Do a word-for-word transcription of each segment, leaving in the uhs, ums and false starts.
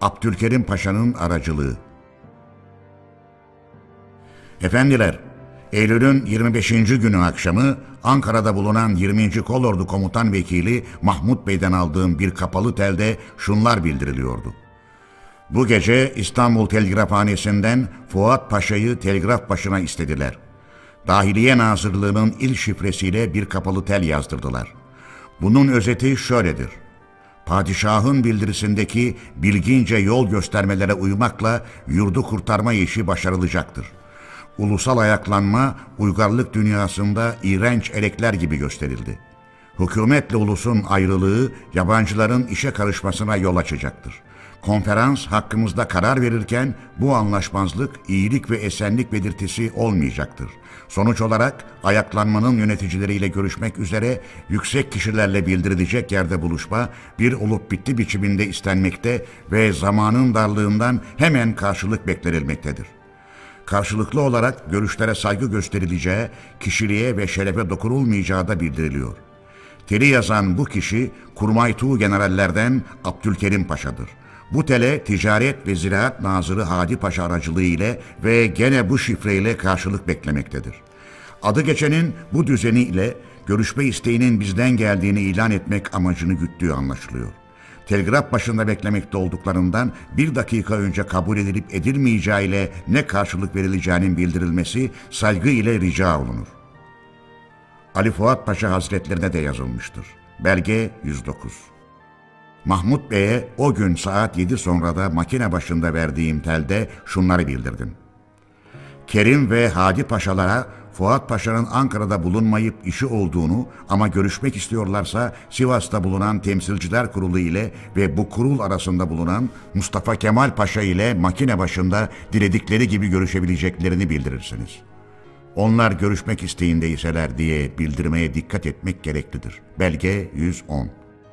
Abdülkerim Paşa'nın aracılığı. Efendiler, Eylül'ün yirmi beşinci günü akşamı Ankara'da bulunan yirminci Kolordu Komutan Vekili Mahmut Bey'den aldığım bir kapalı telde şunlar bildiriliyordu. Bu gece İstanbul Telgrafhanesi'nden Fuat Paşa'yı telgraf başına istediler. Dahiliye Nazırlığı'nın il şifresiyle bir kapalı tel yazdırdılar. Bunun özeti şöyledir. Padişahın bildirisindeki bilgince yol göstermelere uymakla yurdu kurtarma işi başarılacaktır. Ulusal ayaklanma uygarlık dünyasında iğrenç elekler gibi gösterildi. Hükümetle ulusun ayrılığı yabancıların işe karışmasına yol açacaktır. Konferans hakkımızda karar verirken bu anlaşmazlık iyilik ve esenlik belirtisi olmayacaktır. Sonuç olarak ayaklanmanın yöneticileriyle görüşmek üzere yüksek kişilerle bildirilecek yerde buluşma bir olup bitti biçiminde istenmekte ve zamanın darlığından hemen karşılık beklenilmektedir. Karşılıklı olarak görüşlere saygı gösterileceği, kişiliğe ve şerefe dokunulmayacağı da bildiriliyor. Teli yazan bu kişi Kurmay Tuğ generallerden Abdülkerim Paşa'dır. Bu tele Ticaret ve Ziraat Nazırı Hadi Paşa aracılığı ile ve gene bu şifreyle karşılık beklemektedir. Adı geçenin bu düzeni ile görüşme isteğinin bizden geldiğini ilan etmek amacını güttüğü anlaşılıyor. Telgraf başında beklemekte olduklarından bir dakika önce kabul edilip edilmeyeceği ile ne karşılık verileceğinin bildirilmesi saygı ile rica olunur. Ali Fuat Paşa Hazretlerine de yazılmıştır. Belge yüz dokuz. Mahmut Bey'e o gün saat yedi sonrada makine başında verdiğim telde şunları bildirdim. Kerim ve Hadi Paşalara Fuat Paşa'nın Ankara'da bulunmayıp işi olduğunu ama görüşmek istiyorlarsa Sivas'ta bulunan Temsilciler Kurulu ile ve bu kurul arasında bulunan Mustafa Kemal Paşa ile makine başında diledikleri gibi görüşebileceklerini bildirirsiniz. Onlar görüşmek isteğindeyseler diye bildirmeye dikkat etmek gereklidir. Belge yüz on.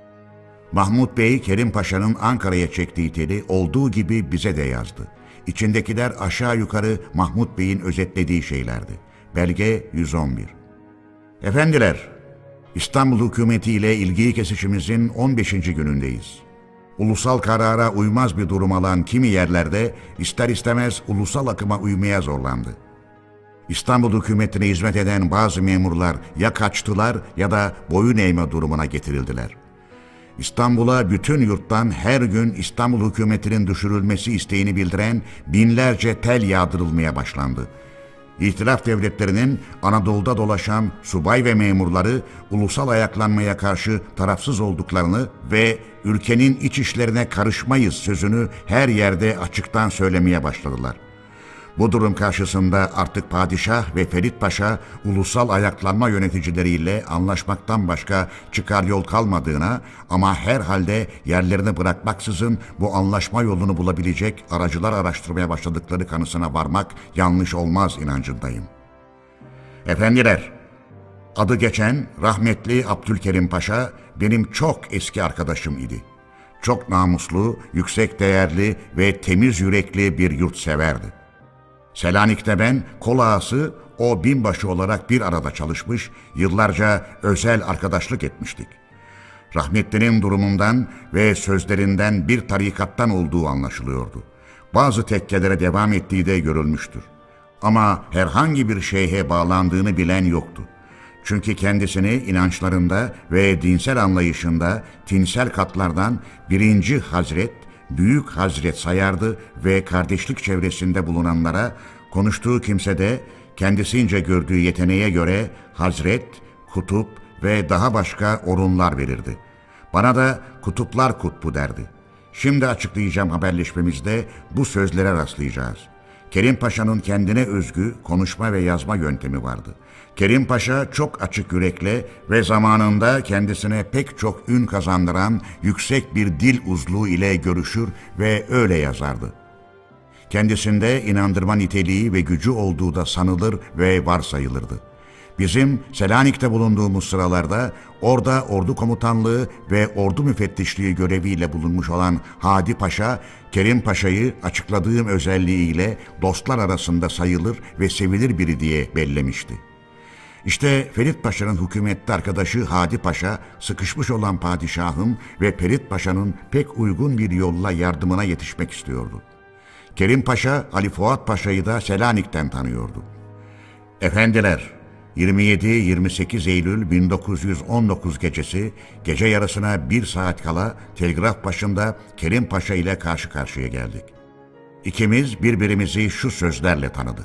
Mahmut Bey, Kerim Paşa'nın Ankara'ya çektiği teli olduğu gibi bize de yazdı. İçindekiler aşağı yukarı Mahmut Bey'in özetlediği şeylerdi. Belge yüz on bir. Efendiler, İstanbul hükümeti ile ilgiyi kesişimizin on beşinci günündeyiz. Ulusal karara uymaz bir durum alan kimi yerlerde ister istemez ulusal akıma uymaya zorlandı. İstanbul hükümetine hizmet eden bazı memurlar ya kaçtılar ya da boyun eğme durumuna getirildiler. İstanbul'a bütün yurttan her gün İstanbul hükümetinin düşürülmesi isteğini bildiren binlerce tel yağdırılmaya başlandı. İhtilaf devletlerinin Anadolu'da dolaşan subay ve memurları ulusal ayaklanmaya karşı tarafsız olduklarını ve ülkenin iç işlerine karışmayız sözünü her yerde açıktan söylemeye başladılar. Bu durum karşısında artık padişah ve Ferit Paşa ulusal ayaklanma yöneticileriyle anlaşmaktan başka çıkar yol kalmadığına ama herhalde yerlerini bırakmaksızın bu anlaşma yolunu bulabilecek aracılar araştırmaya başladıkları kanısına varmak yanlış olmaz inancındayım. Efendiler, adı geçen rahmetli Abdülkerim Paşa benim çok eski arkadaşım idi. Çok namuslu, yüksek değerli ve temiz yürekli bir yurtseverdi. Selanik'te ben kol ağası, o binbaşı olarak bir arada çalışmış, yıllarca özel arkadaşlık etmiştik. Rahmetlinin durumundan ve sözlerinden bir tarikattan olduğu anlaşılıyordu. Bazı tekkelere devam ettiği de görülmüştür. Ama herhangi bir şeyhe bağlandığını bilen yoktu. Çünkü kendisini inançlarında ve dinsel anlayışında tinsel katlardan birinci hazret, Büyük Hazret sayardı ve kardeşlik çevresinde bulunanlara konuştuğu kimsede kendisince gördüğü yeteneğe göre Hazret, Kutup ve daha başka orunlar verirdi. Bana da Kutuplar Kutbu derdi. Şimdi açıklayacağım haberleşmemizde bu sözlere rastlayacağız. Kerim Paşa'nın kendine özgü konuşma ve yazma yöntemi vardı. Kerim Paşa çok açık yürekle ve zamanında kendisine pek çok ün kazandıran yüksek bir dil uzluğu ile görüşür ve öyle yazardı. Kendisinde inandırma niteliği ve gücü olduğu da sanılır ve varsayılırdı. Bizim Selanik'te bulunduğumuz sıralarda orada ordu komutanlığı ve ordu müfettişliği göreviyle bulunmuş olan Hadi Paşa, Kerim Paşa'yı açıkladığım özelliğiyle dostlar arasında sayılır ve sevilir biri diye bellemişti. İşte Ferit Paşa'nın hükümette arkadaşı Hadi Paşa, sıkışmış olan padişahın ve Ferit Paşa'nın pek uygun bir yolla yardımına yetişmek istiyordu. Kerim Paşa, Ali Fuat Paşa'yı da Selanik'ten tanıyordu. Efendiler, yirmi yedi yirmi sekiz Eylül bin dokuz yüz on dokuz gecesi, gece yarısına bir saat kala telgraf başında Kerim Paşa ile karşı karşıya geldik. İkimiz birbirimizi şu sözlerle tanıdık.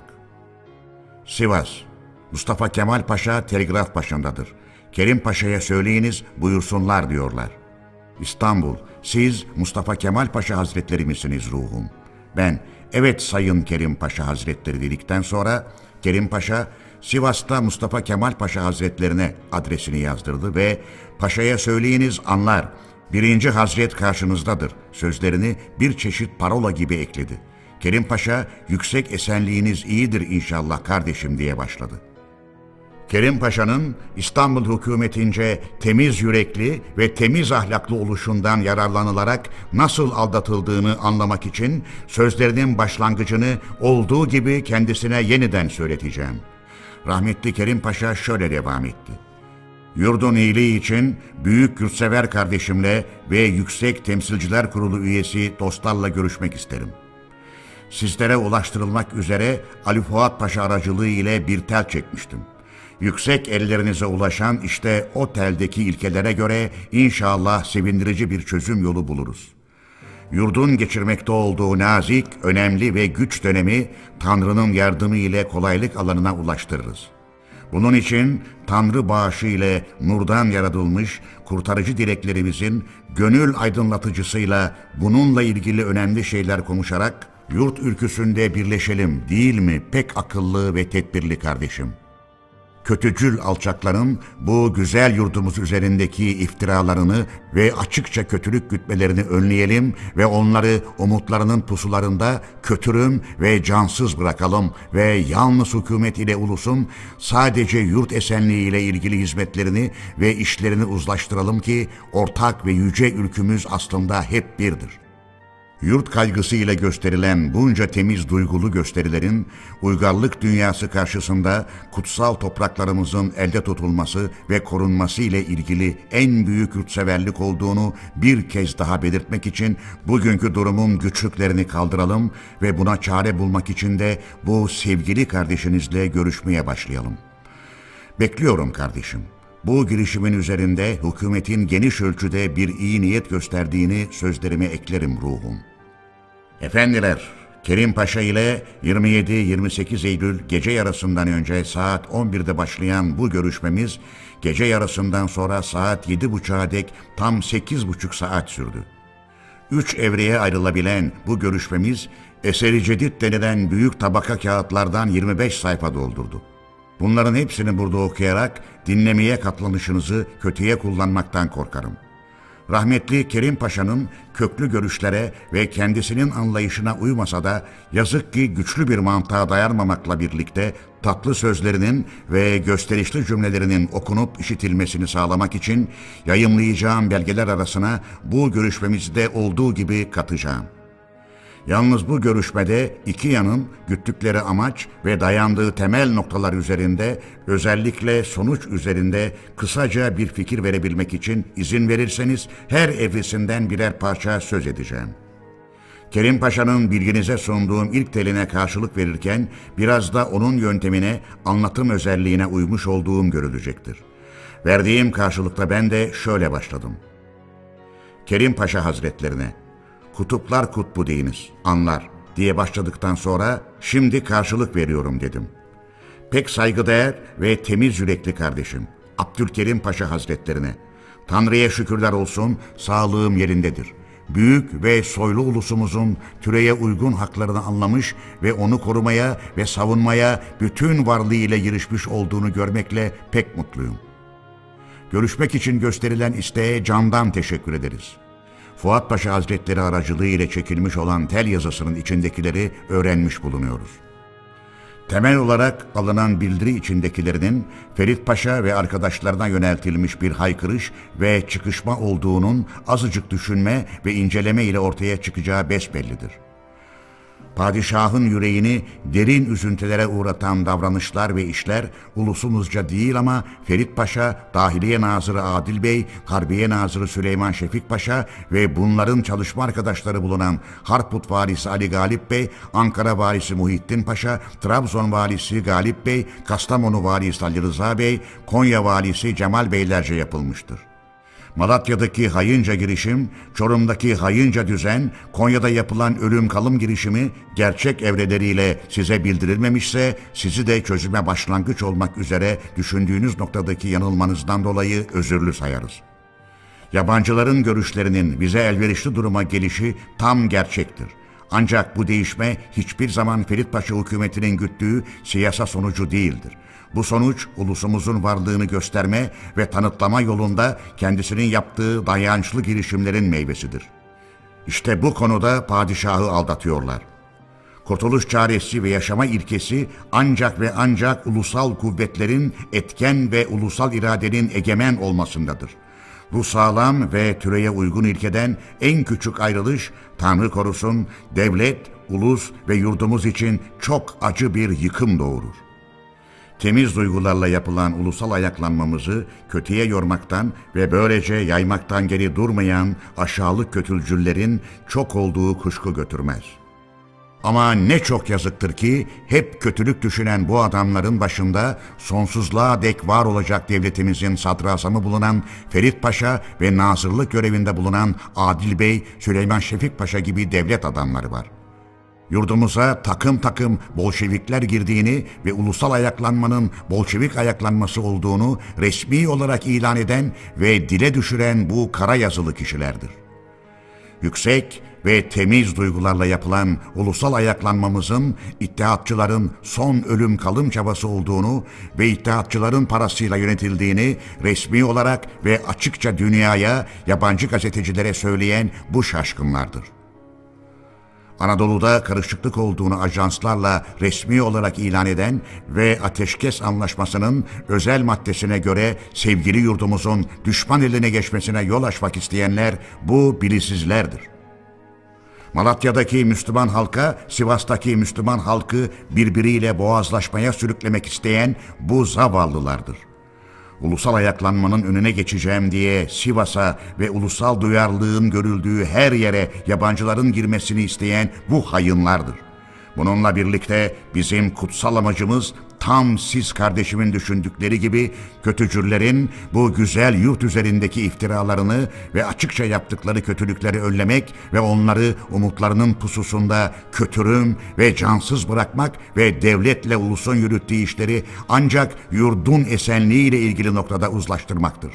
Sivas, Mustafa Kemal Paşa telgraf başındadır. Kerim Paşa'ya söyleyiniz buyursunlar diyorlar. İstanbul, siz Mustafa Kemal Paşa Hazretleri misiniz ruhum? Ben, evet Sayın Kerim Paşa Hazretleri dedikten sonra Kerim Paşa, Sivas'ta Mustafa Kemal Paşa Hazretlerine adresini yazdırdı ve Paşa'ya söyleyiniz anlar, birinci Hazret karşınızdadır sözlerini bir çeşit parola gibi ekledi. Kerim Paşa, yüksek esenliğiniz iyidir inşallah kardeşim diye başladı. Kerim Paşa'nın İstanbul hükümetince temiz yürekli ve temiz ahlaklı oluşundan yararlanılarak nasıl aldatıldığını anlamak için sözlerinin başlangıcını olduğu gibi kendisine yeniden söyleteceğim. Rahmetli Kerim Paşa şöyle devam etti. Yurdun iyiliği için büyük yurtsever kardeşimle ve Yüksek Temsilciler Kurulu üyesi dostlarla görüşmek isterim. Sizlere ulaştırılmak üzere Ali Fuat Paşa aracılığı ile bir tel çekmiştim. Yüksek ellerinize ulaşan işte o teldeki ilkelere göre inşallah sevindirici bir çözüm yolu buluruz. Yurdun geçirmekte olduğu nazik, önemli ve güç dönemi Tanrı'nın yardımı ile kolaylık alanına ulaştırırız. Bunun için Tanrı bağışı ile nurdan yaratılmış kurtarıcı dileklerimizin gönül aydınlatıcısıyla bununla ilgili önemli şeyler konuşarak yurt ülküsünde birleşelim değil mi pek akıllı ve tedbirli kardeşim? Kötücül alçakların bu güzel yurdumuz üzerindeki iftiralarını ve açıkça kötülük gütmelerini önleyelim ve onları umutlarının pusularında kötürüm ve cansız bırakalım ve yalnız hükümet ile ulusun sadece yurt esenliği ile ilgili hizmetlerini ve işlerini uzlaştıralım ki ortak ve yüce ülkümüz aslında hep birdir. Yurt kaygısı ile gösterilen bunca temiz duygulu gösterilerin uygarlık dünyası karşısında kutsal topraklarımızın elde tutulması ve korunması ile ilgili en büyük yurtseverlik olduğunu bir kez daha belirtmek için bugünkü durumun güçlüklerini kaldıralım ve buna çare bulmak için de bu sevgili kardeşinizle görüşmeye başlayalım. Bekliyorum kardeşim. Bu girişimin üzerinde hükümetin geniş ölçüde bir iyi niyet gösterdiğini sözlerime eklerim ruhum. Efendiler, Kerim Paşa ile yirmi yedi yirmi sekiz Eylül gece yarısından önce saat on birde başlayan bu görüşmemiz gece yarısından sonra saat yedi buçuğa dek tam sekiz buçuk saat sürdü. Üç evreye ayrılabilen bu görüşmemiz Eseri Cedid denilen büyük tabaka kağıtlardan yirmi beş sayfa doldurdu. Bunların hepsini burada okuyarak dinlemeye katlanışınızı kötüye kullanmaktan korkarım. Rahmetli Kerim Paşa'nın köklü görüşlere ve kendisinin anlayışına uymasa da yazık ki güçlü bir mantığa dayanmamakla birlikte tatlı sözlerinin ve gösterişli cümlelerinin okunup işitilmesini sağlamak için yayımlayacağım belgeler arasına bu görüşmemizde olduğu gibi katacağım. Yalnız bu görüşmede iki yanın güttükleri amaç ve dayandığı temel noktalar üzerinde, özellikle sonuç üzerinde kısaca bir fikir verebilmek için izin verirseniz her evresinden birer parça söz edeceğim. Kerim Paşa'nın bilginize sunduğum ilk teline karşılık verirken biraz da onun yöntemine, anlatım özelliğine uymuş olduğum görülecektir. Verdiğim karşılıkta ben de şöyle başladım. Kerim Paşa Hazretlerine, kutuplar kutbu deyiniz, anlar diye başladıktan sonra şimdi karşılık veriyorum dedim. Pek saygıdeğer ve temiz yürekli kardeşim Abdülkerim Paşa Hazretlerine, Tanrı'ya şükürler olsun sağlığım yerindedir. Büyük ve soylu ulusumuzun türeye uygun haklarını anlamış ve onu korumaya ve savunmaya bütün varlığıyla girişmiş olduğunu görmekle pek mutluyum. Görüşmek için gösterilen isteğe candan teşekkür ederiz. Fuat Paşa Hazretleri aracılığı ile çekilmiş olan tel yazısının içindekileri öğrenmiş bulunuyoruz. Temel olarak alınan bildiri içindekilerinin Ferit Paşa ve arkadaşlarına yöneltilmiş bir haykırış ve çıkışma olduğunun azıcık düşünme ve inceleme ile ortaya çıkacağı besbellidir. Padişahın yüreğini derin üzüntülere uğratan davranışlar ve işler ulusumuzca değil ama Ferit Paşa, Dahiliye Nazırı Adil Bey, Harbiye Nazırı Süleyman Şefik Paşa ve bunların çalışma arkadaşları bulunan Harput Valisi Ali Galip Bey, Ankara Valisi Muhittin Paşa, Trabzon Valisi Galip Bey, Kastamonu Valisi Ali Rıza Bey, Konya Valisi Cemal Beylerce yapılmıştır. Malatya'daki hayınca girişim, Çorum'daki hayınca düzen, Konya'da yapılan ölüm kalım girişimi gerçek evreleriyle size bildirilmemişse sizi de çözüme başlangıç olmak üzere düşündüğünüz noktadaki yanılmanızdan dolayı özürlü sayarız. Yabancıların görüşlerinin bize elverişli duruma gelişi tam gerçektir. Ancak bu değişme hiçbir zaman Ferit Paşa hükümetinin güttüğü siyasa sonucu değildir. Bu sonuç ulusumuzun varlığını gösterme ve tanıtlama yolunda kendisinin yaptığı dayançlı girişimlerin meyvesidir. İşte bu konuda padişahı aldatıyorlar. Kurtuluş çaresi ve yaşama ilkesi ancak ve ancak ulusal kuvvetlerin etken ve ulusal iradenin egemen olmasındadır. Bu sağlam ve türeye uygun ilkeden en küçük ayrılış, Tanrı korusun, devlet, ulus ve yurdumuz için çok acı bir yıkım doğurur. Temiz duygularla yapılan ulusal ayaklanmamızı kötüye yormaktan ve böylece yaymaktan geri durmayan aşağılık kötülcüllerin çok olduğu kuşku götürmez. Ama ne çok yazıktır ki hep kötülük düşünen bu adamların başında sonsuzluğa dek var olacak devletimizin sadrazamı bulunan Ferit Paşa ve nazırlık görevinde bulunan Adil Bey, Süleyman Şefik Paşa gibi devlet adamları var. Yurdumuza takım takım Bolşevikler girdiğini ve ulusal ayaklanmanın Bolşevik ayaklanması olduğunu resmi olarak ilan eden ve dile düşüren bu kara yazılı kişilerdir. Yüksek ve temiz duygularla yapılan ulusal ayaklanmamızın İttihatçıların son ölüm kalım çabası olduğunu ve İttihatçıların parasıyla yönetildiğini resmi olarak ve açıkça dünyaya, yabancı gazetecilere söyleyen bu şaşkınlardır. Anadolu'da karışıklık olduğunu ajanslarla resmi olarak ilan eden ve ateşkes anlaşmasının özel maddesine göre sevgili yurdumuzun düşman eline geçmesine yol açmak isteyenler bu bilisizlerdir. Malatya'daki Müslüman halka, Sivas'taki Müslüman halkı birbiriyle boğazlaşmaya sürüklemek isteyen bu zavallılardır. Ulusal ayaklanmanın önüne geçeceğim diye Sivas'a ve ulusal duyarlılığın görüldüğü her yere yabancıların girmesini isteyen bu hayınlardır. Bununla birlikte bizim kutsal amacımız tam siz kardeşimin düşündükleri gibi kötücüllerin bu güzel yurt üzerindeki iftiralarını ve açıkça yaptıkları kötülükleri önlemek ve onları umutlarının pususunda kötürüm ve cansız bırakmak ve devletle ulusun yürüttüğü işleri ancak yurdun esenliğiyle ilgili noktada uzlaştırmaktır.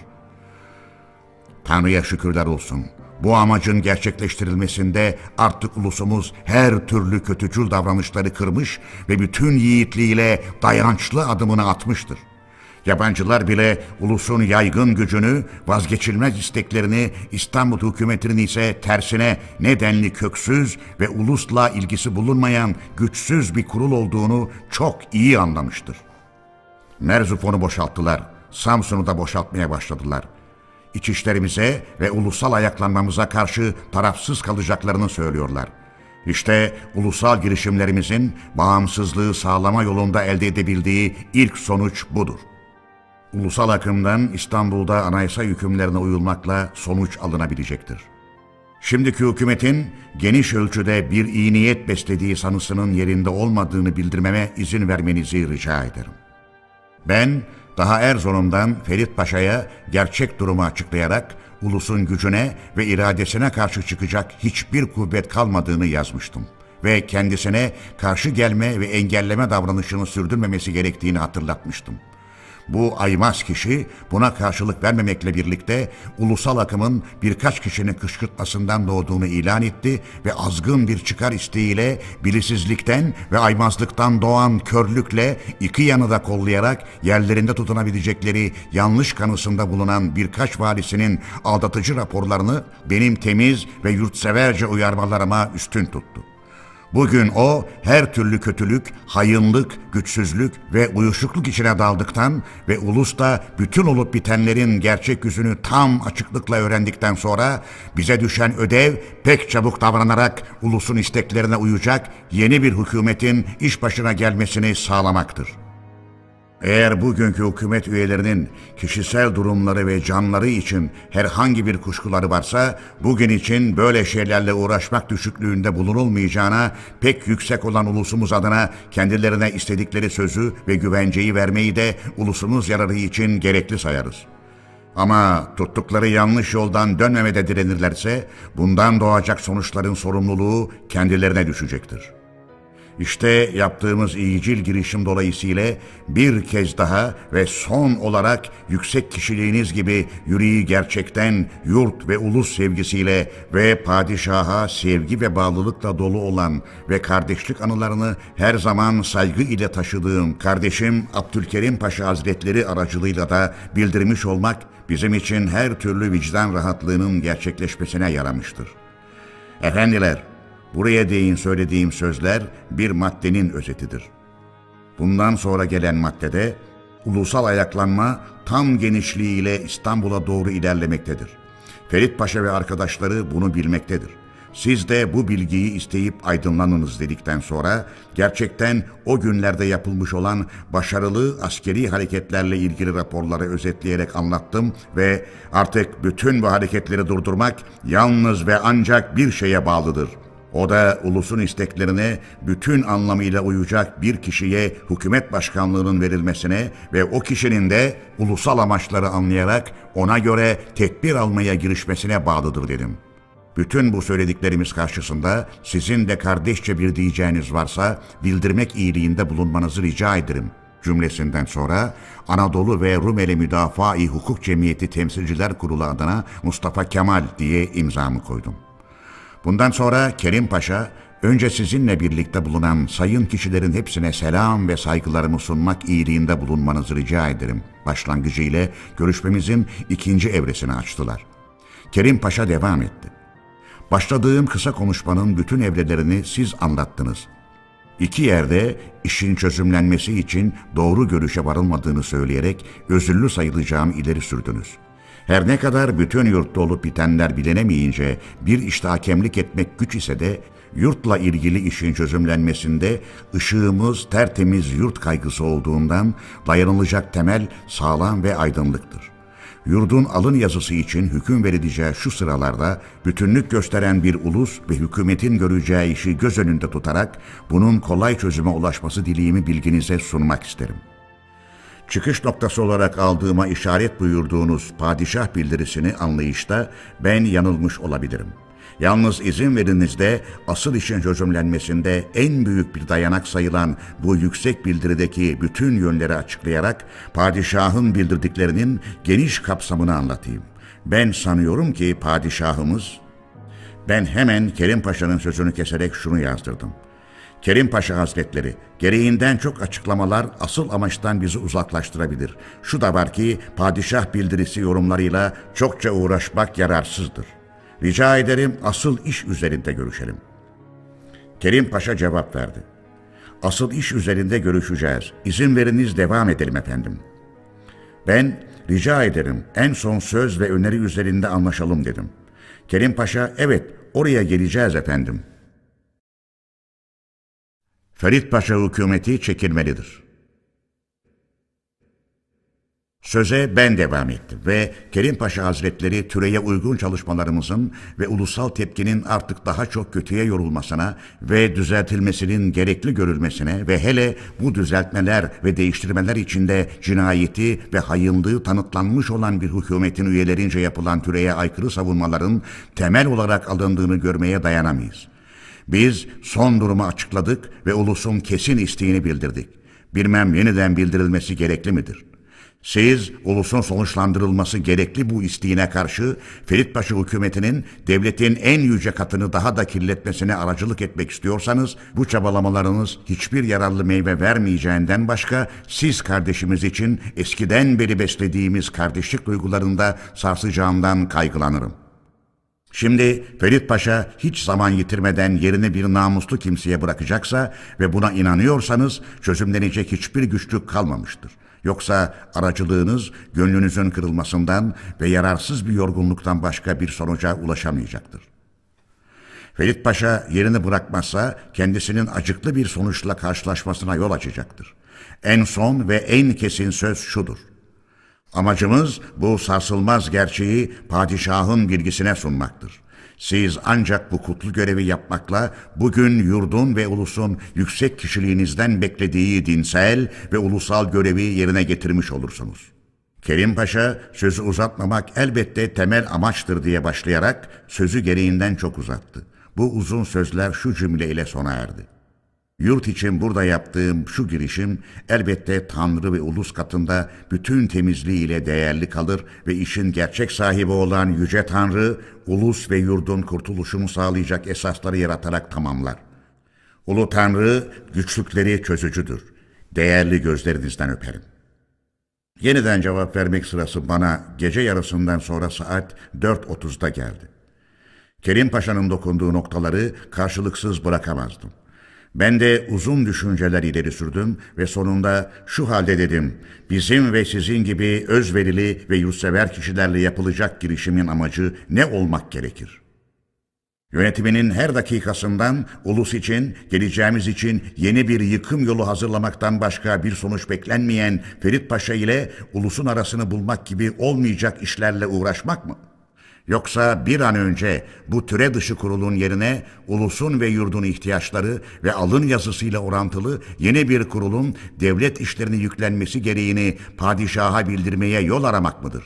Tanrı'ya şükürler olsun. Bu amacın gerçekleştirilmesinde artık ulusumuz her türlü kötücül davranışları kırmış ve bütün yiğitliğiyle dayançlı adımını atmıştır. Yabancılar bile ulusun yaygın gücünü, vazgeçilmez isteklerini, İstanbul hükümetinin ise tersine nedenli köksüz ve ulusla ilgisi bulunmayan güçsüz bir kurul olduğunu çok iyi anlamıştır. Merzufon'u boşalttılar, Samsun'u da boşaltmaya başladılar. İçişlerimize ve ulusal ayaklanmamıza karşı tarafsız kalacaklarını söylüyorlar. İşte ulusal girişimlerimizin bağımsızlığı sağlama yolunda elde edebildiği ilk sonuç budur. Ulusal akımdan İstanbul'da anayasa hükümlerine uyulmakla sonuç alınabilecektir. Şimdiki hükümetin geniş ölçüde bir iyi niyet beslediği sanısının yerinde olmadığını bildirmeme izin vermenizi rica ederim. Ben daha Erzurum'dan Ferit Paşa'ya gerçek durumu açıklayarak ulusun gücüne ve iradesine karşı çıkacak hiçbir kuvvet kalmadığını yazmıştım ve kendisine karşı gelme ve engelleme davranışını sürdürmemesi gerektiğini hatırlatmıştım. Bu aymaz kişi buna karşılık vermemekle birlikte ulusal akımın birkaç kişinin kışkırtmasından doğduğunu ilan etti ve azgın bir çıkar isteğiyle bilisizlikten ve aymazlıktan doğan körlükle iki yanı da kollayarak yerlerinde tutunabilecekleri yanlış kanısında bulunan birkaç valisinin aldatıcı raporlarını benim temiz ve yurtseverce uyarmalarıma üstün tuttu. Bugün o her türlü kötülük, hayınlık, güçsüzlük ve uyuşukluk içine daldıktan ve ulus da bütün olup bitenlerin gerçek yüzünü tam açıklıkla öğrendikten sonra bize düşen ödev pek çabuk davranarak ulusun isteklerine uyacak yeni bir hükümetin iş başına gelmesini sağlamaktır. Eğer bugünkü hükümet üyelerinin kişisel durumları ve canları için herhangi bir kuşkuları varsa, bugün için böyle şeylerle uğraşmak düşüklüğünde bulunulmayacağına, pek yüksek olan ulusumuz adına kendilerine istedikleri sözü ve güvenceyi vermeyi de ulusumuz yararı için gerekli sayarız. Ama tuttukları yanlış yoldan dönmemede direnirlerse, bundan doğacak sonuçların sorumluluğu kendilerine düşecektir. İşte yaptığımız iyicil girişim dolayısıyla bir kez daha ve son olarak yüksek kişiliğiniz gibi yüreği gerçekten yurt ve ulus sevgisiyle ve padişaha sevgi ve bağlılıkla dolu olan ve kardeşlik anılarını her zaman saygı ile taşıdığım kardeşim Abdülkerim Paşa Hazretleri aracılığıyla da bildirmiş olmak bizim için her türlü vicdan rahatlığının gerçekleşmesine yaramıştır. Efendiler, buraya değin söylediğim sözler bir maddenin özetidir. Bundan sonra gelen maddede ulusal ayaklanma tam genişliğiyle İstanbul'a doğru ilerlemektedir. Ferit Paşa ve arkadaşları bunu bilmektedir. Siz de bu bilgiyi isteyip aydınlanınız dedikten sonra gerçekten o günlerde yapılmış olan başarılı askeri hareketlerle ilgili raporları özetleyerek anlattım ve artık bütün bu hareketleri durdurmak yalnız ve ancak bir şeye bağlıdır. O da ulusun isteklerine bütün anlamıyla uyacak bir kişiye hükümet başkanlığının verilmesine ve o kişinin de ulusal amaçları anlayarak ona göre tedbir almaya girişmesine bağlıdır dedim. Bütün bu söylediklerimiz karşısında sizin de kardeşçe bir diyeceğiniz varsa bildirmek iyiliğinde bulunmanızı rica ederim cümlesinden sonra Anadolu ve Rumeli Müdafaa-i Hukuk Cemiyeti Temsilciler Kurulu adına Mustafa Kemal diye imzamı koydum. Bundan sonra Kerim Paşa, önce sizinle birlikte bulunan sayın kişilerin hepsine selam ve saygılarımı sunmak iyiliğinde bulunmanızı rica ederim başlangıcı ile görüşmemizin ikinci evresini açtılar. Kerim Paşa devam etti. Başladığım kısa konuşmanın bütün evrelerini siz anlattınız. İki yerde işin çözümlenmesi için doğru görüşe varılmadığını söyleyerek özürlü sayılacağımı ileri sürdünüz. Her ne kadar bütün yurtta olup bitenler bilinemeyince bir işte hakemlik etmek güç ise de yurtla ilgili işin çözümlenmesinde ışığımız tertemiz yurt kaygısı olduğundan dayanılacak temel sağlam ve aydınlıktır. Yurdun alın yazısı için hüküm verileceği şu sıralarda bütünlük gösteren bir ulus ve hükümetin göreceği işi göz önünde tutarak bunun kolay çözüme ulaşması dileğimi bilginize sunmak isterim. Çıkış noktası olarak aldığıma işaret buyurduğunuz padişah bildirisini anlayışta ben yanılmış olabilirim. Yalnız izin veriniz de asıl işin çözümlenmesinde en büyük bir dayanak sayılan bu yüksek bildirideki bütün yönleri açıklayarak padişahın bildirdiklerinin geniş kapsamını anlatayım. Ben sanıyorum ki padişahımız... Ben hemen Kerim Paşa'nın sözünü keserek şunu yazdırdım. Kerim Paşa Hazretleri, gereğinden çok açıklamalar asıl amaçtan bizi uzaklaştırabilir. Şu da var ki padişah bildirisi yorumlarıyla çokça uğraşmak yararsızdır. Rica ederim asıl iş üzerinde görüşelim. Kerim Paşa cevap verdi. Asıl iş üzerinde görüşeceğiz. İzin veriniz devam edelim efendim. Ben rica ederim en son söz ve öneri üzerinde anlaşalım dedim. Kerim Paşa evet oraya geleceğiz efendim. Ferit Paşa hükümeti çekilmelidir. Söze ben devam ettim ve Kerim Paşa Hazretleri türeye uygun çalışmalarımızın ve ulusal tepkinin artık daha çok kötüye yorulmasına ve düzeltilmesinin gerekli görülmesine ve hele bu düzeltmeler ve değiştirmeler içinde cinayeti ve hayınlığı tanıtlanmış olan bir hükümetin üyelerince yapılan türeye aykırı savunmaların temel olarak alındığını görmeye dayanamayız. Biz son durumu açıkladık ve ulusun kesin isteğini bildirdik. Bilmem yeniden bildirilmesi gerekli midir? Siz ulusun sonuçlandırılması gerekli bu isteğine karşı Ferit Paşa hükümetinin devletin en yüce katını daha da kirletmesine aracılık etmek istiyorsanız bu çabalamalarınız hiçbir yararlı meyve vermeyeceğinden başka siz kardeşimiz için eskiden beri beslediğimiz kardeşlik duygularında sarsacağımdan kaygılanırım. Şimdi Ferit Paşa hiç zaman yitirmeden yerini bir namuslu kimseye bırakacaksa ve buna inanıyorsanız çözümlenecek hiçbir güçlük kalmamıştır. Yoksa aracılığınız gönlünüzün kırılmasından ve yararsız bir yorgunluktan başka bir sonuca ulaşamayacaktır. Ferit Paşa yerini bırakmazsa kendisinin acıklı bir sonuçla karşılaşmasına yol açacaktır. En son ve en kesin söz şudur: amacımız bu sarsılmaz gerçeği padişahın bilgisine sunmaktır. Siz ancak bu kutlu görevi yapmakla bugün yurdun ve ulusun yüksek kişiliğinizden beklediği dinsel ve ulusal görevi yerine getirmiş olursunuz. Kerim Paşa sözü uzatmamak elbette temel amaçtır diye başlayarak sözü gereğinden çok uzattı. Bu uzun sözler şu cümle ile sona erdi: yurt için burada yaptığım şu girişim elbette Tanrı ve ulus katında bütün temizliğiyle değerli kalır ve işin gerçek sahibi olan Yüce Tanrı, ulus ve yurdun kurtuluşunu sağlayacak esasları yaratarak tamamlar. Ulu Tanrı güçlükleri çözücüdür. Değerli gözlerinizden öperim. Yeniden cevap vermek sırası bana gece yarısından sonra saat dört otuzda geldi. Kerim Paşa'nın dokunduğu noktaları karşılıksız bırakamazdım. Ben de uzun düşünceler ileri sürdüm ve sonunda şu halde dedim: bizim ve sizin gibi özverili ve yurtsever kişilerle yapılacak girişimin amacı ne olmak gerekir? Yönetiminin her dakikasından ulus için, geleceğimiz için yeni bir yıkım yolu hazırlamaktan başka bir sonuç beklenmeyen Ferit Paşa ile ulusun arasını bulmak gibi olmayacak işlerle uğraşmak mı? Yoksa bir an önce bu türe dışı kurulun yerine ulusun ve yurdun ihtiyaçları ve alın yazısıyla orantılı yeni bir kurulun devlet işlerini yüklenmesi gereğini padişaha bildirmeye yol aramak mıdır?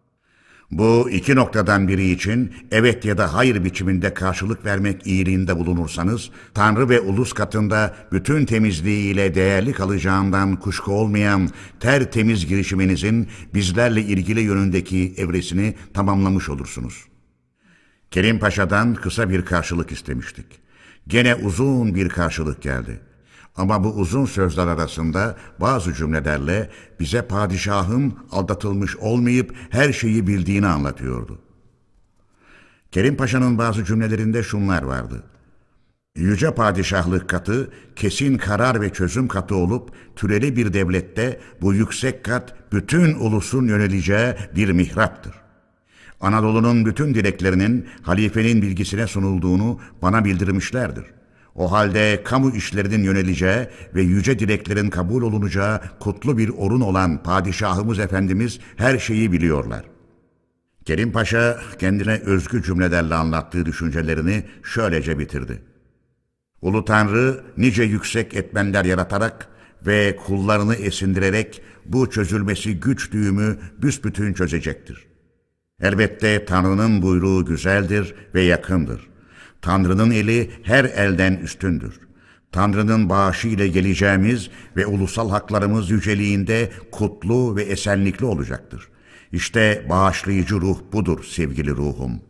Bu iki noktadan biri için evet ya da hayır biçiminde karşılık vermek iyiliğinde bulunursanız, Tanrı ve ulus katında bütün temizliğiyle değerli kalacağından kuşku olmayan tertemiz girişiminizin bizlerle ilgili yönündeki evresini tamamlamış olursunuz. Kerim Paşa'dan kısa bir karşılık istemiştik. Gene uzun bir karşılık geldi. Ama bu uzun sözler arasında bazı cümlelerle bize padişahın aldatılmış olmayıp her şeyi bildiğini anlatıyordu. Kerim Paşa'nın bazı cümlelerinde şunlar vardı: yüce padişahlık katı, kesin karar ve çözüm katı olup türeli bir devlette bu yüksek kat bütün ulusun yöneleceği bir mihraptır. Anadolu'nun bütün dileklerinin halifenin bilgisine sunulduğunu bana bildirmişlerdir. O halde kamu işlerinin yöneleceği ve yüce dileklerin kabul olunacağı kutlu bir orun olan Padişahımız Efendimiz her şeyi biliyorlar. Kerim Paşa kendine özgü cümlelerle anlattığı düşüncelerini şöylece bitirdi: Ulu Tanrı nice yüksek etmenler yaratarak ve kullarını esindirerek bu çözülmesi güç düğümü büsbütün çözecektir. Elbette Tanrı'nın buyruğu güzeldir ve yakındır. Tanrı'nın eli her elden üstündür. Tanrı'nın bağışı ile geleceğimiz ve ulusal haklarımız yüceliğinde kutlu ve esenlikli olacaktır. İşte bağışlayıcı ruh budur sevgili ruhum.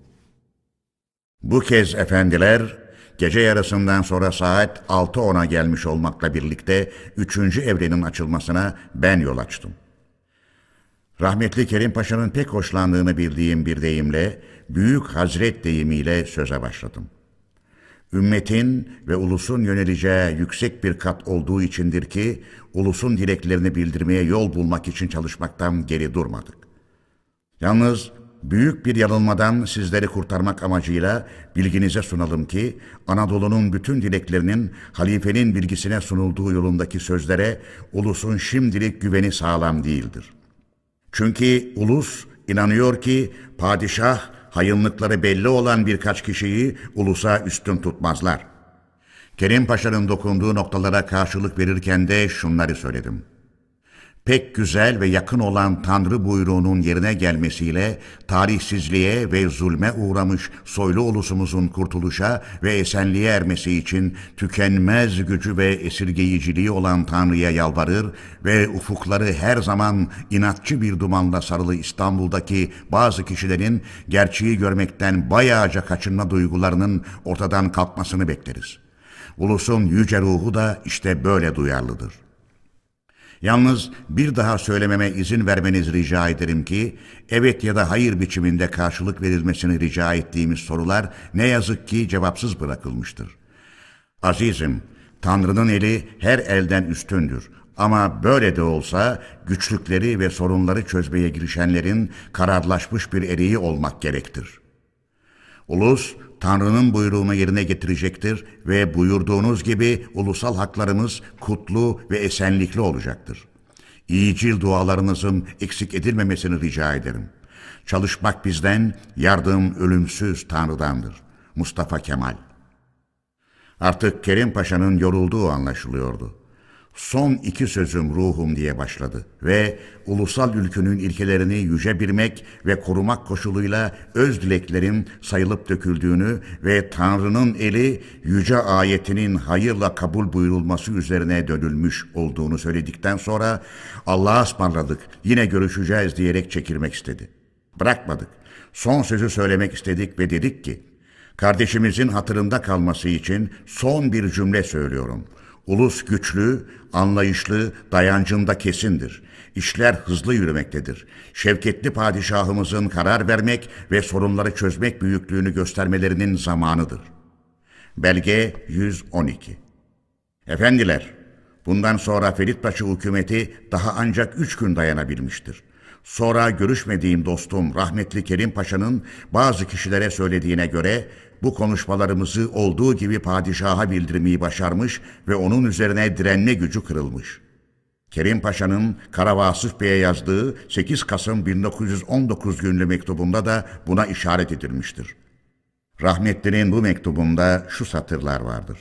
Bu kez efendiler, gece yarısından sonra saat altı ona gelmiş olmakla birlikte üçüncü evrenin açılmasına ben yol açtım. Rahmetli Kerim Paşa'nın pek hoşlandığını bildiğim bir deyimle, Büyük Hazret deyimiyle söze başladım. Ümmetin ve ulusun yöneleceği yüksek bir kat olduğu içindir ki, ulusun dileklerini bildirmeye yol bulmak için çalışmaktan geri durmadık. Yalnız büyük bir yanılmadan sizleri kurtarmak amacıyla bilginize sunalım ki, Anadolu'nun bütün dileklerinin halifenin bilgisine sunulduğu yolundaki sözlere ulusun şimdilik güveni sağlam değildir. Çünkü ulus inanıyor ki padişah hayınlıkları belli olan birkaç kişiyi ulusa üstün tutmazlar. Kerim Paşa'nın dokunduğu noktalara karşılık verirken de şunları söyledim: Pek güzel ve yakın olan Tanrı buyruğunun yerine gelmesiyle tarihsizliğe ve zulme uğramış soylu ulusumuzun kurtuluşa ve esenliğe ermesi için tükenmez gücü ve esirgeyiciliği olan Tanrı'ya yalvarır ve ufukları her zaman inatçı bir dumanla sarılı İstanbul'daki bazı kişilerin gerçeği görmekten bayağıca kaçınma duygularının ortadan kalkmasını bekleriz. Ulusun yüce ruhu da işte böyle duyarlıdır. Yalnız bir daha söylememe izin vermenizi rica ederim ki, evet ya da hayır biçiminde karşılık verilmesini rica ettiğimiz sorular ne yazık ki cevapsız bırakılmıştır. Azizim, Tanrı'nın eli her elden üstündür. Ama böyle de olsa güçlükleri ve sorunları çözmeye girişenlerin kararlaşmış bir ereği olmak gerektir. Ulus, Tanrı'nın buyruğunu yerine getirecektir ve buyurduğunuz gibi ulusal haklarımız kutlu ve esenlikli olacaktır. İyicil dualarınızın eksik edilmemesini rica ederim. Çalışmak bizden, yardım ölümsüz Tanrı'dandır. Mustafa Kemal. Artık Kerim Paşa'nın yorulduğu anlaşılıyordu. Son iki sözüm ruhum diye başladı ve ulusal ülkünün ilkelerini yüce bilmek ve korumak koşuluyla öz dileklerin sayılıp döküldüğünü ve Tanrı'nın eli yüce ayetinin hayırla kabul buyurulması üzerine dönülmüş olduğunu söyledikten sonra Allah'a ısmarladık, yine görüşeceğiz diyerek çekilmek istedi. Bırakmadık. Son sözü söylemek istedik ve dedik ki, kardeşimizin hatırında kalması için son bir cümle söylüyorum. Ulus güçlü, anlayışlı, dayancında kesindir. İşler hızlı yürümektedir. Şevketli padişahımızın karar vermek ve sorunları çözmek büyüklüğünü göstermelerinin zamanıdır. Belge yüz on iki. Efendiler, bundan sonra Feritpaşa hükümeti daha ancak üç gün dayanabilmiştir. Sonra görüşmediğim dostum rahmetli Kerim Paşa'nın bazı kişilere söylediğine göre bu konuşmalarımızı olduğu gibi padişaha bildirmeyi başarmış ve onun üzerine direnme gücü kırılmış. Kerim Paşa'nın Kara Vasıf Bey'e yazdığı sekiz Kasım bin dokuz yüz on dokuz günlü mektubunda da buna işaret edilmiştir. Rahmetlinin bu mektubunda şu satırlar vardır.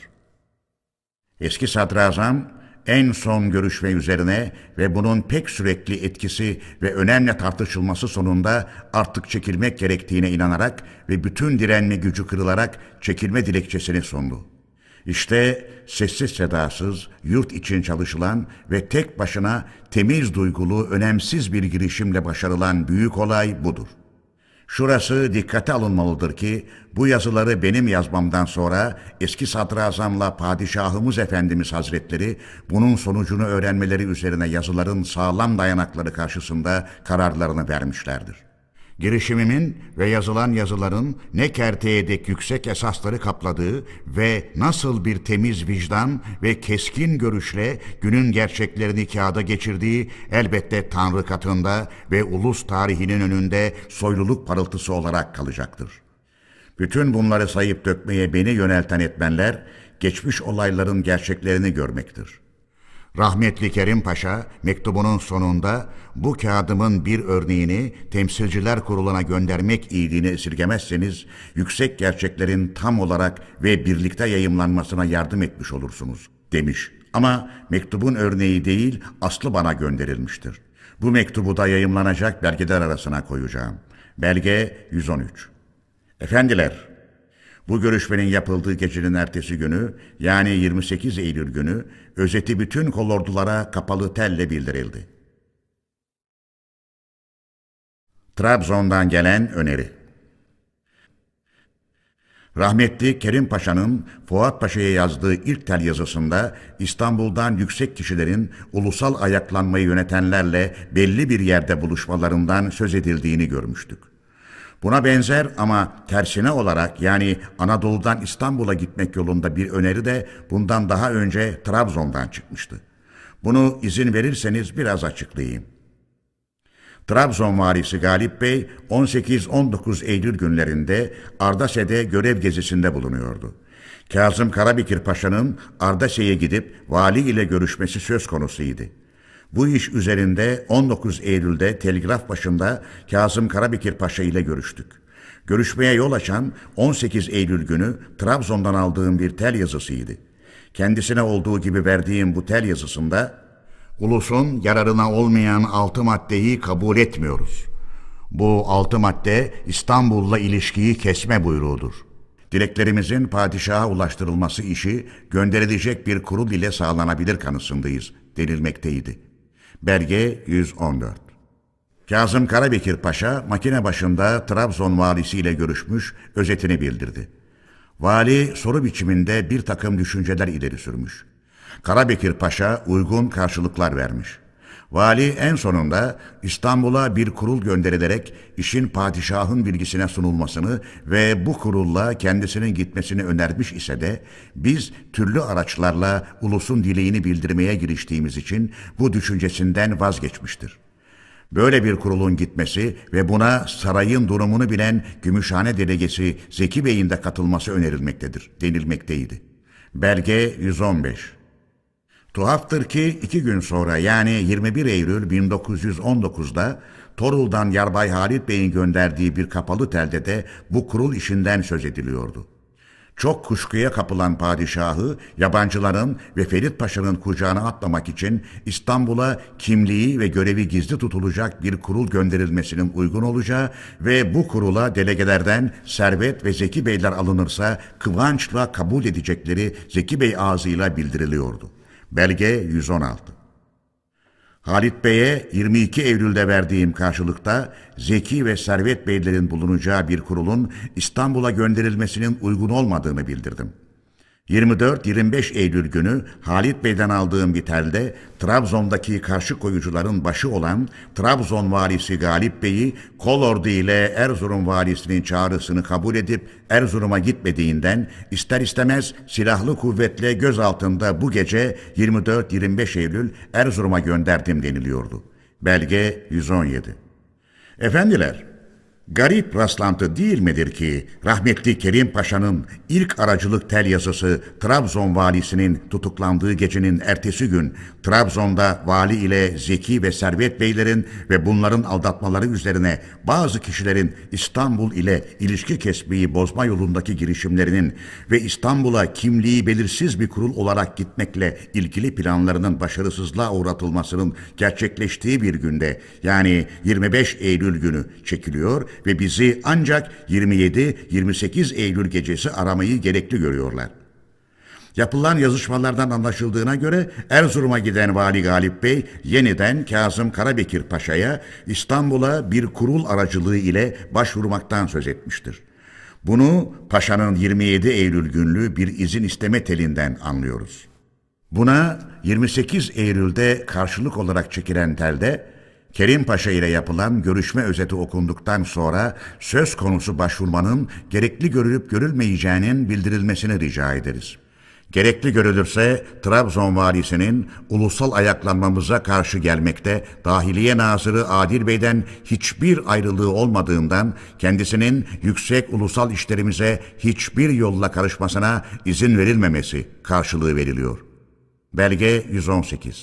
Eski sadrazam en son görüşme üzerine ve bunun pek sürekli etkisi ve önemli tartışılması sonunda artık çekilmek gerektiğine inanarak ve bütün direnme gücü kırılarak çekilme dilekçesini sundu. İşte sessiz sedasız, yurt için çalışılan ve tek başına temiz duygulu, önemsiz bir girişimle başarılan büyük olay budur. Şurası dikkate alınmalıdır ki bu yazıları benim yazmamdan sonra eski sadrazamla padişahımız Efendimiz Hazretleri bunun sonucunu öğrenmeleri üzerine yazıların sağlam dayanakları karşısında kararlarını vermişlerdir. Girişimimin ve yazılan yazıların ne kerteye dek yüksek esasları kapladığı ve nasıl bir temiz vicdan ve keskin görüşle günün gerçeklerini kağıda geçirdiği elbette Tanrı katında ve ulus tarihinin önünde soyluluk parıltısı olarak kalacaktır. Bütün bunları sayıp dökmeye beni yönelten etmenler, geçmiş olayların gerçeklerini görmektir. Rahmetli Kerim Paşa mektubunun sonunda bu kağıdımın bir örneğini Temsilciler Kurulu'na göndermek iyiliğini esirgemezseniz yüksek gerçeklerin tam olarak ve birlikte yayımlanmasına yardım etmiş olursunuz demiş. Ama mektubun örneği değil aslı bana gönderilmiştir. Bu mektubu da yayımlanacak belgeler arasına koyacağım. Belge yüz on üç. Efendiler, bu görüşmenin yapıldığı gecenin ertesi günü, yani yirmi sekiz Eylül günü, özeti bütün kolordulara kapalı telle bildirildi. Trabzon'dan gelen öneri. Rahmetli Kerim Paşa'nın Fuat Paşa'ya yazdığı ilk tel yazısında İstanbul'dan yüksek kişilerin ulusal ayaklanmayı yönetenlerle belli bir yerde buluşmalarından söz edildiğini görmüştük. Buna benzer ama tersine olarak yani Anadolu'dan İstanbul'a gitmek yolunda bir öneri de bundan daha önce Trabzon'dan çıkmıştı. Bunu izin verirseniz biraz açıklayayım. Trabzon valisi Galip Bey on sekiz on dokuz Eylül günlerinde Ardase'de görev gezisinde bulunuyordu. Kazım Karabekir Paşa'nın Ardase'ye gidip vali ile görüşmesi söz konusuydu. Bu iş üzerinde on dokuz Eylül'de telgraf başında Kazım Karabekir Paşa ile görüştük. Görüşmeye yol açan on sekiz Eylül günü Trabzon'dan aldığım bir tel yazısıydı. Kendisine olduğu gibi verdiğim bu tel yazısında ulusun yararına olmayan altı maddeyi kabul etmiyoruz. Bu altı madde İstanbul'la ilişkiyi kesme buyruğudur. Dileklerimizin padişaha ulaştırılması işi gönderilecek bir kurul ile sağlanabilir kanısındayız denilmekteydi. Belge yüz on dört. Kazım Karabekir Paşa makine başında Trabzon valisiyle görüşmüş, özetini bildirdi. Vali soru biçiminde bir takım düşünceler ileri sürmüş. Karabekir Paşa uygun karşılıklar vermiş. Vali en sonunda İstanbul'a bir kurul gönderilerek işin padişahın bilgisine sunulmasını ve bu kurulla kendisinin gitmesini önermiş ise de biz türlü araçlarla ulusun dileğini bildirmeye giriştiğimiz için bu düşüncesinden vazgeçmiştir. Böyle bir kurulun gitmesi ve buna sarayın durumunu bilen Gümüşhane delegesi Zeki Bey'in de katılması önerilmektedir, denilmekteydi. Belge yüz on beş. Tuhaftır ki iki gün sonra yani yirmi bir Eylül bin dokuz yüz on dokuz'da Torul'dan Yarbay Halit Bey'in gönderdiği bir kapalı telde de bu kurul işinden söz ediliyordu. Çok kuşkuya kapılan padişahı yabancıların ve Ferit Paşa'nın kucağına atlamak için İstanbul'a kimliği ve görevi gizli tutulacak bir kurul gönderilmesinin uygun olacağı ve bu kurula delegelerden Servet ve Zeki Beyler alınırsa kıvançla kabul edecekleri Zeki Bey ağzıyla bildiriliyordu. Belge yüz on altı. Halit Bey'e yirmi iki Eylül'de verdiğim karşılıkta Zeki ve Servet Beylerin bulunacağı bir kurulun İstanbul'a gönderilmesinin uygun olmadığını bildirdim. yirmi dört yirmi beş Eylül günü Halit Bey'den aldığım bir telde Trabzon'daki karşı koyucuların başı olan Trabzon valisi Galip Bey'i kolordu ile Erzurum valisinin çağrısını kabul edip Erzurum'a gitmediğinden ister istemez silahlı kuvvetle gözaltında bu gece yirmi dört yirmi beş Eylül Erzurum'a gönderdim deniliyordu. Belge yüz on yedi. Efendiler, garip rastlantı değil midir ki rahmetli Kerim Paşa'nın ilk aracılık tel yazısı Trabzon valisinin tutuklandığı gecenin ertesi gün Trabzon'da vali ile Zeki ve Servet Beylerin ve bunların aldatmaları üzerine bazı kişilerin İstanbul ile ilişki kesmeyi bozma yolundaki girişimlerinin ve İstanbul'a kimliği belirsiz bir kurul olarak gitmekle ilgili planlarının başarısızlığa uğratılmasının gerçekleştiği bir günde yani yirmi beş Eylül günü çekiliyor ve bizi ancak yirmi yedi yirmi sekiz Eylül gecesi aramayı gerekli görüyorlar. Yapılan yazışmalardan anlaşıldığına göre Erzurum'a giden Vali Galip Bey yeniden Kazım Karabekir Paşa'ya İstanbul'a bir kurul aracılığı ile başvurmaktan söz etmiştir. Bunu Paşa'nın yirmi yedi Eylül günlü bir izin isteme telinden anlıyoruz. Buna yirmi sekiz Eylül'de karşılık olarak çekilen telde Kerim Paşa ile yapılan görüşme özeti okunduktan sonra söz konusu başvurmanın gerekli görülüp görülmeyeceğinin bildirilmesini rica ederiz. Gerekli görülürse Trabzon valisinin ulusal ayaklanmamıza karşı gelmekte Dahiliye Nazırı Adil Bey'den hiçbir ayrılığı olmadığından kendisinin yüksek ulusal işlerimize hiçbir yolla karışmasına izin verilmemesi karşılığı veriliyor. Belge yüz on sekiz.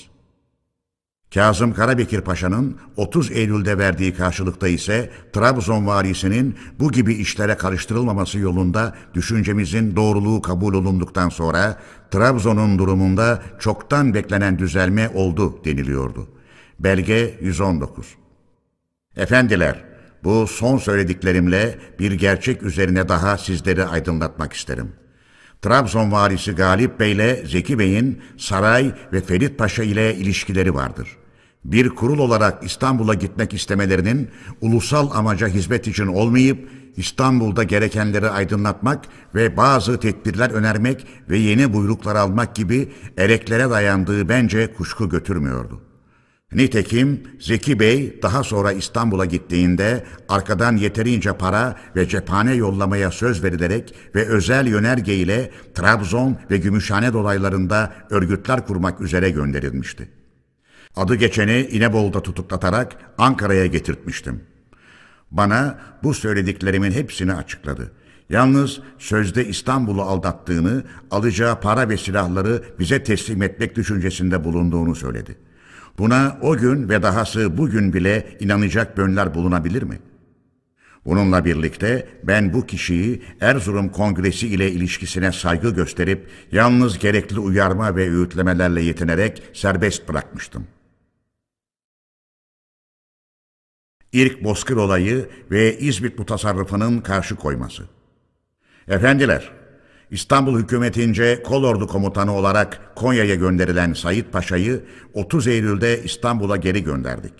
Kazım Karabekir Paşa'nın otuz Eylül'de verdiği karşılıkta ise Trabzon valisinin bu gibi işlere karıştırılmaması yolunda düşüncemizin doğruluğu kabul olunduktan sonra Trabzon'un durumunda çoktan beklenen düzelme oldu deniliyordu. Belge yüz on dokuz. Efendiler, bu son söylediklerimle bir gerçek üzerine daha sizleri aydınlatmak isterim. Trabzon valisi Galip Bey ile Zeki Bey'in saray ve Ferit Paşa ile ilişkileri vardır. Bir kurul olarak İstanbul'a gitmek istemelerinin ulusal amaca hizmet için olmayıp İstanbul'da gerekenleri aydınlatmak ve bazı tedbirler önermek ve yeni buyruklar almak gibi ereklere dayandığı bence kuşku götürmüyordu. Nitekim Zeki Bey daha sonra İstanbul'a gittiğinde arkadan yeterince para ve cephane yollamaya söz verilerek ve özel yönerge ile Trabzon ve Gümüşhane dolaylarında örgütler kurmak üzere gönderilmişti. Adı geçeni İnebolu'da tutuklatarak Ankara'ya getirtmiştim. Bana bu söylediklerimin hepsini açıkladı. Yalnız sözde İstanbul'u aldattığını, alacağı para ve silahları bize teslim etmek düşüncesinde bulunduğunu söyledi. Buna o gün ve dahası bugün bile inanacak bönler bulunabilir mi? Bununla birlikte ben bu kişiyi Erzurum Kongresi ile ilişkisine saygı gösterip yalnız gerekli uyarma ve öğütlemelerle yetinerek serbest bırakmıştım. İlk Bozkır olayı ve İzmit mutasarrıfının karşı koyması. Efendiler, İstanbul hükümetince kolordu komutanı olarak Konya'ya gönderilen Said Paşa'yı otuz Eylül'de İstanbul'a geri gönderdik.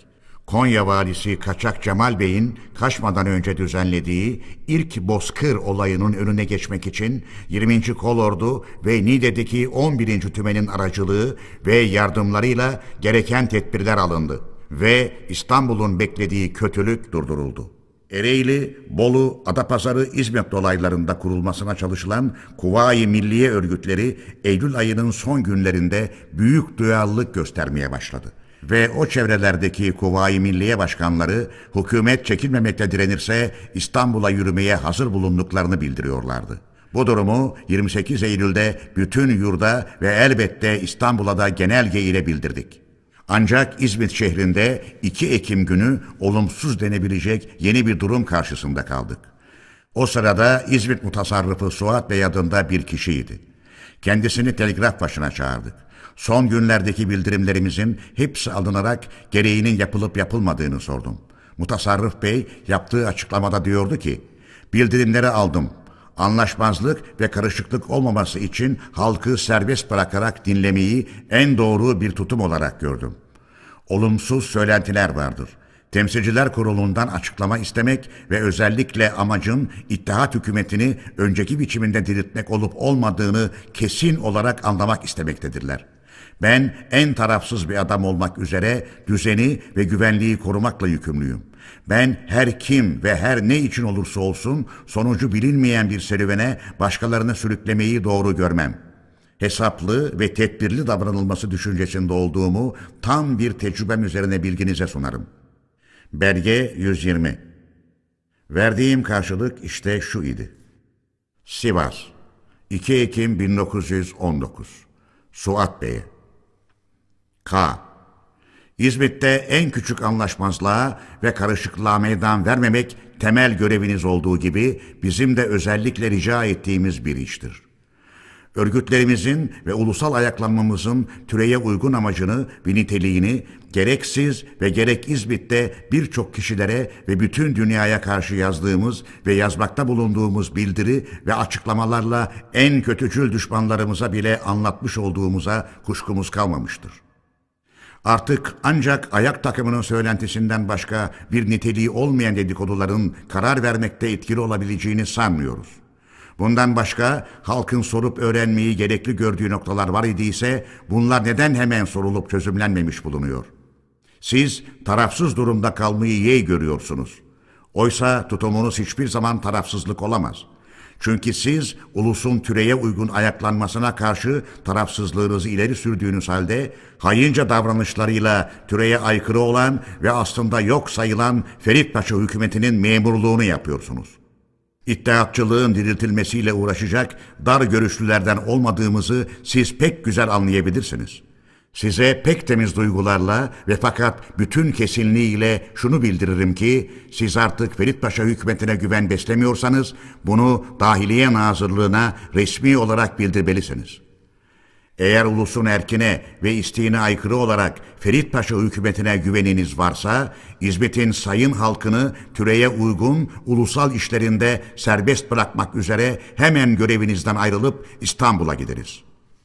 Konya valisi Kaçak Cemal Bey'in kaçmadan önce düzenlediği ilk Bozkır olayının önüne geçmek için yirminci Kolordu ve Niğde'deki on birinci Tümen'in aracılığı ve yardımlarıyla gereken tedbirler alındı ve İstanbul'un beklediği kötülük durduruldu. Ereğli, Bolu, Adapazarı, İzmit dolaylarında kurulmasına çalışılan Kuvayi Milliye örgütleri Eylül ayının son günlerinde büyük duyarlılık göstermeye başladı. Ve o çevrelerdeki Kuvayi Milliye başkanları hükümet çekilmemekle direnirse İstanbul'a yürümeye hazır bulunduklarını bildiriyorlardı. Bu durumu yirmi sekiz Eylül'de bütün yurda ve elbette İstanbul'a da genelge ile bildirdik. Ancak İzmit şehrinde iki Ekim günü olumsuz denebilecek yeni bir durum karşısında kaldık. O sırada İzmit mutasarrıfı Suat Bey adında bir kişiydi. Kendisini telgraf başına çağırdık. Son günlerdeki bildirimlerimizin hepsi alınarak gereğinin yapılıp yapılmadığını sordum. Mutasarrıf Bey yaptığı açıklamada diyordu ki, bildirimleri aldım. Anlaşmazlık ve karışıklık olmaması için halkı serbest bırakarak dinlemeyi en doğru bir tutum olarak gördüm. Olumsuz söylentiler vardır. Temsilciler Kurulu'ndan açıklama istemek ve özellikle amacın İttihat hükümetini önceki biçiminde diriltmek olup olmadığını kesin olarak anlamak istemektedirler. Ben en tarafsız bir adam olmak üzere düzeni ve güvenliği korumakla yükümlüyüm. Ben her kim ve her ne için olursa olsun sonucu bilinmeyen bir serüvene başkalarını sürüklemeyi doğru görmem. Hesaplı ve tedbirli davranılması düşüncesinde olduğumu tam bir tecrübem üzerine bilginize sunarım. Belge yüz yirmi. Verdiğim karşılık işte şu idi. Sivas, iki Ekim bin dokuz yüz on dokuz. Suat Bey'e. K. İzmit'te en küçük anlaşmazlığa ve karışıklığa meydan vermemek temel göreviniz olduğu gibi bizim de özellikle rica ettiğimiz bir iştir. Örgütlerimizin ve ulusal ayaklanmamızın türeye uygun amacını ve niteliğini gerek siz ve gerek İzmit'te birçok kişilere ve bütün dünyaya karşı yazdığımız ve yazmakta bulunduğumuz bildiri ve açıklamalarla en kötücül düşmanlarımıza bile anlatmış olduğumuza kuşkumuz kalmamıştır. Artık ancak ayak takımının söylentisinden başka bir niteliği olmayan dedikoduların karar vermekte etkili olabileceğini sanmıyoruz. Bundan başka halkın sorup öğrenmeyi gerekli gördüğü noktalar var idiyse bunlar neden hemen sorulup çözümlenmemiş bulunuyor? Siz tarafsız durumda kalmayı yeğ görüyorsunuz. Oysa tutumunuz hiçbir zaman tarafsızlık olamaz. Çünkü siz ulusun türeye uygun ayaklanmasına karşı tarafsızlığınızı ileri sürdüğünüz halde haince davranışlarıyla türeye aykırı olan ve aslında yok sayılan Ferit Paşa hükümetinin memurluğunu yapıyorsunuz. İttihatçılığın diriltilmesiyle uğraşacak dar görüşlülerden olmadığımızı siz pek güzel anlayabilirsiniz. Size pek temiz duygularla ve fakat bütün kesinliğiyle şunu bildiririm ki siz artık Ferit Paşa hükümetine güven beslemiyorsanız bunu Dahiliye Nazırlığına resmi olarak bildirmelisiniz. Eğer ulusun erkine ve isteğine aykırı olarak Ferit Paşa hükümetine güveniniz varsa, İzmit'in sayın halkını türeye uygun ulusal işlerinde serbest bırakmak üzere hemen görevinizden ayrılıp İstanbul'a gideriz.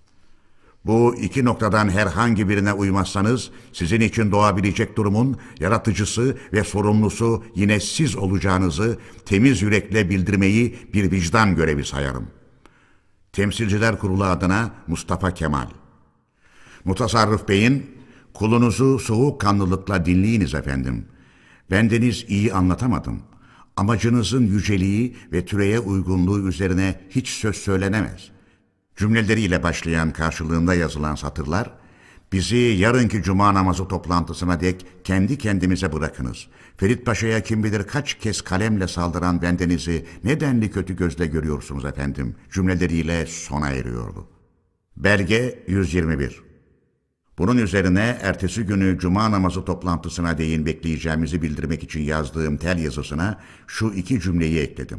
Bu iki noktadan herhangi birine uymazsanız, sizin için doğabilecek durumun yaratıcısı ve sorumlusu yine siz olacağınızı temiz yürekle bildirmeyi bir vicdan görevi sayarım. Temsilciler Kurulu adına Mustafa Kemal. Mutasarrıf Bey'in, kulunuzu soğukkanlılıkla dinleyiniz efendim. Bendeniz iyi anlatamadım. Amacınızın yüceliği ve türeye uygunluğu üzerine hiç söz söylenemez. Cümleleriyle başlayan karşılığında yazılan satırlar, bizi yarınki cuma namazı toplantısına dek kendi kendimize bırakınız. Ferit Paşa'ya kim bilir kaç kez kalemle saldıran bendenizi nedenli kötü gözle görüyorsunuz efendim cümleleriyle sona eriyordu. Belge yüz yirmi bir. Bunun üzerine ertesi günü cuma namazı toplantısına değin bekleyeceğimizi bildirmek için yazdığım tel yazısına şu iki cümleyi ekledim.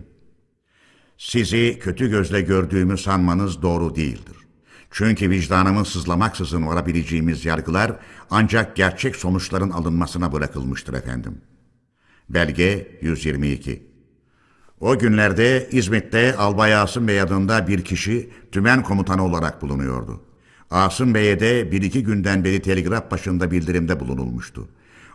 Sizi kötü gözle gördüğümü sanmanız doğru değildir. Çünkü vicdanımın sızlamaksızın varabileceğimiz yargılar ancak gerçek sonuçların alınmasına bırakılmıştır efendim. Belge yüz yirmi iki. O günlerde İzmit'te Albay Asım Bey adında bir kişi tümen komutanı olarak bulunuyordu. Asım Bey'e de bir iki günden beri telgraf başında bildirimde bulunulmuştu.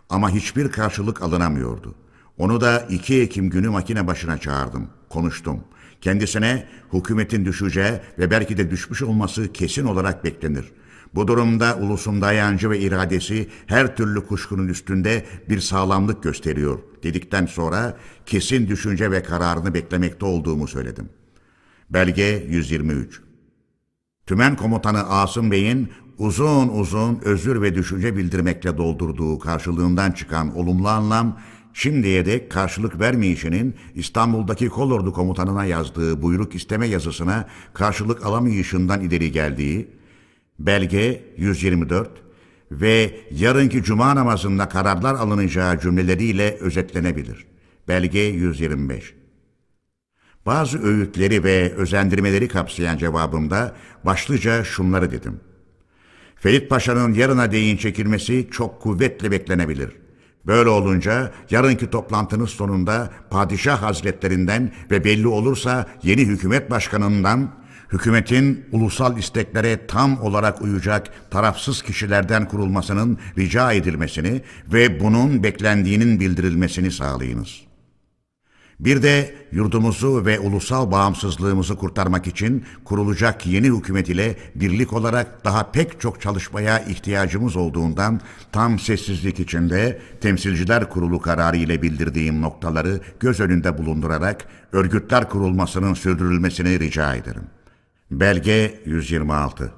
Ama hiçbir karşılık alınamıyordu. Onu da iki Ekim günü makine başına çağırdım, konuştum. Kendisine hükümetin düşeceği ve belki de düşmüş olması kesin olarak beklenir. Bu durumda ulusun dayancı ve iradesi her türlü kuşkunun üstünde bir sağlamlık gösteriyor dedikten sonra kesin düşünce ve kararını beklemekte olduğumu söyledim. Belge yüz yirmi üç. Tümen Komutanı Asım Bey'in uzun uzun özür ve düşünce bildirmekle doldurduğu karşılığından çıkan olumlu anlam, şimdiye dek karşılık vermeyişinin İstanbul'daki Kolordu Komutanı'na yazdığı buyruk isteme yazısına karşılık alamayışından ileri geldiği, belge yüz yirmi dört ve yarınki cuma namazında kararlar alınacağı cümleleriyle özetlenebilir. Belge yüz yirmi beş. Bazı öğütleri ve özendirmeleri kapsayan cevabımda başlıca şunları dedim. Ferit Paşa'nın yarına değin çekilmesi çok kuvvetle beklenebilir. Böyle olunca yarınki toplantınız sonunda Padişah Hazretlerinden ve belli olursa yeni hükümet başkanından, hükümetin ulusal isteklere tam olarak uyacak tarafsız kişilerden kurulmasının rica edilmesini ve bunun beklendiğinin bildirilmesini sağlayınız. Bir de yurdumuzu ve ulusal bağımsızlığımızı kurtarmak için kurulacak yeni hükümet ile birlik olarak daha pek çok çalışmaya ihtiyacımız olduğundan tam sessizlik içinde Temsilciler Kurulu kararı ile bildirdiğim noktaları göz önünde bulundurarak örgütler kurulmasının sürdürülmesini rica ederim. Belge yüz yirmi altı.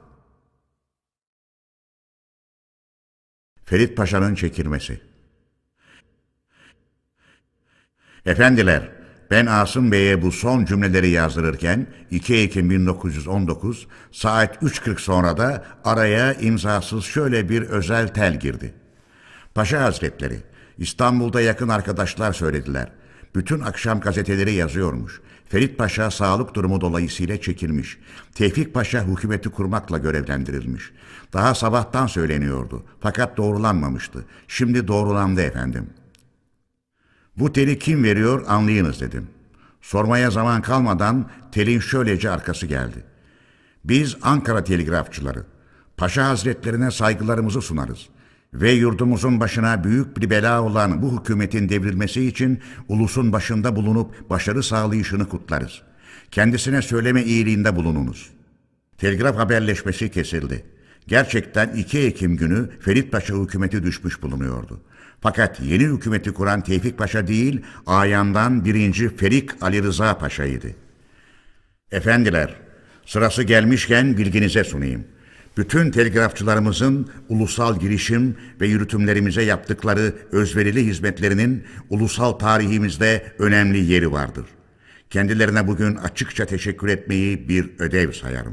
Ferit Paşa'nın çekilmesi. Efendiler, ben Asım Bey'e bu son cümleleri yazdırırken iki Ekim bin dokuz yüz on dokuz saat üç kırk sonra da araya imzasız şöyle bir özel tel girdi. Paşa Hazretleri, İstanbul'da yakın arkadaşlar söylediler. Bütün akşam gazeteleri yazıyormuş. Ferit Paşa sağlık durumu dolayısıyla çekilmiş. Tevfik Paşa hükümeti kurmakla görevlendirilmiş. Daha sabahtan söyleniyordu. Fakat doğrulanmamıştı. Şimdi doğrulandı efendim. Bu teli kim veriyor anlayınız dedim. Sormaya zaman kalmadan telin şöylece arkası geldi. Biz Ankara telgrafçıları, Paşa Hazretlerine saygılarımızı sunarız ve yurdumuzun başına büyük bir bela olan bu hükümetin devrilmesi için ulusun başında bulunup başarı sağlayışını kutlarız. Kendisine söyleme iyiliğinde bulununuz. Telgraf haberleşmesi kesildi. Gerçekten iki Ekim günü Ferit Paşa hükümeti düşmüş bulunuyordu. Fakat yeni hükümeti kuran Tevfik Paşa değil, ayandan birinci Ferik Ali Rıza Paşa'ydı. Efendiler, sırası gelmişken bilginize sunayım. Bütün telgrafçılarımızın ulusal girişim ve yürütümlerimize yaptıkları özverili hizmetlerinin ulusal tarihimizde önemli yeri vardır. Kendilerine bugün açıkça teşekkür etmeyi bir ödev sayarım.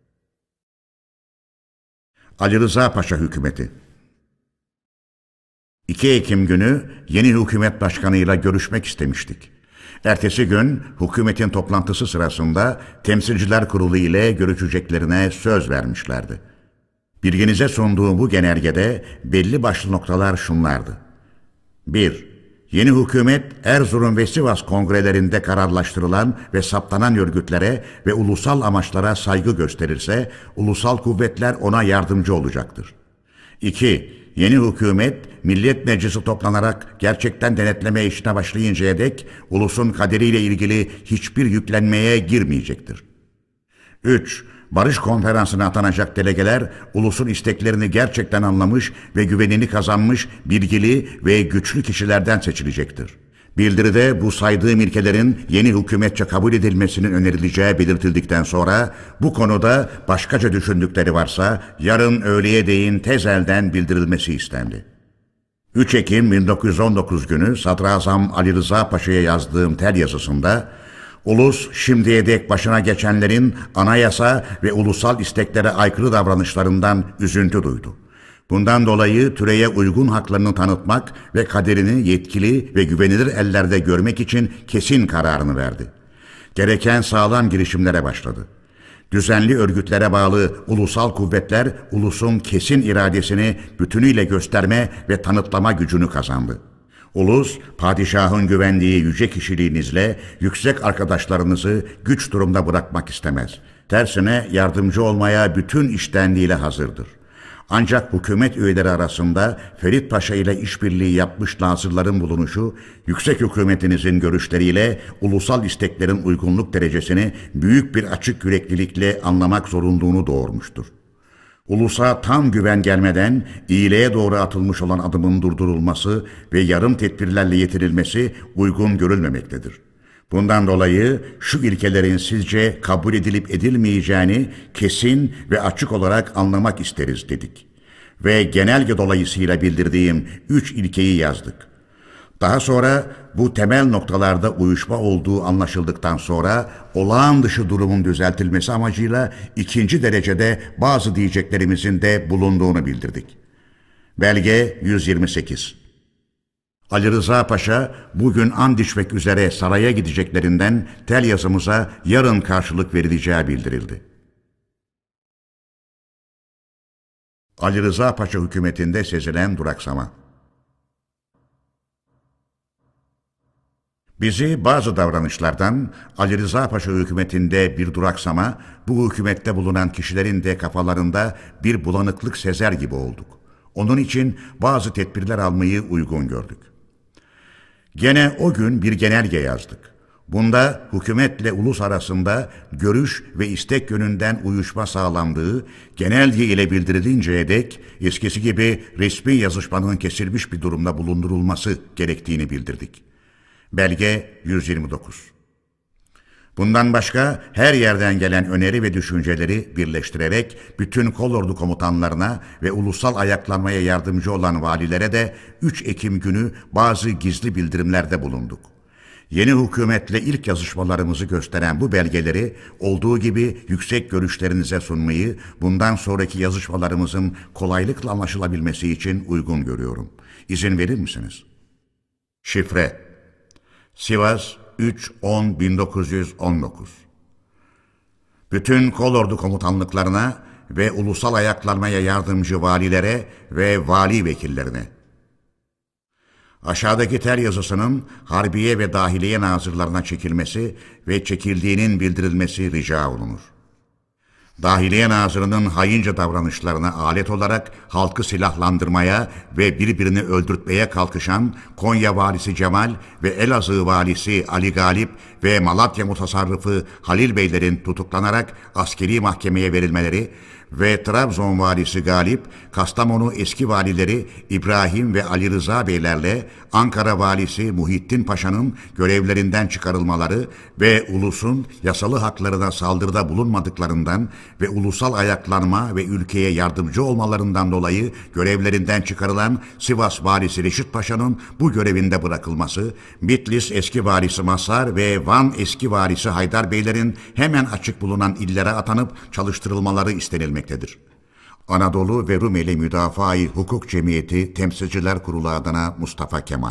Ali Rıza Paşa Hükümeti. iki Ekim günü yeni hükümet başkanıyla görüşmek istemiştik. Ertesi gün hükümetin toplantısı sırasında Temsilciler Kurulu ile görüşeceklerine söz vermişlerdi. Bilginize sunduğum bu genelgede belli başlı noktalar şunlardı. bir. Yeni hükümet Erzurum ve Sivas kongrelerinde kararlaştırılan ve saptanan örgütlere ve ulusal amaçlara saygı gösterirse ulusal kuvvetler ona yardımcı olacaktır. iki. Yeni hükümet Millet Meclisi toplanarak gerçekten denetleme işine başlayıncaya dek ulusun kaderiyle ilgili hiçbir yüklenmeye girmeyecektir. üç. Barış konferansına atanacak delegeler ulusun isteklerini gerçekten anlamış ve güvenini kazanmış bilgili ve güçlü kişilerden seçilecektir. Bildiride bu saydığım ilkelerin yeni hükümetçe kabul edilmesinin önerileceği belirtildikten sonra bu konuda başkaca düşündükleri varsa yarın öğleye değin tez elden bildirilmesi istendi. üç Ekim bin dokuz yüz on dokuz günü Sadrazam Ali Rıza Paşa'ya yazdığım tel yazısında ulus şimdiye dek başına geçenlerin anayasa ve ulusal isteklere aykırı davranışlarından üzüntü duydu. Bundan dolayı türeye uygun haklarını tanıtmak ve kaderini yetkili ve güvenilir ellerde görmek için kesin kararını verdi. Gereken sağlam girişimlere başladı. Düzenli örgütlere bağlı ulusal kuvvetler ulusun kesin iradesini bütünüyle gösterme ve tanıtlama gücünü kazandı. Ulus, padişahın güvendiği yüce kişiliğinizle yüksek arkadaşlarınızı güç durumda bırakmak istemez. Tersine yardımcı olmaya bütün içtenliğiyle hazırdır. Ancak hükümet üyeleri arasında Ferit Paşa ile işbirliği yapmış nazırların bulunuşu, yüksek hükümetinizin görüşleriyle ulusal isteklerin uygunluk derecesini büyük bir açık yüreklilikle anlamak zorunluluğunu doğurmuştur. Ulusa tam güven gelmeden iyiliğe doğru atılmış olan adımın durdurulması ve yarım tedbirlerle yetirilmesi uygun görülmemektedir. Bundan dolayı şu ilkelerin sizce kabul edilip edilmeyeceğini kesin ve açık olarak anlamak isteriz dedik. Ve genelge dolayısıyla bildirdiğim üç ilkeyi yazdık. Daha sonra bu temel noktalarda uyuşma olduğu anlaşıldıktan sonra olağan dışı durumun düzeltilmesi amacıyla ikinci derecede bazı diyeceklerimizin de bulunduğunu bildirdik. Belge yüz yirmi sekiz. Ali Rıza Paşa bugün and içmek üzere saraya gideceklerinden tel yazımıza yarın karşılık verileceği bildirildi. Ali Rıza Paşa hükümetinde sezilen duraksama. Bizi bazı davranışlardan Ali Rıza Paşa hükümetinde bir duraksama, bu hükümette bulunan kişilerin de kafalarında bir bulanıklık sezer gibi olduk. Onun için bazı tedbirler almayı uygun gördük. Gene o gün bir genelge yazdık. Bunda hükümetle ulus arasında görüş ve istek yönünden uyuşma sağlandığı genelge ile bildirilinceye dek eskisi gibi resmi yazışmanın kesilmiş bir durumda bulundurulması gerektiğini bildirdik. Belge yüz yirmi dokuz. Bundan başka her yerden gelen öneri ve düşünceleri birleştirerek bütün kolordu komutanlarına ve ulusal ayaklanmaya yardımcı olan valilere de üç Ekim günü bazı gizli bildirimlerde bulunduk. Yeni hükümetle ilk yazışmalarımızı gösteren bu belgeleri olduğu gibi yüksek görüşlerinize sunmayı bundan sonraki yazışmalarımızın kolaylıkla anlaşılabilmesi için uygun görüyorum. İzin verir misiniz? Şifre Sivas üç on bin dokuz yüz on dokuz. Bütün kolordu komutanlıklarına ve ulusal ayaklanmaya yardımcı valilere ve vali vekillerine. Aşağıdaki tel yazısının Harbiye ve Dahiliye nazırlarına çekilmesi ve çekildiğinin bildirilmesi rica olunur. Dahiliye Nazırı'nın haince davranışlarına alet olarak halkı silahlandırmaya ve birbirini öldürtmeye kalkışan Konya Valisi Cemal ve Elazığ Valisi Ali Galip ve Malatya Mutasarrıfı Halil Beylerin tutuklanarak askeri mahkemeye verilmeleri ve Trabzon Valisi Galip, Kastamonu eski valileri İbrahim ve Ali Rıza Beylerle Ankara Valisi Muhittin Paşa'nın görevlerinden çıkarılmaları ve ulusun yasalı haklarına saldırıda bulunmadıklarından ve ulusal ayaklanma ve ülkeye yardımcı olmalarından dolayı görevlerinden çıkarılan Sivas Valisi Reşit Paşa'nın bu görevinde bırakılması, Bitlis eski valisi Mazhar ve Van eski valisi Haydar Beylerin hemen açık bulunan illere atanıp çalıştırılmaları istenilmektedir. Anadolu ve Rumeli Müdafaa-i Hukuk Cemiyeti Temsilciler Kurulu adına Mustafa Kemal.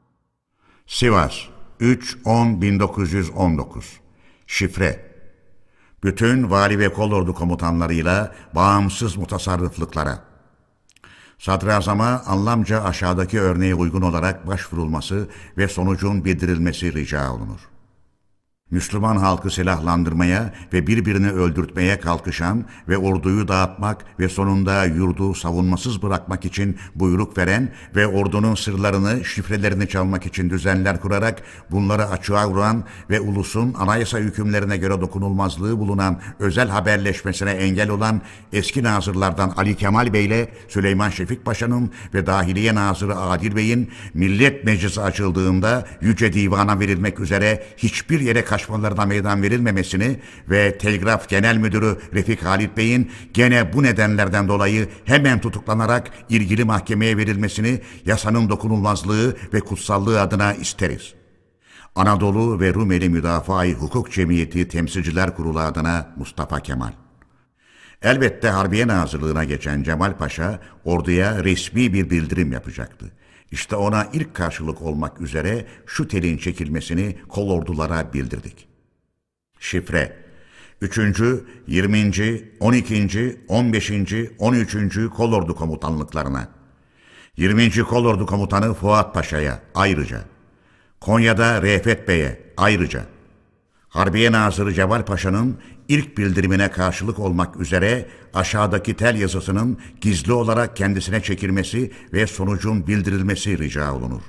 Sivas üç on bin dokuz yüz on dokuz. Şifre Bütün vali ve kolordu komutanlarıyla bağımsız mutasarrıflıklara. Sadrazama anlamca aşağıdaki örneğe uygun olarak başvurulması ve sonucun bildirilmesi rica olunur. Müslüman halkı silahlandırmaya ve birbirini öldürtmeye kalkışan ve orduyu dağıtmak ve sonunda yurdu savunmasız bırakmak için buyruk veren ve ordunun sırlarını, şifrelerini çalmak için düzenler kurarak bunları açığa vuran ve ulusun anayasa hükümlerine göre dokunulmazlığı bulunan özel haberleşmesine engel olan eski nazırlardan Ali Kemal Bey ile Süleyman Şefik Paşa'nın ve Dahiliye Nazırı Adil Bey'in Millet Meclisi açıldığında Yüce Divan'a verilmek üzere hiçbir yere kaçmalarına meydan verilmemesini ve Telgraf Genel Müdürü Refik Halit Bey'in gene bu nedenlerden dolayı hemen tutuklanarak ilgili mahkemeye verilmesini yasanın dokunulmazlığı ve kutsallığı adına isteriz. Anadolu ve Rumeli Müdafaa-i Hukuk Cemiyeti Temsilciler Kurulu adına Mustafa Kemal. Elbette Harbiye Nazırlığına geçen Cemal Paşa orduya resmi bir bildirim yapacaktı. İşte ona ilk karşılık olmak üzere şu telin çekilmesini kolordulara bildirdik. Şifre üçüncü, yirminci, on ikinci, on beşinci, on üçüncü kolordu komutanlıklarına. yirminci kolordu komutanı Fuat Paşa'ya ayrıca. Konya'da Refet Bey'e ayrıca. Harbiye Nazırı Cemal Paşa'nın ilk bildirimine karşılık olmak üzere aşağıdaki tel yazısının gizli olarak kendisine çekilmesi ve sonucun bildirilmesi rica olunur.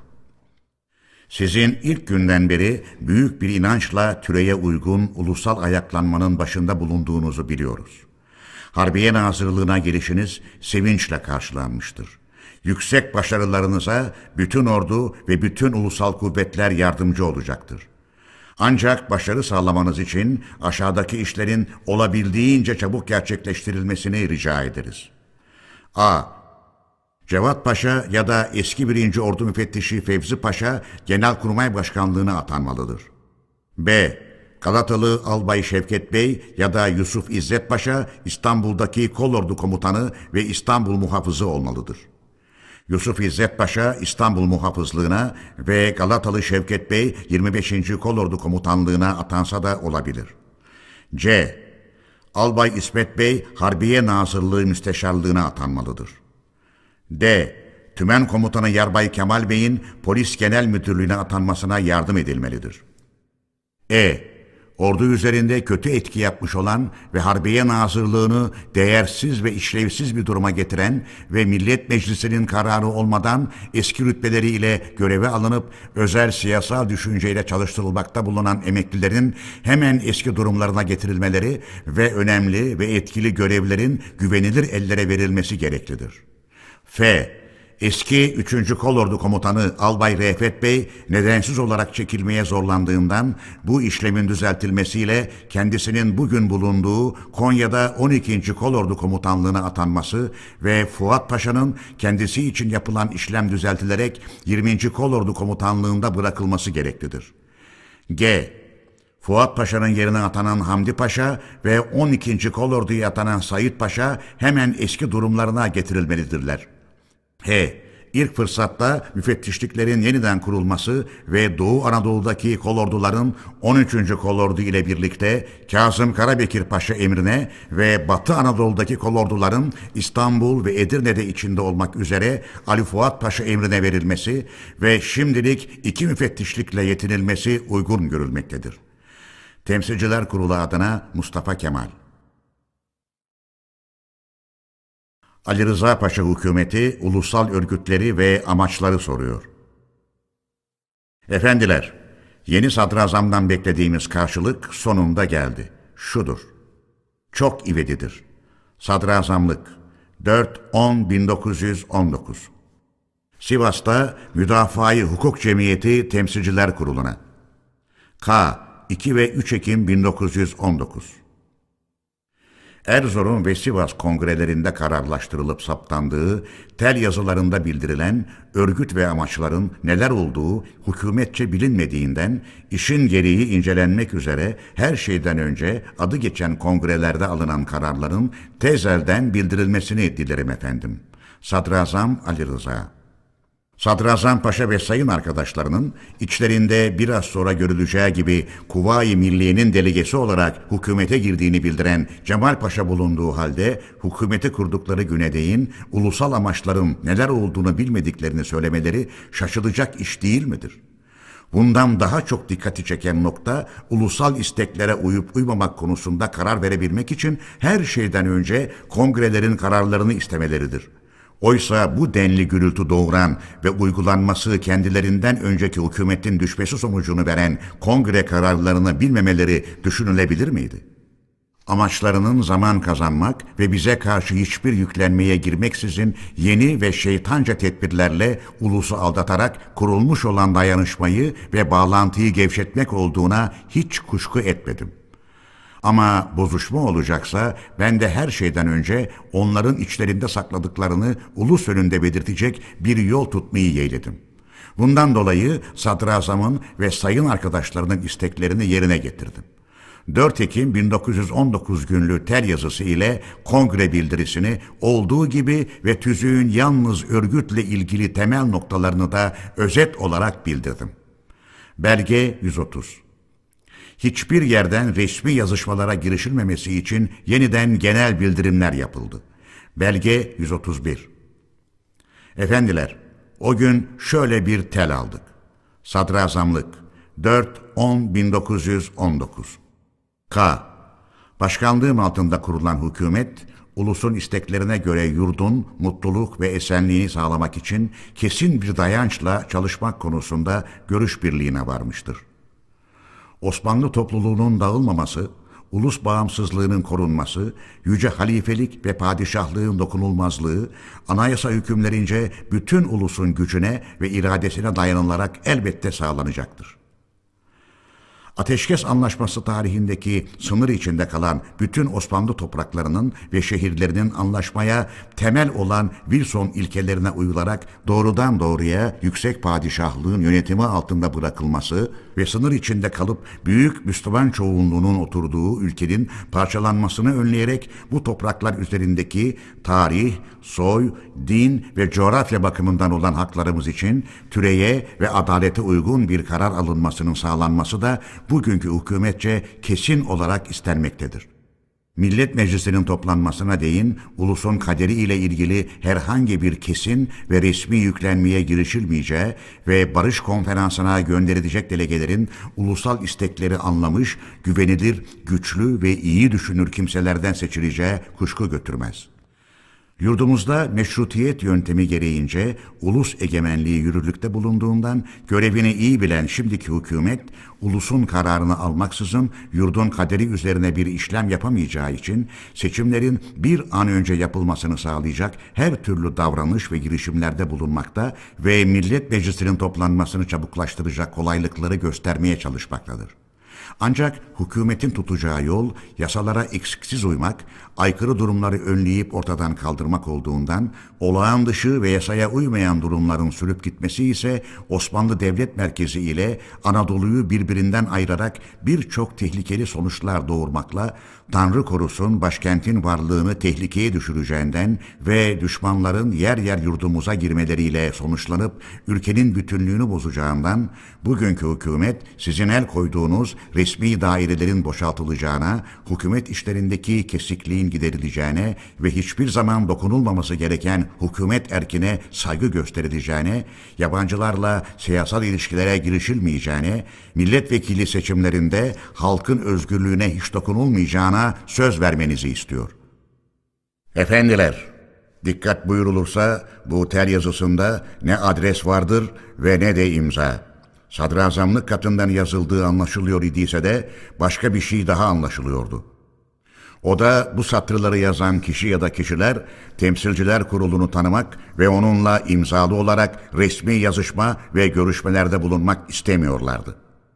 Sizin ilk günden beri büyük bir inançla türeye uygun ulusal ayaklanmanın başında bulunduğunuzu biliyoruz. Harbiye Nazırlığına gelişiniz sevinçle karşılanmıştır. Yüksek başarılarınıza bütün ordu ve bütün ulusal kuvvetler yardımcı olacaktır. Ancak başarı sağlamanız için aşağıdaki işlerin olabildiğince çabuk gerçekleştirilmesini rica ederiz. A. Cevat Paşa ya da eski birinci Ordu Müfettişi Fevzi Paşa Genelkurmay Başkanlığı'na atanmalıdır. B. Galatalı Albay Şevket Bey ya da Yusuf İzzet Paşa İstanbul'daki Kolordu Komutanı ve İstanbul Muhafızı olmalıdır. Yusuf İzzet Paşa İstanbul Muhafızlığına ve Galatalı Şevket Bey yirmi beşinci Kolordu Komutanlığına atansa da olabilir. C. Albay İsmet Bey Harbiye Nazırlığı Müsteşarlığına atanmalıdır. D. Tümen Komutanı Yarbay Kemal Bey'in Polis Genel Müdürlüğüne atanmasına yardım edilmelidir. E. Ordu üzerinde kötü etki yapmış olan ve Harbiye Nazırlığını değersiz ve işlevsiz bir duruma getiren ve Millet Meclisi'nin kararı olmadan eski rütbeleriyle göreve alınıp özel siyasal düşünceyle çalıştırılmakta bulunan emeklilerin hemen eski durumlarına getirilmeleri ve önemli ve etkili görevlerin güvenilir ellere verilmesi gereklidir. F. Eski üçüncü Kolordu Komutanı Albay Refet Bey nedensiz olarak çekilmeye zorlandığından bu işlemin düzeltilmesiyle kendisinin bugün bulunduğu Konya'da on ikinci Kolordu Komutanlığına atanması ve Fuat Paşa'nın kendisi için yapılan işlem düzeltilerek yirminci Kolordu Komutanlığında bırakılması gereklidir. G. Fuat Paşa'nın yerine atanan Hamdi Paşa ve on ikinci Kolordu'ya atanan Sait Paşa hemen eski durumlarına getirilmelidirler. H. İlk fırsatta müfettişliklerin yeniden kurulması ve Doğu Anadolu'daki kolorduların on üçüncü Kolordu ile birlikte Kazım Karabekir Paşa emrine ve Batı Anadolu'daki kolorduların İstanbul ve Edirne'de içinde olmak üzere Ali Fuat Paşa emrine verilmesi ve şimdilik iki müfettişlikle yetinilmesi uygun görülmektedir. Temsilciler Kurulu adına Mustafa Kemal. Ali Rıza Paşa hükümeti ulusal örgütleri ve amaçları soruyor. Efendiler, yeni sadrazamdan beklediğimiz karşılık sonunda geldi. Şudur. Çok ivedidir. Sadrazamlık dört on bin dokuz yüz on dokuz. Sivas'ta Müdafaa-i Hukuk Cemiyeti Temsilciler Kurulu'na. K. iki ve üç Ekim bin dokuz yüz on dokuz. Erzurum ve Sivas kongrelerinde kararlaştırılıp saptandığı, tel yazılarında bildirilen örgüt ve amaçların neler olduğu hükümetçe bilinmediğinden işin gereği incelenmek üzere her şeyden önce adı geçen kongrelerde alınan kararların tezelden bildirilmesini dilerim efendim. Sadrazam Ali Rıza. Sadrazam Paşa ve sayın arkadaşlarının içlerinde biraz sonra görüleceği gibi Kuvayi Milliye'nin delegesi olarak hükümete girdiğini bildiren Cemal Paşa bulunduğu halde hükümeti kurdukları güne değin ulusal amaçların neler olduğunu bilmediklerini söylemeleri şaşılacak iş değil midir? Bundan daha çok dikkati çeken nokta ulusal isteklere uyup uymamak konusunda karar verebilmek için her şeyden önce kongrelerin kararlarını istemeleridir. Oysa bu denli gürültü doğuran ve uygulanması kendilerinden önceki hükümetin düşmesi sonucunu veren kongre kararlarını bilmemeleri düşünülebilir miydi? Amaçlarının zaman kazanmak ve bize karşı hiçbir yüklenmeye girmeksizin yeni ve şeytanca tedbirlerle ulusu aldatarak kurulmuş olan dayanışmayı ve bağlantıyı gevşetmek olduğuna hiç kuşku etmedim. Ama bozuşma olacaksa ben de her şeyden önce onların içlerinde sakladıklarını ulus önünde belirtecek bir yol tutmayı yeğledim. Bundan dolayı sadrazamın ve sayın arkadaşlarının isteklerini yerine getirdim. dört Ekim bin dokuz yüz on dokuz günlü tel yazısı ile kongre bildirisini olduğu gibi ve tüzüğün yalnız örgütle ilgili temel noktalarını da özet olarak bildirdim. Belge yüz otuz. Hiçbir yerden resmi yazışmalara girişilmemesi için yeniden genel bildirimler yapıldı. Belge yüz otuz bir. Efendiler, o gün şöyle bir tel aldık. Sadrazamlık dört on bin dokuz yüz on dokuz. K. Başkanlığım altında kurulan hükümet, ulusun isteklerine göre yurdun mutluluk ve esenliğini sağlamak için kesin bir dayançla çalışmak konusunda görüş birliğine varmıştır. Osmanlı topluluğunun dağılmaması, ulus bağımsızlığının korunması, yüce halifelik ve padişahlığın dokunulmazlığı, anayasa hükümlerince bütün ulusun gücüne ve iradesine dayanılarak elbette sağlanacaktır. Ateşkes Anlaşması tarihindeki sınır içinde kalan bütün Osmanlı topraklarının ve şehirlerinin anlaşmaya temel olan Wilson ilkelerine uyularak doğrudan doğruya yüksek padişahlığın yönetimi altında bırakılması ve sınır içinde kalıp büyük Müslüman çoğunluğunun oturduğu ülkenin parçalanmasını önleyerek bu topraklar üzerindeki tarih, soy, din ve coğrafya bakımından olan haklarımız için türeye ve adalete uygun bir karar alınmasının sağlanması da bugünkü hükümetçe kesin olarak istenmektedir. Millet Meclisi'nin toplanmasına değin ulusun kaderi ile ilgili herhangi bir kesin ve resmi yüklenmeye girişilmeyeceği ve barış konferansına gönderilecek delegelerin ulusal istekleri anlamış, güvenilir, güçlü ve iyi düşünür kimselerden seçileceği kuşku götürmez. Yurdumuzda meşrutiyet yöntemi gereğince ulus egemenliği yürürlükte bulunduğundan görevini iyi bilen şimdiki hükümet, ulusun kararını almaksızın yurdun kaderi üzerine bir işlem yapamayacağı için seçimlerin bir an önce yapılmasını sağlayacak her türlü davranış ve girişimlerde bulunmakta ve Millet Meclisi'nin toplanmasını çabuklaştıracak kolaylıkları göstermeye çalışmaktadır. Ancak hükümetin tutacağı yol yasalara eksiksiz uymak, aykırı durumları önleyip ortadan kaldırmak olduğundan olağan dışı ve yasaya uymayan durumların sürüp gitmesi ise Osmanlı Devlet Merkezi ile Anadolu'yu birbirinden ayırarak birçok tehlikeli sonuçlar doğurmakla Tanrı korusun başkentin varlığını tehlikeye düşüreceğinden ve düşmanların yer yer yurdumuza girmeleriyle sonuçlanıp ülkenin bütünlüğünü bozacağından bugünkü hükümet sizin el koyduğunuz resmi dairelerin boşaltılacağına, hükümet işlerindeki kesikliğin giderileceğine ve hiçbir zaman dokunulmaması gereken hükümet erkine saygı gösterileceğine, yabancılarla siyasal ilişkilere girişilmeyeceğine, milletvekili seçimlerinde halkın özgürlüğüne hiç dokunulmayacağına söz vermenizi istiyor. Efendiler, dikkat buyurulursa bu tel yazısında ne adres vardır ve ne de imza. Sadrazamlık katından yazıldığı anlaşılıyor idiyse de başka bir şey daha anlaşılıyordu. O da bu satırları yazan kişi ya da kişiler Temsilciler Kurulu'nu tanımak ve onunla imzalı olarak resmi yazışma ve görüşmelerde bulunmak istemiyorlardı.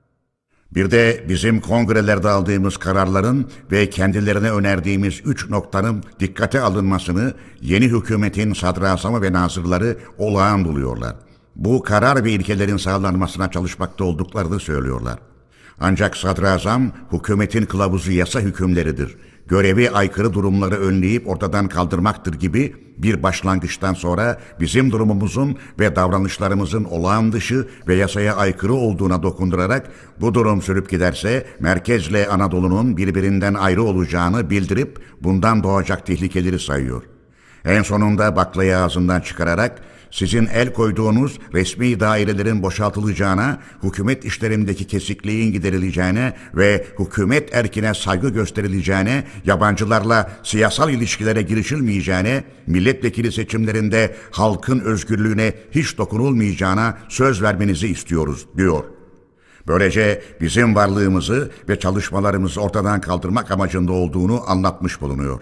Bir de bizim kongrelerde aldığımız kararların ve kendilerine önerdiğimiz üç noktanın dikkate alınmasını yeni hükümetin sadrazamı ve nazırları olağan buluyorlar. Bu karar ve ilkelerin sağlanmasına çalışmakta olduklarını söylüyorlar. Ancak sadrazam hükümetin kılavuzu yasa hükümleridir. Görevi aykırı durumları önleyip ortadan kaldırmaktır gibi bir başlangıçtan sonra bizim durumumuzun ve davranışlarımızın olağan dışı ve yasaya aykırı olduğuna dokundurarak bu durum sürüp giderse merkezle Anadolu'nun birbirinden ayrı olacağını bildirip bundan doğacak tehlikeleri sayıyor. En sonunda baklayı ağzından çıkararak sizin el koyduğunuz resmi dairelerin boşaltılacağına, hükümet işlerindeki kesikliğin giderileceğine ve hükümet erkine saygı gösterileceğine, yabancılarla siyasal ilişkilere girişilmeyeceğine, milletvekili seçimlerinde halkın özgürlüğüne hiç dokunulmayacağına söz vermenizi istiyoruz, diyor. Böylece bizim varlığımızı ve çalışmalarımızı ortadan kaldırmak amacında olduğunu anlatmış bulunuyor.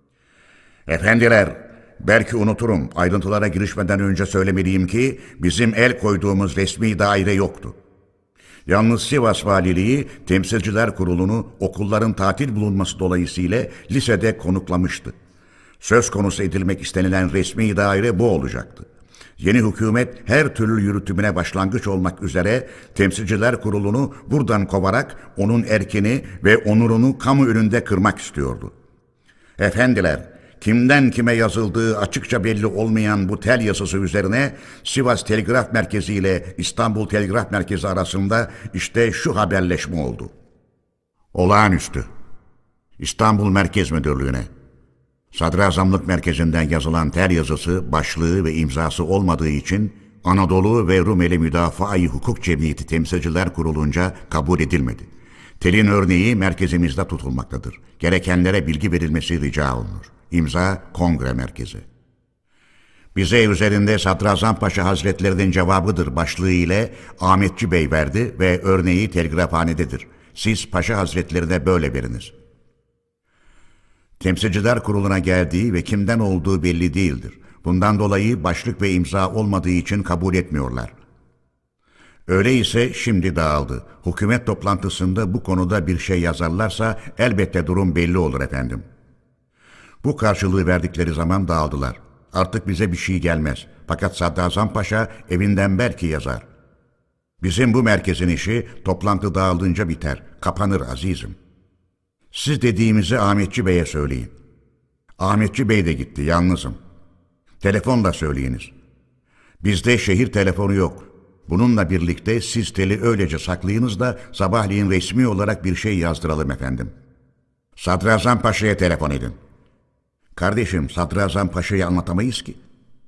Efendiler, belki unuturum, ayrıntılara girişmeden önce söylemeliyim ki bizim el koyduğumuz resmi daire yoktu. Yalnız Sivas Valiliği Temsilciler Kurulu'nu okulların tatil bulunması dolayısıyla lisede konuklamıştı. Söz konusu edilmek istenilen resmi daire bu olacaktı. Yeni hükümet her türlü yürütümüne başlangıç olmak üzere Temsilciler Kurulu'nu buradan kovarak onun erkini ve onurunu kamu önünde kırmak istiyordu. Efendiler, kimden kime yazıldığı açıkça belli olmayan bu tel yazısı üzerine Sivas Telgraf Merkezi ile İstanbul Telgraf Merkezi arasında işte şu haberleşme oldu. Olağanüstü. İstanbul Merkez Müdürlüğü'ne. Sadrazamlık Merkezi'nden yazılan tel yazısı, başlığı ve imzası olmadığı için Anadolu ve Rumeli Müdafaa-i Hukuk Cemiyeti Temsilciler Kurulu'nca kabul edilmedi. Telin örneği merkezimizde tutulmaktadır. Gerekenlere bilgi verilmesi rica olunur. İmza Kongre Merkezi. Bize üzerinde Sadrazam Paşa Hazretlerinin cevabıdır başlığı ile Ahmetçi Bey verdi ve örneği telgrafhanededir. Siz Paşa Hazretlerine böyle veriniz. Temsilciler Kurulu'na geldiği ve kimden olduğu belli değildir. Bundan dolayı başlık ve imza olmadığı için kabul etmiyorlar. Öyleyse şimdi dağıldı. Hükümet toplantısında bu konuda bir şey yazarlarsa elbette durum belli olur efendim. Bu karşılığı verdikleri zaman dağıldılar. Artık bize bir şey gelmez. Fakat Sadrazam Paşa evinden belki yazar. Bizim bu merkezin işi toplantı dağıldınca biter. Kapanır azizim. Siz dediğimizi Ahmetçi Bey'e söyleyin. Ahmetçi Bey de gitti, yalnızım. Telefonla söyleyiniz. Bizde şehir telefonu yok. Bununla birlikte siz teli öylece saklayınız da sabahleyin resmi olarak bir şey yazdıralım efendim. Sadrazam Paşa'ya telefon edin. Kardeşim, Sadrazam Paşa'yı anlatamayız ki.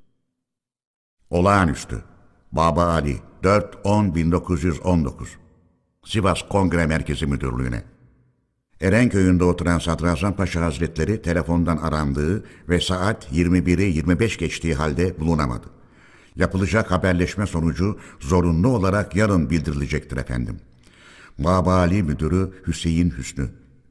Olağanüstü. Baba Ali, dört on bin dokuz yüz on dokuz. Sivas Kongre Merkezi Müdürlüğü'ne. Erenköy'ünde oturan Sadrazam Paşa Hazretleri telefondan arandığı ve saat yirmi biri yirmi beş geçtiği halde bulunamadı. Yapılacak haberleşme sonucu zorunlu olarak yarın bildirilecektir efendim. Mabali Müdürü Hüseyin Hüsnü.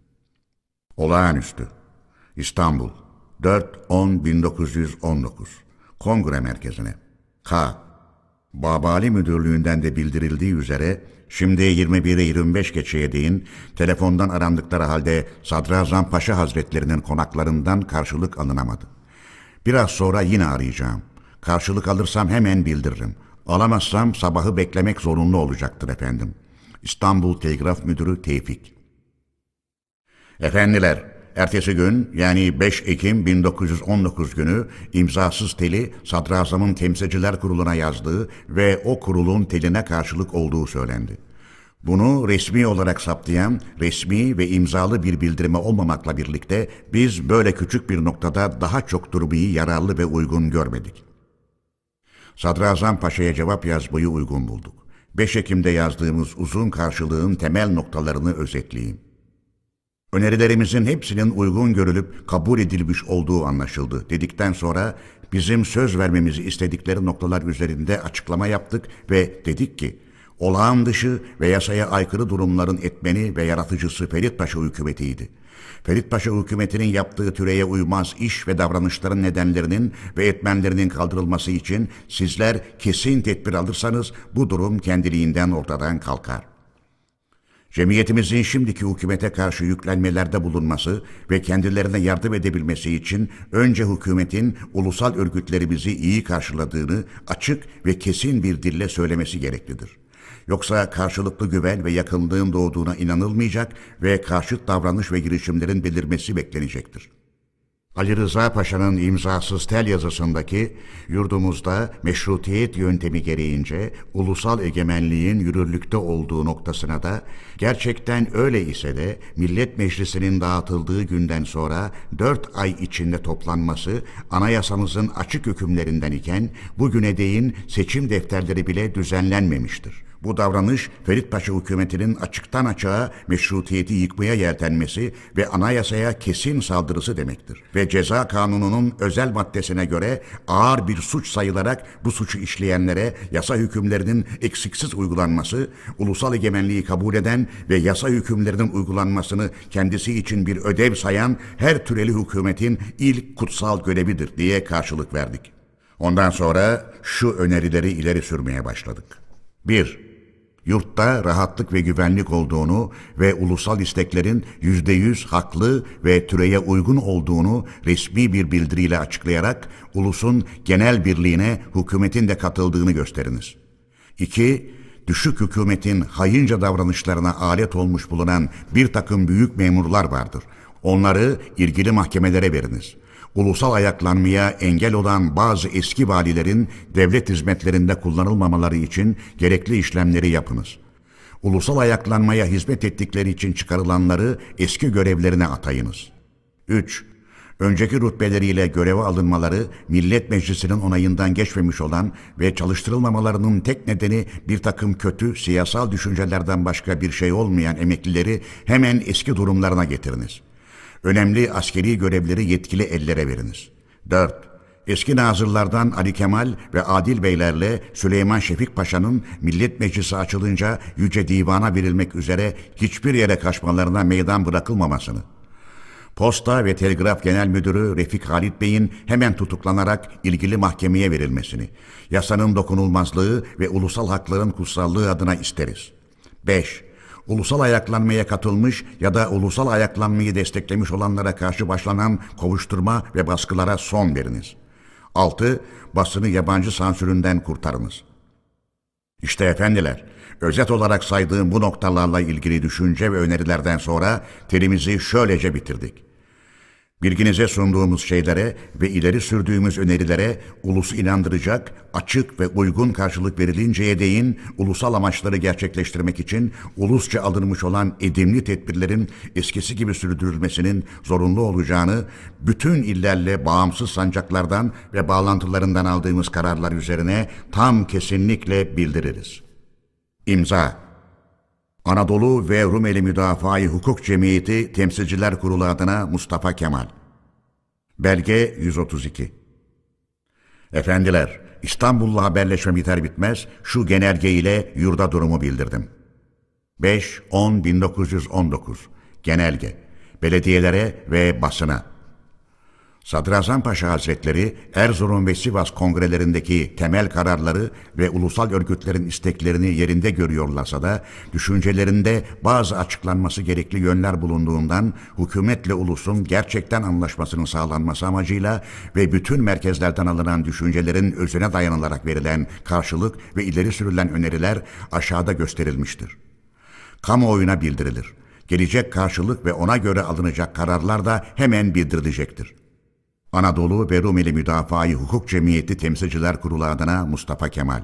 Olağanüstü. İstanbul, dört on bin dokuz yüz on dokuz. Kongre Merkezi'ne. K. Babali Müdürlüğü'nden de bildirildiği üzere şimdi yirmi bire yirmi beş geçeye değin telefondan arandıkları halde Sadrazam Paşa Hazretlerinin konaklarından karşılık alınamadı. Biraz sonra yine arayacağım. Karşılık alırsam hemen bildiririm. Alamazsam sabahı beklemek zorunlu olacaktır efendim. İstanbul Telgraf Müdürü Tevfik. Efendiler, ertesi gün yani beş Ekim bin dokuz yüz on dokuz günü imzasız teli Sadrazam'ın Temsilciler Kurulu'na yazdığı ve o kurulun teline karşılık olduğu söylendi. Bunu resmi olarak saptayan, resmi ve imzalı bir bildirme olmamakla birlikte biz böyle küçük bir noktada daha çok durmayı yararlı ve uygun görmedik. Sadrazam Paşa'ya cevap yazmayı uygun bulduk. beş Ekim'de yazdığımız uzun karşılığın temel noktalarını özetleyeyim. Önerilerimizin hepsinin uygun görülüp kabul edilmiş olduğu anlaşıldı dedikten sonra bizim söz vermemizi istedikleri noktalar üzerinde açıklama yaptık ve dedik ki, olağan dışı ve yasaya aykırı durumların etmeni ve yaratıcısı Ferit Paşa hükümetiydi. Ferit Paşa hükümetinin yaptığı türeye uymaz iş ve davranışların nedenlerinin ve etmenlerinin kaldırılması için sizler kesin tedbir alırsanız bu durum kendiliğinden ortadan kalkar. Cemiyetimizin şimdiki hükümete karşı yüklenmelerde bulunması ve kendilerine yardım edebilmesi için önce hükümetin ulusal örgütlerimizi iyi karşıladığını açık ve kesin bir dille söylemesi gereklidir. Yoksa karşılıklı güven ve yakınlığın doğduğuna inanılmayacak ve karşıt davranış ve girişimlerin belirmesi beklenecektir. Ali Rıza Paşa'nın imzasız tel yazısındaki yurdumuzda meşrutiyet yöntemi gereğince ulusal egemenliğin yürürlükte olduğu noktasına da gerçekten öyle ise de Millet Meclisi'nin dağıtıldığı günden sonra dört ay içinde toplanması anayasamızın açık hükümlerinden iken bugüne değin seçim defterleri bile düzenlenmemiştir. Bu davranış Ferit Paşa hükümetinin açıktan açığa meşrutiyeti yıkmaya yeltenmesi ve anayasaya kesin saldırısı demektir. Ve ceza kanununun özel maddesine göre ağır bir suç sayılarak bu suçu işleyenlere yasa hükümlerinin eksiksiz uygulanması, ulusal egemenliği kabul eden ve yasa hükümlerinin uygulanmasını kendisi için bir ödev sayan her türeli hükümetin ilk kutsal görevidir diye karşılık verdik. Ondan sonra şu önerileri ileri sürmeye başladık. bir Yurtta rahatlık ve güvenlik olduğunu ve ulusal isteklerin yüzde yüz haklı ve türeye uygun olduğunu resmi bir bildiriyle açıklayarak ulusun genel birliğine hükümetin de katıldığını gösteriniz. İki Düşük hükümetin hayınca davranışlarına alet olmuş bulunan bir takım büyük memurlar vardır. Onları ilgili mahkemelere veriniz. Ulusal ayaklanmaya engel olan bazı eski valilerin devlet hizmetlerinde kullanılmamaları için gerekli işlemleri yapınız. Ulusal ayaklanmaya hizmet ettikleri için çıkarılanları eski görevlerine atayınız. üç önceki rütbeleriyle göreve alınmaları, Millet Meclisi'nin onayından geçmemiş olan ve çalıştırılmamalarının tek nedeni bir takım kötü siyasal düşüncelerden başka bir şey olmayan emeklileri hemen eski durumlarına getiriniz. Önemli askeri görevleri yetkili ellere veriniz. dört. Eski nazırlardan Ali Kemal ve Adil Beylerle Süleyman Şefik Paşa'nın Millet Meclisi açılınca Yüce Divan'a verilmek üzere hiçbir yere kaçmalarına meydan bırakılmamasını, Posta ve Telgraf Genel Müdürü Refik Halit Bey'in hemen tutuklanarak ilgili mahkemeye verilmesini, yasanın dokunulmazlığı ve ulusal hakların kutsallığı adına isteriz. beş. Ulusal ayaklanmaya katılmış ya da ulusal ayaklanmayı desteklemiş olanlara karşı başlanan kovuşturma ve baskılara son veriniz. altı. Basını yabancı sansüründen kurtarınız. İşte efendiler, özet olarak saydığım bu noktalarla ilgili düşünce ve önerilerden sonra telimizi şöylece bitirdik. Bilginize sunduğumuz şeylere ve ileri sürdüğümüz önerilere ulusu inandıracak, açık ve uygun karşılık verilinceye değin ulusal amaçları gerçekleştirmek için ulusça alınmış olan edimli tedbirlerin eskisi gibi sürdürülmesinin zorunlu olacağını bütün illerle bağımsız sancaklardan ve bağlantılarından aldığımız kararlar üzerine tam kesinlikle bildiririz. İmza: Anadolu ve Rumeli Müdafaa-i Hukuk Cemiyeti Temsilciler Kurulu adına Mustafa Kemal. Belge yüz otuz iki. Efendiler, İstanbul'la haberleşme biter bitmez şu genelge ile yurda durumu bildirdim. beş on bin dokuz yüz on dokuz. Genelge. Belediyelere ve basına. Sadrazam Paşa Hazretleri, Erzurum ve Sivas kongrelerindeki temel kararları ve ulusal örgütlerin isteklerini yerinde görüyorlarsa da, düşüncelerinde bazı açıklanması gerekli yönler bulunduğundan, hükümetle ulusun gerçekten anlaşmasının sağlanması amacıyla ve bütün merkezlerden alınan düşüncelerin özüne dayanılarak verilen karşılık ve ileri sürülen öneriler aşağıda gösterilmiştir. Kamuoyuna bildirilir. Gelecek karşılık ve ona göre alınacak kararlar da hemen bildirilecektir. Anadolu ve Rumeli Müdafaa-i Hukuk Cemiyeti Temsilciler Kurulu adına Mustafa Kemal.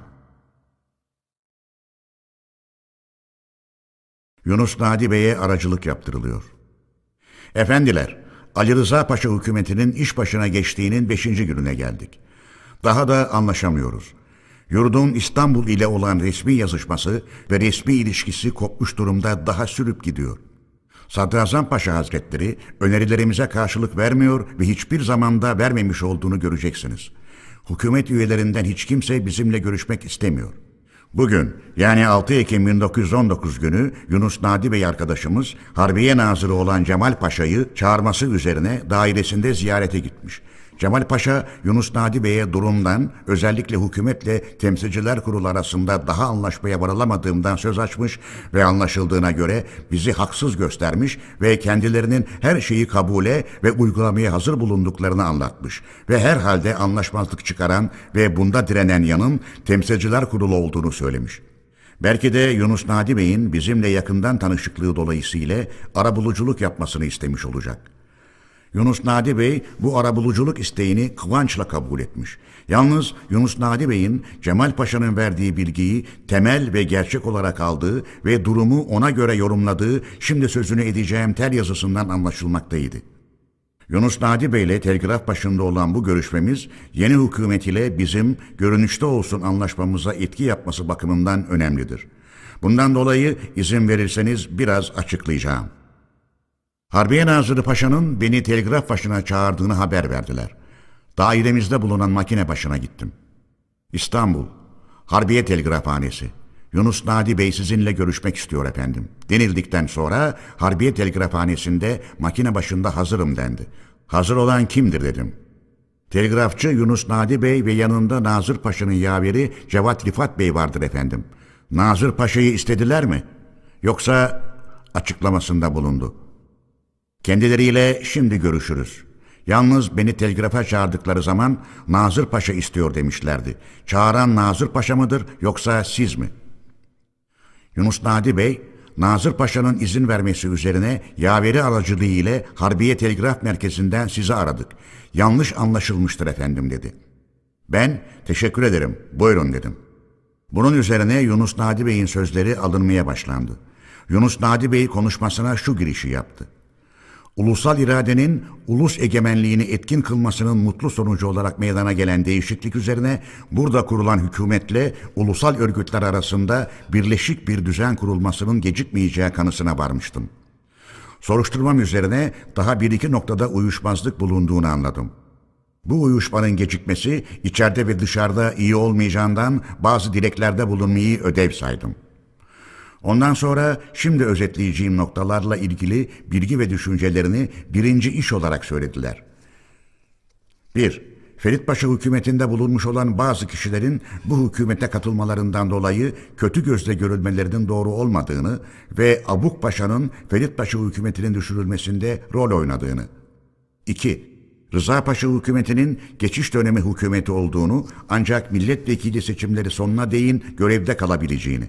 Yunus Nadi Bey'e aracılık yaptırılıyor. Efendiler, Ali Rıza Paşa hükümetinin iş başına geçtiğinin beşinci gününe geldik. Daha da anlaşamıyoruz. Yurdun İstanbul ile olan resmi yazışması ve resmi ilişkisi kopmuş durumda daha sürüp gidiyor. Sadrazam Paşa Hazretleri önerilerimize karşılık vermiyor ve hiçbir zamanda vermemiş olduğunu göreceksiniz. Hükümet üyelerinden hiç kimse bizimle görüşmek istemiyor. Bugün, yani altı Ekim bin dokuz yüz on dokuz günü Yunus Nadi Bey arkadaşımız Harbiye Nazırı olan Cemal Paşa'yı çağırması üzerine dairesinde ziyarete gitmiş. Cemal Paşa, Yunus Nadi Bey'e durumdan, özellikle hükümetle Temsilciler Kurulu arasında daha anlaşmaya varılamadığından söz açmış ve anlaşıldığına göre bizi haksız göstermiş ve kendilerinin her şeyi kabule ve uygulamaya hazır bulunduklarını anlatmış ve herhalde anlaşmazlık çıkaran ve bunda direnen yanın Temsilciler Kurulu olduğunu söylemiş. Belki de Yunus Nadi Bey'in bizimle yakından tanışıklığı dolayısıyla arabuluculuk yapmasını istemiş olacak. Yunus Nadi Bey bu arabuluculuk isteğini kıvançla kabul etmiş. Yalnız Yunus Nadi Bey'in Cemal Paşa'nın verdiği bilgiyi temel ve gerçek olarak aldığı ve durumu ona göre yorumladığı şimdi sözünü edeceğim tel yazısından anlaşılmaktaydı. Yunus Nadi Bey ile telgraf başında olan bu görüşmemiz yeni hükümet ile bizim görünüşte olsun anlaşmamıza etki yapması bakımından önemlidir. Bundan dolayı izin verirseniz biraz açıklayacağım. Harbiye Nazırı Paşa'nın beni telgraf başına çağırdığını haber verdiler. Dairemizde bulunan makine başına gittim. İstanbul, Harbiye Telgrafhanesi. Yunus Nadi Bey sizinle görüşmek istiyor efendim. Denildikten sonra Harbiye Telgrafhanesi'nde makine başında hazırım dendi. Hazır olan kimdir dedim. Telgrafçı Yunus Nadi Bey ve yanında Nazır Paşa'nın yaveri Cevat Rifat Bey vardır efendim. Nazır Paşa'yı istediler mi? Yoksa açıklamasında bulundu. Kendileriyle şimdi görüşürüz. Yalnız beni telgrafa çağırdıkları zaman Nazır Paşa istiyor demişlerdi. Çağıran Nazır Paşa mıdır yoksa siz mi? Yunus Nadi Bey, Nazır Paşa'nın izin vermesi üzerine yaveri aracılığı ile Harbiye Telgraf Merkezi'nden sizi aradık. Yanlış anlaşılmıştır efendim dedi. Ben teşekkür ederim, buyurun dedim. Bunun üzerine Yunus Nadi Bey'in sözleri alınmaya başlandı. Yunus Nadi Bey konuşmasına şu girişi yaptı. Ulusal iradenin ulus egemenliğini etkin kılmasının mutlu sonucu olarak meydana gelen değişiklik üzerine burada kurulan hükümetle ulusal örgütler arasında birleşik bir düzen kurulmasının gecikmeyeceği kanısına varmıştım. Soruşturmam üzerine daha bir iki noktada uyuşmazlık bulunduğunu anladım. Bu uyuşmanın gecikmesi içeride ve dışarıda iyi olmayacağından bazı dileklerde bulunmayı ödev saydım. Ondan sonra şimdi özetleyeceğim noktalarla ilgili bilgi ve düşüncelerini birinci iş olarak söylediler. bir. Ferit Paşa hükümetinde bulunmuş olan bazı kişilerin bu hükümete katılmalarından dolayı kötü gözle görülmelerinin doğru olmadığını ve Abuk Paşa'nın Ferit Paşa hükümetinin düşürülmesinde rol oynadığını. iki. Rıza Paşa hükümetinin geçiş dönemi hükümeti olduğunu ancak milletvekili seçimleri sonuna değin görevde kalabileceğini.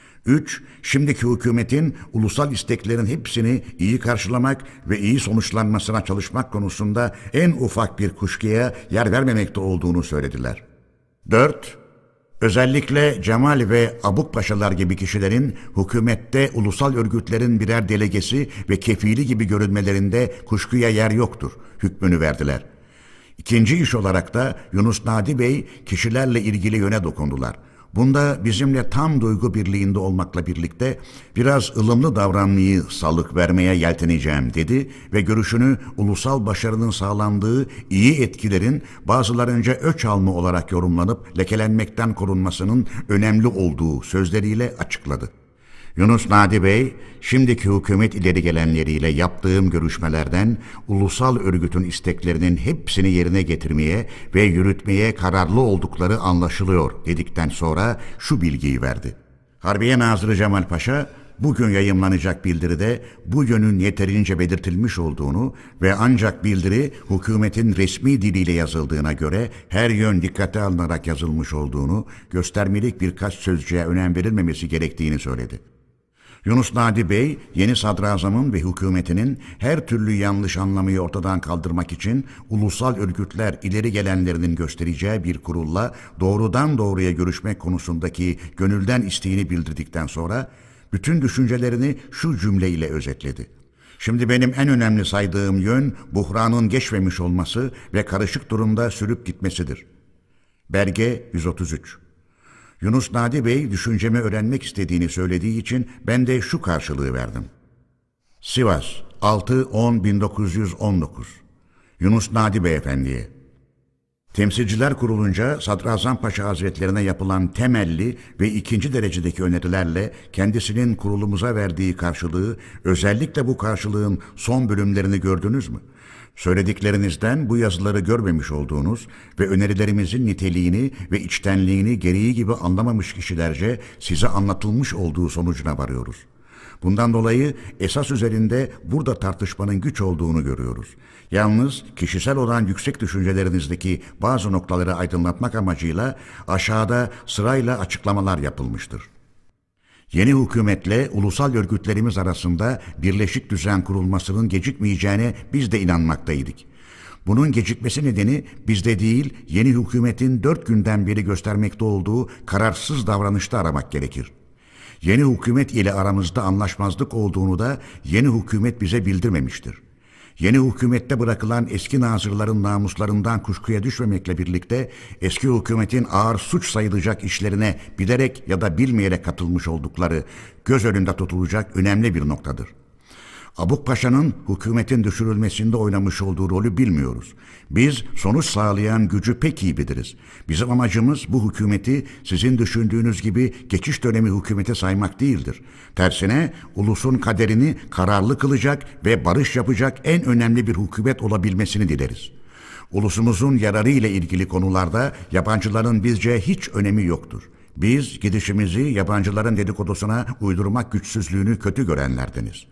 üç. Şimdiki hükümetin ulusal isteklerin hepsini iyi karşılamak ve iyi sonuçlanmasına çalışmak konusunda en ufak bir kuşkuya yer vermemekte olduğunu söylediler. dört. Özellikle Cemal ve Abuk Paşalar gibi kişilerin hükümette ulusal örgütlerin birer delegesi ve kefili gibi görünmelerinde kuşkuya yer yoktur hükmünü verdiler. İkinci iş olarak da Yunus Nadi Bey kişilerle ilgili yöne dokundular. Bunda bizimle tam duygu birliğinde olmakla birlikte biraz ılımlı davranmayı salık vermeye yelteneceğim dedi ve görüşünü ulusal başarının sağlandığı iyi etkilerin bazılarınca öç alma olarak yorumlanıp lekelenmekten korunmasının önemli olduğu sözleriyle açıkladı. Yunus Nadi Bey, şimdiki hükümet ileri gelenleriyle yaptığım görüşmelerden ulusal örgütün isteklerinin hepsini yerine getirmeye ve yürütmeye kararlı oldukları anlaşılıyor dedikten sonra şu bilgiyi verdi. Harbiye Nazırı Cemal Paşa, bugün yayımlanacak bildiride bu yönün yeterince belirtilmiş olduğunu ve ancak bildiri hükümetin resmi diliyle yazıldığına göre her yön dikkate alınarak yazılmış olduğunu, göstermelik birkaç sözcüğe önem verilmemesi gerektiğini söyledi. Yunus Nadi Bey, yeni sadrazamın ve hükümetinin her türlü yanlış anlamayı ortadan kaldırmak için ulusal örgütler ileri gelenlerinin göstereceği bir kurulla doğrudan doğruya görüşmek konusundaki gönülden isteğini bildirdikten sonra bütün düşüncelerini şu cümleyle özetledi. Şimdi benim en önemli saydığım yön buhranın geçmemiş olması ve karışık durumda sürüp gitmesidir. Belge yüz otuz üç. Yunus Nadi Bey düşüncemi öğrenmek istediğini söylediği için ben de şu karşılığı verdim. Sivas, altı on bin dokuz yüz on dokuz. Yunus Nadi Beyefendi'ye. Temsilciler Kurulu'nca Sadrazam Paşa Hazretlerine yapılan temelli ve ikinci derecedeki önerilerle kendisinin kurulumuza verdiği karşılığı, özellikle bu karşılığın son bölümlerini gördünüz mü? Söylediklerinizden bu yazıları görmemiş olduğunuz ve önerilerimizin niteliğini ve içtenliğini gereği gibi anlamamış kişilerce size anlatılmış olduğu sonucuna varıyoruz. Bundan dolayı esas üzerinde burada tartışmanın güç olduğunu görüyoruz. Yalnız kişisel olan yüksek düşüncelerinizdeki bazı noktaları aydınlatmak amacıyla aşağıda sırayla açıklamalar yapılmıştır. Yeni hükümetle ulusal örgütlerimiz arasında birleşik düzen kurulmasının gecikmeyeceğine biz de inanmaktaydık. Bunun gecikmesi nedeni bizde değil, yeni hükümetin dört günden beri göstermekte olduğu kararsız davranışta aramak gerekir. Yeni hükümet ile aramızda anlaşmazlık olduğunu da yeni hükümet bize bildirmemiştir. Yeni hükümette bırakılan eski nazırların namuslarından kuşkuya düşmemekle birlikte eski hükümetin ağır suç sayılacak işlerine bilerek ya da bilmeyerek katılmış oldukları göz önünde tutulacak önemli bir noktadır. Abuk Paşa'nın hükümetin düşürülmesinde oynamış olduğu rolü bilmiyoruz. Biz sonuç sağlayan gücü pek iyi biliriz. Bizim amacımız bu hükümeti sizin düşündüğünüz gibi geçiş dönemi hükümeti saymak değildir. Tersine ulusun kaderini kararlı kılacak ve barış yapacak en önemli bir hükümet olabilmesini dileriz. Ulusumuzun yararı ile ilgili konularda yabancıların bizce hiç önemi yoktur. Biz gidişimizi yabancıların dedikodusuna uydurmak güçsüzlüğünü kötü görenlerdeniz.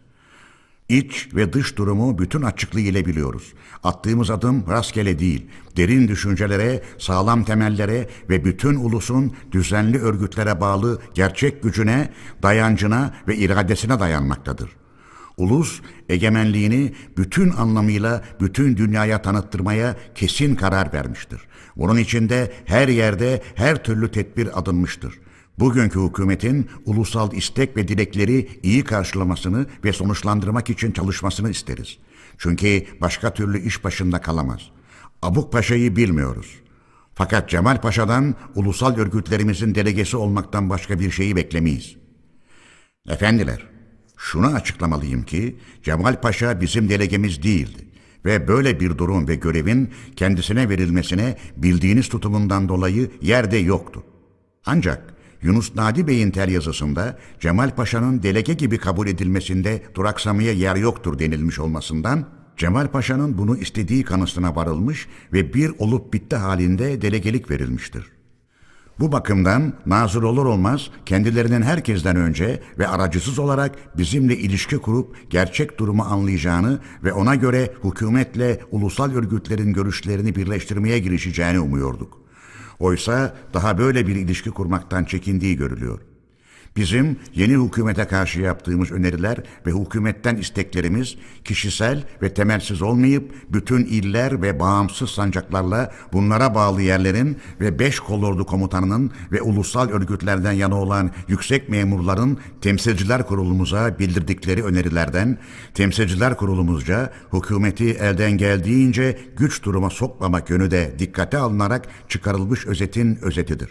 İç ve dış durumu bütün açıklığıyla biliyoruz. Attığımız adım rastgele değil, derin düşüncelere, sağlam temellere ve bütün ulusun düzenli örgütlere bağlı gerçek gücüne, dayancına ve iradesine dayanmaktadır. Ulus, egemenliğini bütün anlamıyla bütün dünyaya tanıttırmaya kesin karar vermiştir. Bunun içinde her yerde her türlü tedbir alınmıştır. Bugünkü hükümetin ulusal istek ve dilekleri iyi karşılamasını ve sonuçlandırmak için çalışmasını isteriz. Çünkü başka türlü iş başında kalamaz. Abuk Paşa'yı bilmiyoruz. Fakat Cemal Paşa'dan ulusal örgütlerimizin delegesi olmaktan başka bir şeyi beklemeyiz. Efendiler, şunu açıklamalıyım ki Cemal Paşa bizim delegemiz değildi ve böyle bir durum ve görevin kendisine verilmesine bildiğiniz tutumundan dolayı yerde yoktu. Ancak Yunus Nadi Bey'in tel yazısında Cemal Paşa'nın delege gibi kabul edilmesinde duraksamaya yer yoktur denilmiş olmasından Cemal Paşa'nın bunu istediği kanısına varılmış ve bir olup bitti halinde delegelik verilmiştir. Bu bakımdan nazır olur olmaz kendilerinin herkesten önce ve aracısız olarak bizimle ilişki kurup gerçek durumu anlayacağını ve ona göre hükümetle ulusal örgütlerin görüşlerini birleştirmeye girişeceğini umuyorduk. Oysa daha böyle bir ilişki kurmaktan çekindiği görülüyor. Bizim yeni hükümete karşı yaptığımız öneriler ve hükümetten isteklerimiz kişisel ve temelsiz olmayıp bütün iller ve bağımsız sancaklarla bunlara bağlı yerlerin ve beş kolordu komutanının ve ulusal örgütlerden yana olan yüksek memurların temsilciler kurulumuza bildirdikleri önerilerden temsilciler kurulumuzca hükümeti elden geldiğince güç duruma sokmamak yönü de dikkate alınarak çıkarılmış özetin özetidir.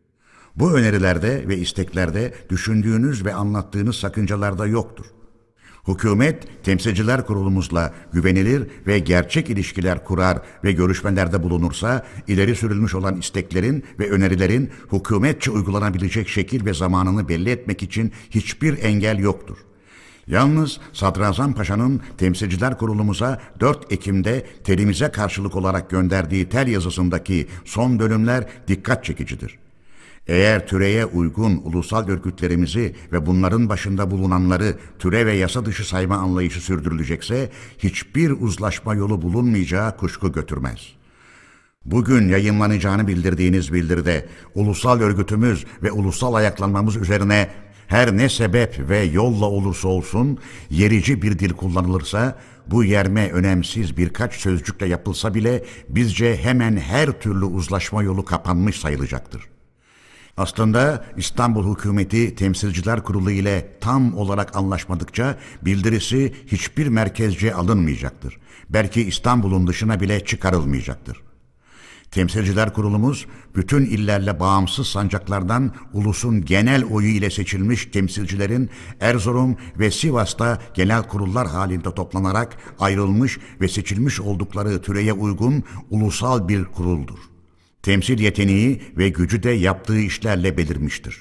Bu önerilerde ve isteklerde düşündüğünüz ve anlattığınız sakıncalar da yoktur. Hükümet, temsilciler kurulumuzla güvenilir ve gerçek ilişkiler kurar ve görüşmelerde bulunursa, ileri sürülmüş olan isteklerin ve önerilerin hükümetçe uygulanabilecek şekil ve zamanını belli etmek için hiçbir engel yoktur. Yalnız Sadrazam Paşa'nın temsilciler kurulumuza dört Ekim'de telimize karşılık olarak gönderdiği tel yazısındaki son bölümler dikkat çekicidir. Eğer türeye uygun ulusal örgütlerimizi ve bunların başında bulunanları türe ve yasa dışı sayma anlayışı sürdürülecekse hiçbir uzlaşma yolu bulunmayacağı kuşku götürmez. Bugün yayınlanacağını bildirdiğiniz bildiride ulusal örgütümüz ve ulusal ayaklanmamız üzerine her ne sebep ve yolla olursa olsun yerici bir dil kullanılırsa bu yerme önemsiz birkaç sözcükle yapılsa bile bizce hemen her türlü uzlaşma yolu kapanmış sayılacaktır. Aslında İstanbul hükümeti Temsilciler Kurulu ile tam olarak anlaşmadıkça bildirisi hiçbir merkezce alınmayacaktır. Belki İstanbul'un dışına bile çıkarılmayacaktır. Temsilciler Kurulumuz bütün illerle bağımsız sancaklardan ulusun genel oyu ile seçilmiş temsilcilerin Erzurum ve Sivas'ta genel kurullar halinde toplanarak ayrılmış ve seçilmiş oldukları türeye uygun ulusal bir kuruldur. Temsil yeteneği ve gücü de yaptığı işlerle belirmiştir.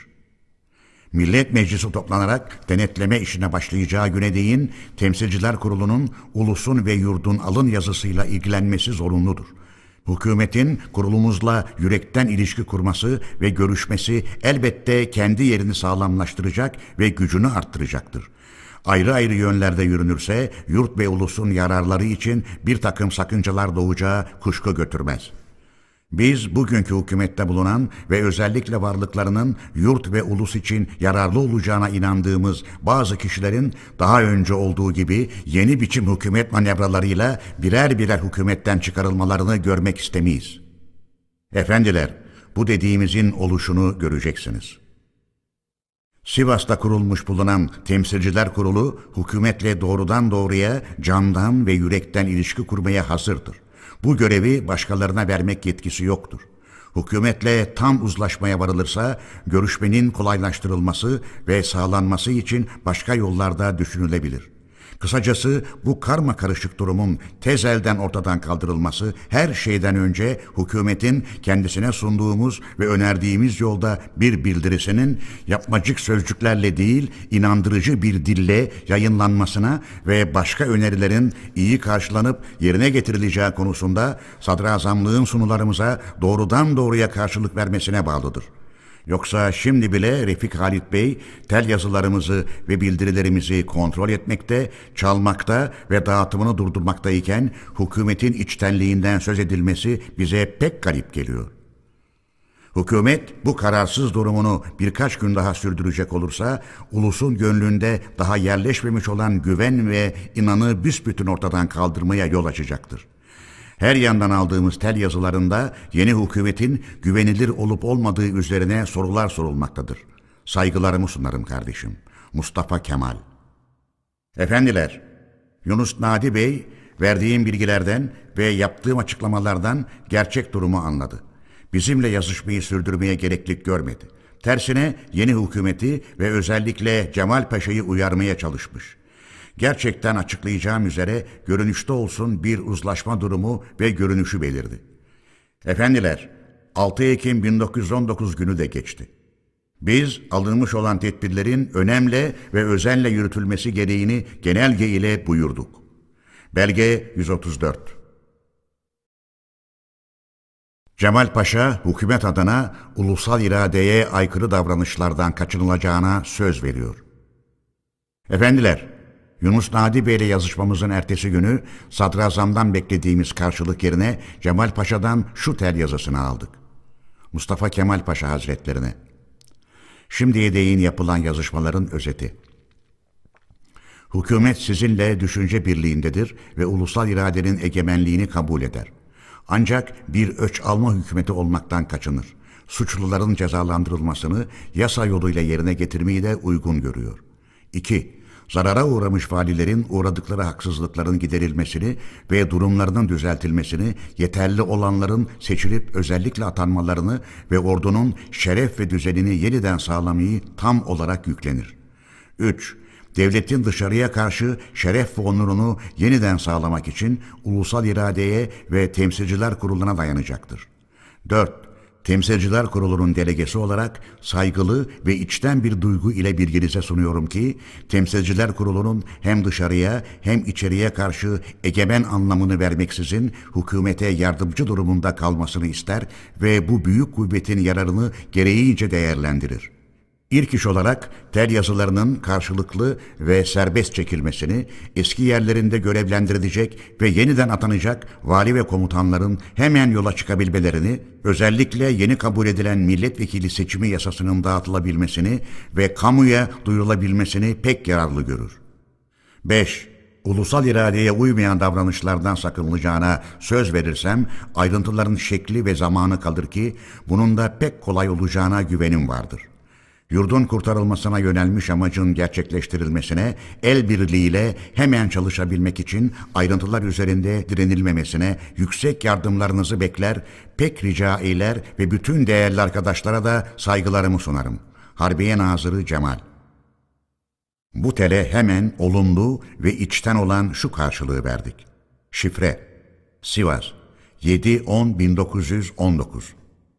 Millet Meclisi toplanarak denetleme işine başlayacağı güne değin Temsilciler Kurulu'nun ulusun ve yurdun alın yazısıyla ilgilenmesi zorunludur. Hükümetin kurulumuzla yürekten ilişki kurması ve görüşmesi elbette kendi yerini sağlamlaştıracak ve gücünü arttıracaktır. Ayrı ayrı yönlerde yürünürse yurt ve ulusun yararları için bir takım sakıncalar doğacağı kuşku götürmez. Biz bugünkü hükümette bulunan ve özellikle varlıklarının yurt ve ulus için yararlı olacağına inandığımız bazı kişilerin daha önce olduğu gibi yeni biçim hükümet manevralarıyla birer birer hükümetten çıkarılmalarını görmek istemeyiz. Efendiler, bu dediğimizin oluşunu göreceksiniz. Sivas'ta kurulmuş bulunan Temsilciler Kurulu hükümetle doğrudan doğruya candan ve yürekten ilişki kurmaya hazırdır. Bu görevi başkalarına vermek yetkisi yoktur. Hükümetle tam uzlaşmaya varılırsa görüşmenin kolaylaştırılması ve sağlanması için başka yollarda düşünülebilir. Kısacası bu karma karışık durumun tez elden ortadan kaldırılması her şeyden önce hükümetin kendisine sunduğumuz ve önerdiğimiz yolda bir bildirisinin yapmacık sözcüklerle değil inandırıcı bir dille yayınlanmasına ve başka önerilerin iyi karşılanıp yerine getirileceği konusunda sadrazamlığın sunularımıza doğrudan doğruya karşılık vermesine bağlıdır. Yoksa şimdi bile Refik Halit Bey tel yazılarımızı ve bildirilerimizi kontrol etmekte, çalmakta ve dağıtımını durdurmaktayken hükümetin içtenliğinden söz edilmesi bize pek garip geliyor. Hükümet bu kararsız durumunu birkaç gün daha sürdürecek olursa ulusun gönlünde daha yerleşmemiş olan güven ve inanı büsbütün ortadan kaldırmaya yol açacaktır. Her yandan aldığımız tel yazılarında yeni hükümetin güvenilir olup olmadığı üzerine sorular sorulmaktadır. Saygılarımı sunarım kardeşim. Mustafa Kemal. Efendiler, Yunus Nadi Bey Verdiğim bilgilerden ve yaptığım açıklamalardan gerçek durumu anladı. Bizimle yazışmayı sürdürmeye gereklilik görmedi. Tersine yeni hükümeti ve özellikle Cemal Paşa'yı uyarmaya çalışmış. Gerçekten açıklayacağım üzere görünüşte olsun bir uzlaşma durumu ve görünüşü belirdi. Efendiler, altı Ekim bin dokuz yüz on dokuz günü de geçti. Biz alınmış olan tedbirlerin önemli ve özenle yürütülmesi gereğini genelge ile buyurduk. Belge yüz otuz dört. Cemal Paşa, hükümet adına ulusal iradeye aykırı davranışlardan kaçınılacağına söz veriyor. Efendiler, Yunus Nadi Bey ile yazışmamızın ertesi günü Sadrazam'dan beklediğimiz karşılık yerine Cemal Paşa'dan şu tel yazısını aldık. Mustafa Kemal Paşa Hazretlerine. Şimdiye değin yapılan yazışmaların özeti. Hükümet sizinle düşünce birliğindedir ve ulusal iradenin egemenliğini kabul eder. Ancak bir öç alma hükümeti olmaktan kaçınır. Suçluların cezalandırılmasını yasa yoluyla yerine getirmeyi de uygun görüyor. İki. Zarara uğramış valilerin uğradıkları haksızlıkların giderilmesini ve durumlarının düzeltilmesini, yeterli olanların seçilip özellikle atanmalarını ve ordunun şeref ve düzenini yeniden sağlamayı tam olarak yüklenir. Üç. Devletin dışarıya karşı şeref ve onurunu yeniden sağlamak için ulusal iradeye ve Temsilciler Kurulu'na dayanacaktır. Dört. Temsilciler Kurulu'nun delegesi olarak saygılı ve içten bir duygu ile bilginize sunuyorum ki, Temsilciler Kurulu'nun hem dışarıya hem içeriye karşı egemen anlamını vermeksizin hükümete yardımcı durumunda kalmasını ister ve bu büyük kuvvetin yararını gereğince değerlendirir. İlk iş olarak tel yazılarının karşılıklı ve serbest çekilmesini, eski yerlerinde görevlendirilecek ve yeniden atanacak vali ve komutanların hemen yola çıkabilmelerini, özellikle yeni kabul edilen milletvekili seçimi yasasının dağıtılabilmesini ve kamuya duyurulabilmesini pek yararlı görür. beş. Ulusal iradeye uymayan davranışlardan sakınılacağına söz verirsem, ayrıntıların şekli ve zamanı kalır ki, bunun da pek kolay olacağına güvenim vardır. Yurdun kurtarılmasına yönelmiş amacın gerçekleştirilmesine, el birliğiyle hemen çalışabilmek için ayrıntılar üzerinde direnilmemesine yüksek yardımlarınızı bekler, pek rica eyler ve bütün değerli arkadaşlara da saygılarımı sunarım. Harbiye Nazırı Cemal. Bu tele hemen olumlu ve içten olan şu karşılığı verdik. Şifre: Sivas, yedi on bin dokuz yüz on dokuz.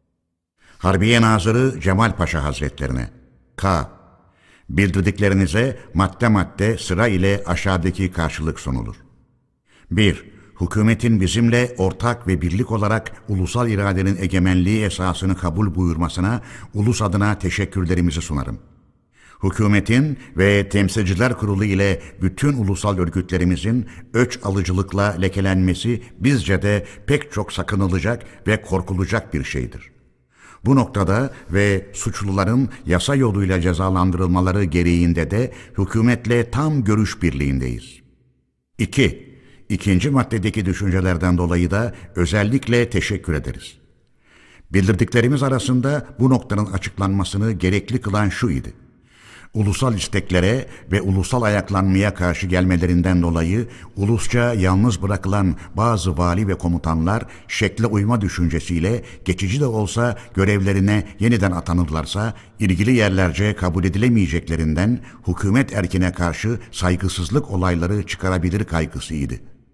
Harbiye Nazırı Cemal Paşa Hazretlerine. K. Bildirdiklerinize madde madde sıra ile aşağıdaki karşılık sunulur. bir. Hükümetin bizimle ortak ve birlik olarak ulusal iradenin egemenliği esasını kabul buyurmasına ulus adına teşekkürlerimizi sunarım. Hükümetin ve Temsilciler Kurulu ile bütün ulusal örgütlerimizin öç alıcılıkla lekelenmesi bizce de pek çok sakınılacak ve korkulacak bir şeydir. Bu noktada ve suçluların yasa yoluyla cezalandırılmaları gereğinde de hükümetle tam görüş birliğindeyiz. İki. İkinci maddedeki düşüncelerden dolayı da özellikle teşekkür ederiz. Bildirdiklerimiz arasında bu noktanın açıklanmasını gerekli kılan şu idi. Ulusal isteklere ve ulusal ayaklanmaya karşı gelmelerinden dolayı ulusça yalnız bırakılan bazı vali ve komutanlar şekle uyma düşüncesiyle geçici de olsa görevlerine yeniden atanırlarsa ilgili yerlerce kabul edilemeyeceklerinden hükümet erkine karşı saygısızlık olayları çıkarabilir kaygısıydı.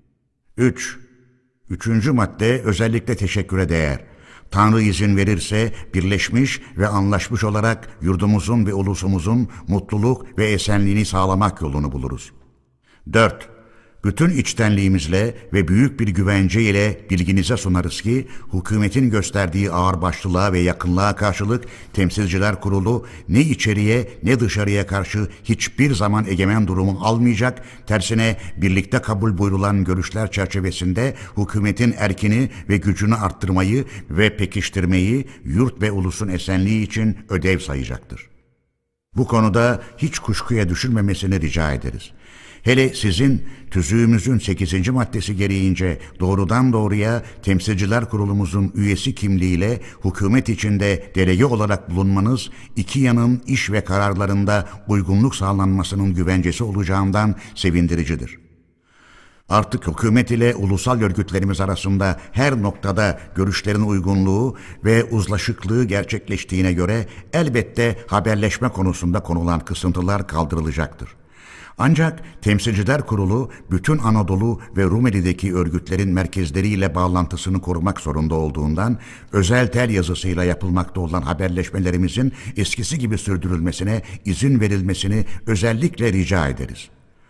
Üç. Üçüncü madde özellikle teşekküre değer. Tanrı izin verirse birleşmiş ve anlaşmış olarak yurdumuzun ve ulusumuzun mutluluk ve esenliğini sağlamak yolunu buluruz. Dört. Bütün içtenliğimizle ve büyük bir güvence ile bilginize sunarız ki, hükümetin gösterdiği ağırbaşlılığa ve yakınlığa karşılık Temsilciler Kurulu ne içeriye ne dışarıya karşı hiçbir zaman egemen durumu almayacak, tersine birlikte kabul buyurulan görüşler çerçevesinde hükümetin erkini ve gücünü arttırmayı ve pekiştirmeyi yurt ve ulusun esenliği için ödev sayacaktır. Bu konuda hiç kuşkuya düşülmemesini rica ederiz. Hele sizin tüzüğümüzün sekizinci maddesi gereğince doğrudan doğruya Temsilciler Kurulumuzun üyesi kimliğiyle hükümet içinde delege olarak bulunmanız iki yanın iş ve kararlarında uygunluk sağlanmasının güvencesi olacağından sevindiricidir. Artık hükümet ile ulusal örgütlerimiz arasında her noktada görüşlerin uygunluğu ve uzlaşıklığı gerçekleştiğine göre elbette haberleşme konusunda konulan kısıntılar kaldırılacaktır. Ancak Temsilciler Kurulu bütün Anadolu ve Rumeli'deki örgütlerin merkezleriyle bağlantısını korumak zorunda olduğundan özel tel yazısıyla yapılmakta olan haberleşmelerimizin eskisi gibi sürdürülmesine izin verilmesini özellikle rica ederiz.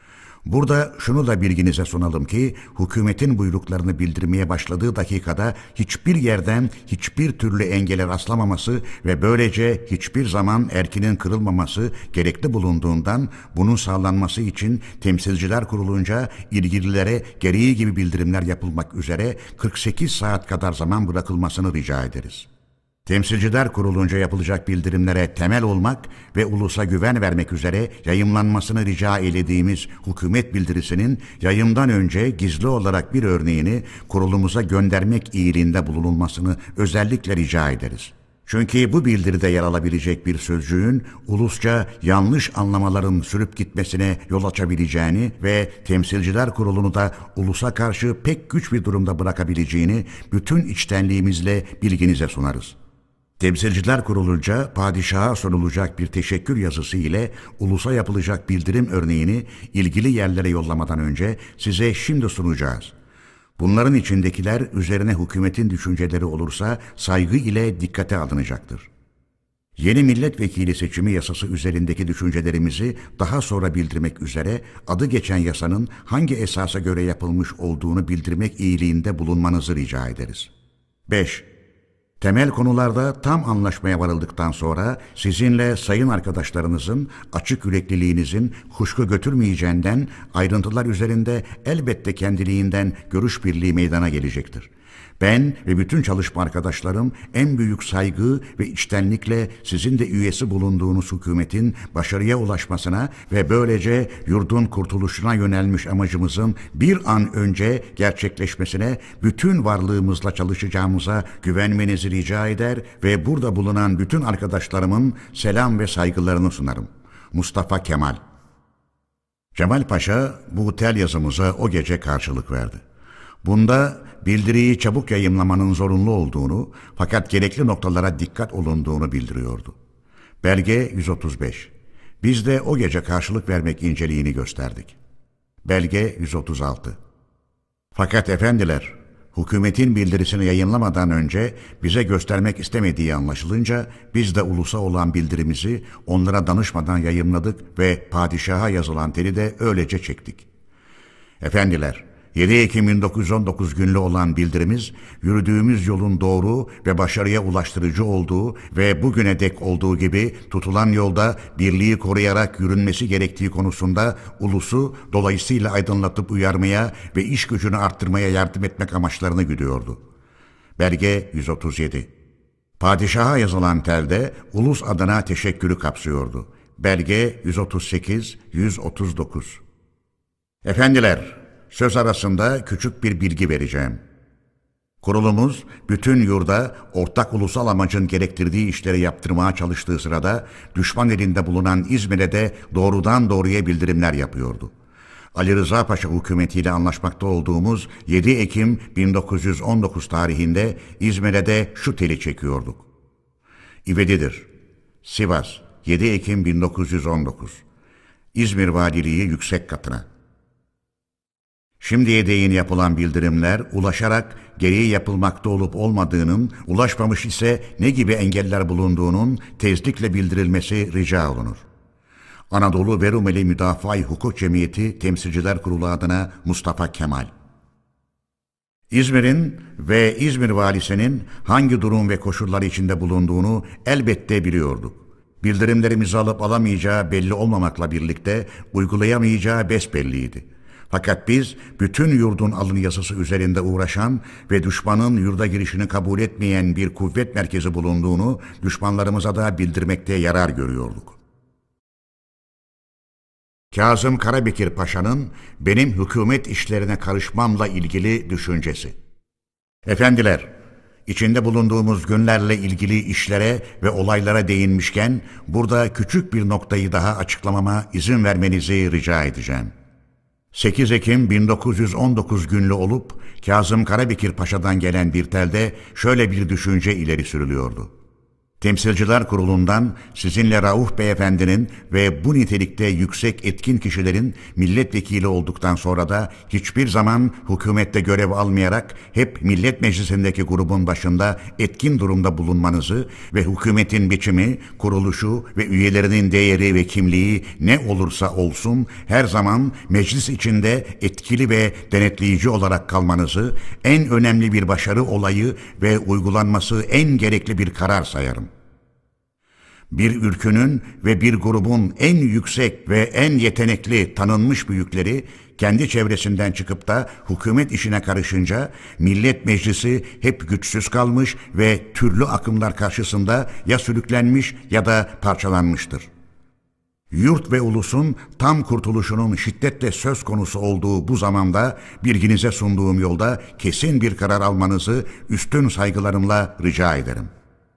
Burada şunu da bilginize sunalım ki, hükümetin buyruklarını bildirmeye başladığı dakikada hiçbir yerden hiçbir türlü engele rastlamaması ve böylece hiçbir zaman erkinin kırılmaması gerekli bulunduğundan, bunun sağlanması için Temsilciler Kurulu'nca ilgililere gereği gibi bildirimler yapılmak üzere kırk sekiz saat kadar zaman bırakılmasını rica ederiz. Temsilciler Kurulu'nca yapılacak bildirimlere temel olmak ve ulusa güven vermek üzere yayımlanmasını rica eylediğimiz hükümet bildirisinin yayımdan önce gizli olarak bir örneğini kurulumuza göndermek iyiliğinde bulunulmasını özellikle rica ederiz. Çünkü bu bildiride yer alabilecek bir sözcüğün ulusça yanlış anlamaların sürüp gitmesine yol açabileceğini ve Temsilciler Kurulu'nu da ulusa karşı pek güç bir durumda bırakabileceğini bütün içtenliğimizle bilginize sunarız. Temsilciler Kurulu'nca padişaha sunulacak bir teşekkür yazısı ile ulusa yapılacak bildirim örneğini ilgili yerlere yollamadan önce size şimdi sunacağız. Bunların içindekiler üzerine hükümetin düşünceleri olursa saygı ile dikkate alınacaktır. Yeni milletvekili seçimi yasası üzerindeki düşüncelerimizi daha sonra bildirmek üzere adı geçen yasanın hangi esasa göre yapılmış olduğunu bildirmek iyiliğinde bulunmanızı rica ederiz. beş. Temel konularda tam anlaşmaya varıldıktan sonra sizinle sayın arkadaşlarınızın açık yürekliliğinizin kuşku götürmeyeceğinden ayrıntılar üzerinde elbette kendiliğinden görüş birliği meydana gelecektir. Ben ve bütün çalışma arkadaşlarım en büyük saygı ve içtenlikle sizin de üyesi bulunduğunuz hükümetin başarıya ulaşmasına ve böylece yurdun kurtuluşuna yönelmiş amacımızın bir an önce gerçekleşmesine bütün varlığımızla çalışacağımıza güvenmenizi rica eder ve burada bulunan bütün arkadaşlarımın selam ve saygılarını sunarım. Mustafa Kemal. Cemal Paşa bu tel yazımıza o gece karşılık verdi. Bunda bildiriyi çabuk yayımlamanın zorunlu olduğunu fakat gerekli noktalara dikkat olunduğunu bildiriyordu. Belge yüz otuz beş. Biz de o gece karşılık vermek inceliğini gösterdik. Belge yüz otuz altı. Fakat efendiler, hükümetin bildirisini yayınlamadan önce bize göstermek istemediği anlaşılınca biz de ulusa olan bildirimizi onlara danışmadan yayımladık ve padişaha yazılan teli de öylece çektik. Efendiler, yedi Ekim bin dokuz yüz on dokuz günlü olan bildirimiz, yürüdüğümüz yolun doğru ve başarıya ulaştırıcı olduğu ve bugüne dek olduğu gibi tutulan yolda birliği koruyarak yürünmesi gerektiği konusunda ulusu dolayısıyla aydınlatıp uyarmaya ve iş gücünü arttırmaya yardım etmek amaçlarını güdüyordu. Belge yüz otuz yedi. Padişaha yazılan telde ulus adına teşekkürü kapsıyordu. Belge yüz otuz sekiz yüz otuz dokuz. Efendiler, söz arasında küçük bir bilgi vereceğim. Kurulumuz bütün yurda ortak ulusal amacın gerektirdiği işleri yaptırmaya çalıştığı sırada düşman elinde bulunan İzmir'e de doğrudan doğruya bildirimler yapıyordu. Ali Rıza Paşa hükümetiyle anlaşmakta olduğumuz yedi Ekim bin dokuz yüz on dokuz tarihinde İzmir'e de şu teli çekiyorduk. İvedidir. Sivas, yedi Ekim bin dokuz yüz on dokuz. İzmir Valiliği yüksek katına. Şimdiye değin yapılan bildirimler ulaşarak gereği yapılmakta olup olmadığının, ulaşmamış ise ne gibi engeller bulunduğunun tezlikle bildirilmesi rica olunur. Anadolu ve Rumeli Müdafaa-i Hukuk Cemiyeti Temsilciler Kurulu adına Mustafa Kemal. İzmir'in ve İzmir valisinin hangi durum ve koşullar içinde bulunduğunu elbette biliyorduk. Bildirimlerimizi alıp alamayacağı belli olmamakla birlikte uygulayamayacağı besbelliydi. Fakat biz bütün yurdun alın yasası üzerinde uğraşan ve düşmanın yurda girişini kabul etmeyen bir kuvvet merkezi bulunduğunu düşmanlarımıza da bildirmekte yarar görüyorduk. Kazım Karabekir Paşa'nın benim hükümet işlerine karışmamla ilgili düşüncesi. Efendiler, içinde bulunduğumuz günlerle ilgili işlere ve olaylara değinmişken burada küçük bir noktayı daha açıklamama izin vermenizi rica edeceğim. sekiz Ekim bin dokuz yüz on dokuz günlü olup Kazım Karabekir Paşa'dan gelen bir telde şöyle bir düşünce ileri sürülüyordu. Temsilciler Kurulu'ndan sizinle Rauf Beyefendi'nin ve bu nitelikte yüksek etkin kişilerin milletvekili olduktan sonra da hiçbir zaman hükümette görev almayarak hep Millet Meclisi'ndeki grubun başında etkin durumda bulunmanızı ve hükümetin biçimi, kuruluşu ve üyelerinin değeri ve kimliği ne olursa olsun her zaman meclis içinde etkili ve denetleyici olarak kalmanızı en önemli bir başarı olayı ve uygulanması en gerekli bir karar sayarım. Bir ülkünün ve bir grubun en yüksek ve en yetenekli tanınmış büyükleri kendi çevresinden çıkıp da hükümet işine karışınca Millet Meclisi hep güçsüz kalmış ve türlü akımlar karşısında ya sürüklenmiş ya da parçalanmıştır. Yurt ve ulusun tam kurtuluşunun şiddetle söz konusu olduğu bu zamanda bilginize sunduğum yolda kesin bir karar almanızı üstün saygılarımla rica ederim.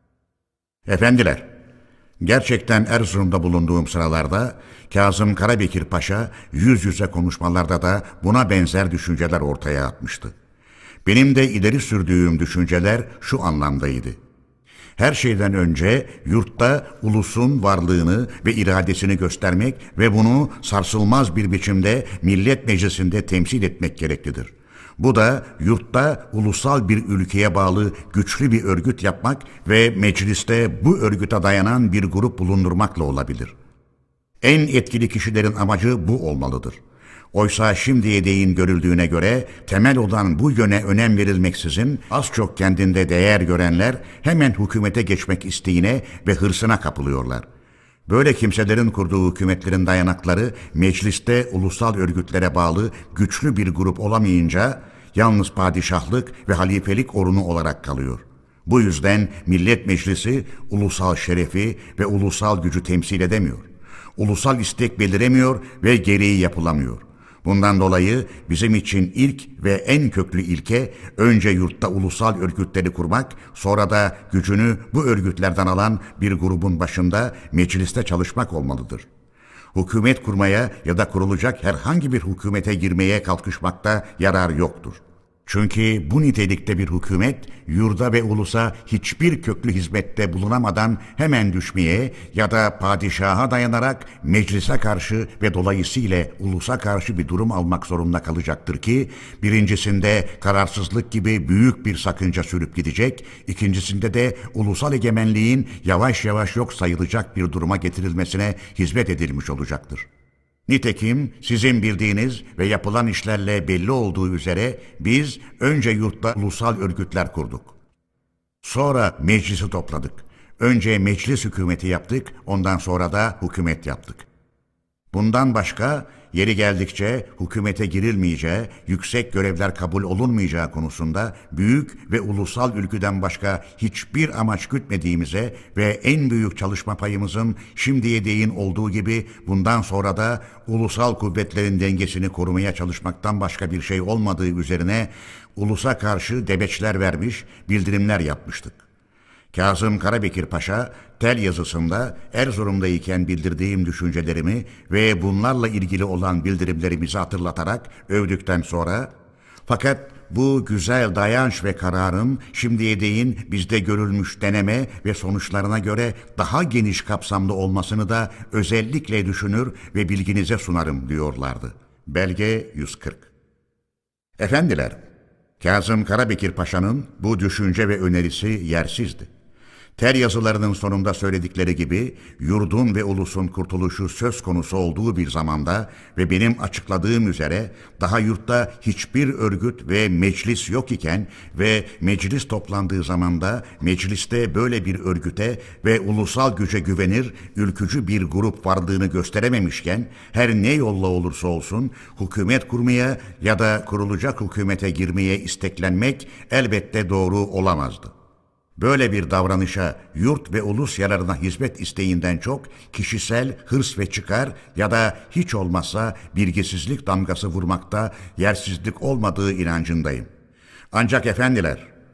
Efendiler, gerçekten Erzurum'da bulunduğum sıralarda Kazım Karabekir Paşa yüz yüze konuşmalarda da buna benzer düşünceler ortaya atmıştı. Benim de ileri sürdüğüm düşünceler şu anlamdaydı. Her şeyden önce yurtta ulusun varlığını ve iradesini göstermek ve bunu sarsılmaz bir biçimde Millet Meclisi'nde temsil etmek gereklidir. Bu da yurtta ulusal bir ülkeye bağlı güçlü bir örgüt yapmak ve mecliste bu örgüte dayanan bir grup bulundurmakla olabilir. En etkili kişilerin amacı bu olmalıdır. Oysa şimdiye değin görüldüğüne göre temel olan bu yöne önem verilmeksizin az çok kendinde değer görenler hemen hükümete geçmek isteğine ve hırsına kapılıyorlar. Böyle kimselerin kurduğu hükümetlerin dayanakları mecliste ulusal örgütlere bağlı güçlü bir grup olamayınca yalnız padişahlık ve halifelik orunu olarak kalıyor. Bu yüzden Millet Meclisi ulusal şerefi ve ulusal gücü temsil edemiyor. Ulusal istek beliremiyor ve gereği yapılamıyor. Bundan dolayı bizim için ilk ve en köklü ilke önce yurtta ulusal örgütleri kurmak, sonra da gücünü bu örgütlerden alan bir grubun başında mecliste çalışmak olmalıdır. Hükümet kurmaya ya da kurulacak herhangi bir hükümete girmeye kalkışmakta yarar yoktur. Çünkü bu nitelikte bir hükümet yurda ve ulusa hiçbir köklü hizmette bulunamadan hemen düşmeye ya da padişaha dayanarak meclise karşı ve dolayısıyla ulusa karşı bir durum almak zorunda kalacaktır ki birincisinde kararsızlık gibi büyük bir sakınca sürüp gidecek, ikincisinde de ulusal egemenliğin yavaş yavaş yok sayılacak bir duruma getirilmesine hizmet edilmiş olacaktır. Nitekim sizin bildiğiniz ve yapılan işlerle belli olduğu üzere biz önce yurtta ulusal örgütler kurduk. Sonra meclisi topladık. Önce meclis hükümeti yaptık, ondan sonra da hükümet yaptık. Bundan başka yeri geldikçe hükümete girilmeyeceği, yüksek görevler kabul olunmayacağı konusunda büyük ve ulusal ülküden başka hiçbir amaç gütmediğimize ve en büyük çalışma payımızın şimdiye değin olduğu gibi bundan sonra da ulusal kuvvetlerin dengesini korumaya çalışmaktan başka bir şey olmadığı üzerine ulusa karşı demeçler vermiş, bildirimler yapmıştık. Kazım Karabekir Paşa tel yazısında Erzurum'dayken bildirdiğim düşüncelerimi ve bunlarla ilgili olan bildirimlerimizi hatırlatarak övdükten sonra fakat bu güzel dayanç ve kararın şimdiye değin bizde görülmüş deneme ve sonuçlarına göre daha geniş kapsamlı olmasını da özellikle düşünür ve bilginize sunarım diyorlardı. Belge yüz kırk. Efendiler, Kazım Karabekir Paşa'nın bu düşünce ve önerisi yersizdi. Ter yazılarının sonunda söyledikleri gibi yurdun ve ulusun kurtuluşu söz konusu olduğu bir zamanda ve benim açıkladığım üzere daha yurtta hiçbir örgüt ve meclis yok iken ve meclis toplandığı zamanda mecliste böyle bir örgüte ve ulusal güce güvenir, ülkücü bir grup varlığını gösterememişken her ne yolla olursa olsun hükümet kurmaya ya da kurulacak hükümete girmeye isteklenmek elbette doğru olamazdı. Böyle bir davranışa yurt ve ulus yararına hizmet isteğinden çok kişisel hırs ve çıkar ya da hiç olmazsa bilgisizlik damgası vurmakta yersizlik olmadığı inancındayım. Ancak efendiler,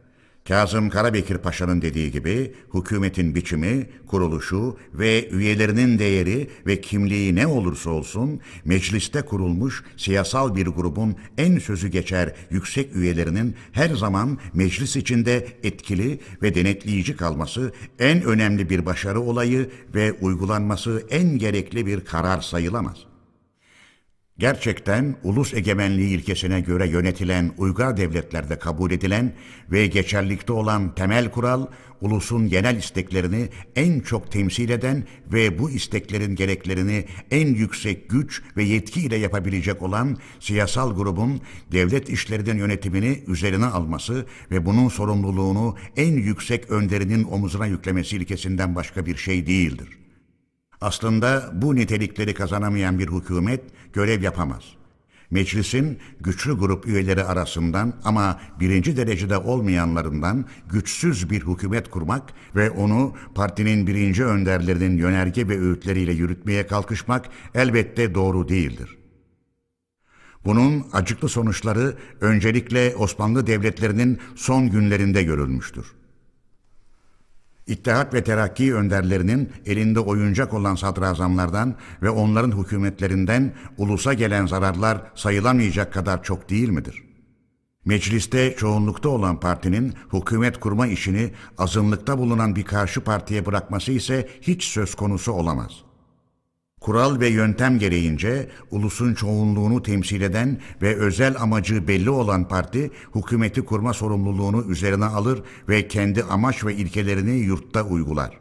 Kazım Karabekir Paşa'nın dediği gibi hükümetin biçimi, kuruluşu ve üyelerinin değeri ve kimliği ne olursa olsun mecliste kurulmuş siyasal bir grubun en sözü geçer yüksek üyelerinin her zaman meclis içinde etkili ve denetleyici kalması en önemli bir başarı olayı ve uygulanması en gerekli bir karar sayılamaz. Gerçekten ulus egemenliği ilkesine göre yönetilen uygar devletlerde kabul edilen ve geçerlikte olan temel kural, ulusun genel isteklerini en çok temsil eden ve bu isteklerin gereklerini en yüksek güç ve yetki ile yapabilecek olan siyasal grubun devlet işlerinin yönetimini üzerine alması ve bunun sorumluluğunu en yüksek önderinin omuzuna yüklemesi ilkesinden başka bir şey değildir. Aslında bu nitelikleri kazanamayan bir hükümet görev yapamaz. Meclisin güçlü grup üyeleri arasından ama birinci derecede olmayanlarından güçsüz bir hükümet kurmak ve onu partinin birinci önderlerinin yönerge ve öğütleriyle yürütmeye kalkışmak elbette doğru değildir. Bunun acıklı sonuçları öncelikle Osmanlı devletlerinin son günlerinde görülmüştür. İttihat ve Terakki önderlerinin elinde oyuncak olan sadrazamlardan ve onların hükümetlerinden ulusa gelen zararlar sayılamayacak kadar çok değil midir? Mecliste çoğunlukta olan partinin hükümet kurma işini azınlıkta bulunan bir karşı partiye bırakması ise hiç söz konusu olamaz. Kural ve yöntem gereğince ulusun çoğunluğunu temsil eden ve özel amacı belli olan parti hükümeti kurma sorumluluğunu üzerine alır ve kendi amaç ve ilkelerini yurtta uygular.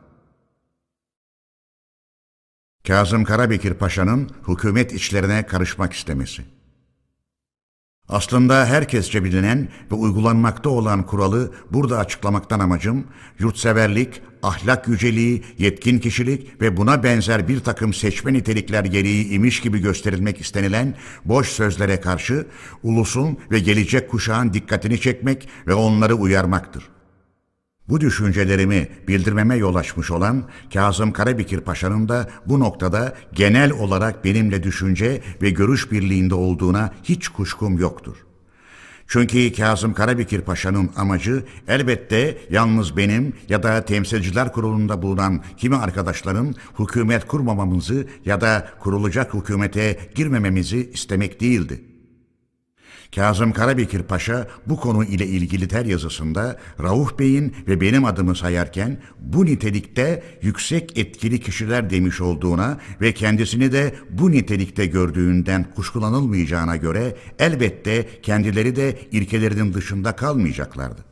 Kazım Karabekir Paşa'nın hükümet işlerine karışmak istemesi. Aslında herkesçe bilinen ve uygulanmakta olan kuralı burada açıklamaktan amacım, yurtseverlik, ahlak yüceliği, yetkin kişilik ve buna benzer bir takım seçme nitelikler gereği imiş gibi gösterilmek istenilen boş sözlere karşı ulusun ve gelecek kuşağın dikkatini çekmek ve onları uyarmaktır. Bu düşüncelerimi bildirmeme yol açmış olan Kazım Karabekir Paşa'nın da bu noktada genel olarak benimle düşünce ve görüş birliğinde olduğuna hiç kuşkum yoktur. Çünkü Kazım Karabekir Paşa'nın amacı elbette yalnız benim ya da Temsilciler Kurulu'nda bulunan kimi arkadaşların hükümet kurmamamızı ya da kurulacak hükümete girmememizi istemek değildi. Kazım Karabekir Paşa bu konu ile ilgili ter yazısında Rauf Bey'in ve benim adımı sayarken bu nitelikte yüksek etkili kişiler demiş olduğuna ve kendisini de bu nitelikte gördüğünden kuşkulanılmayacağına göre elbette kendileri de ilkelerinin dışında kalmayacaklardı.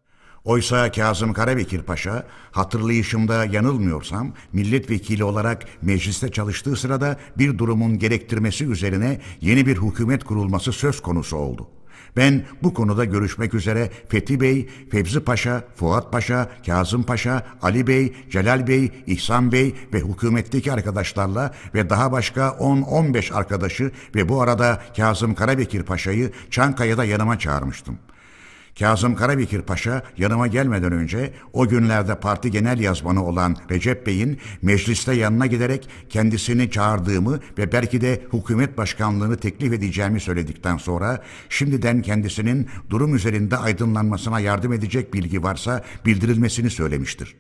Oysa Kazım Karabekir Paşa, hatırlayışımda yanılmıyorsam, milletvekili olarak mecliste çalıştığı sırada bir durumun gerektirmesi üzerine yeni bir hükümet kurulması söz konusu oldu. Ben bu konuda görüşmek üzere Fethi Bey, Fevzi Paşa, Fuat Paşa, Kazım Paşa, Ali Bey, Celal Bey, İhsan Bey ve hükümetteki arkadaşlarla ve daha başka on on beş arkadaşı ve bu arada Kazım Karabekir Paşa'yı Çankaya'da yanıma çağırmıştım. Kazım Karabekir Paşa yanıma gelmeden önce o günlerde parti genel yazmanı olan Recep Bey'in mecliste yanına giderek kendisini çağırdığımı ve belki de hükümet başkanlığını teklif edeceğimi söyledikten sonra şimdiden kendisinin durum üzerinde aydınlanmasına yardım edecek bilgi varsa bildirilmesini söylemiştir.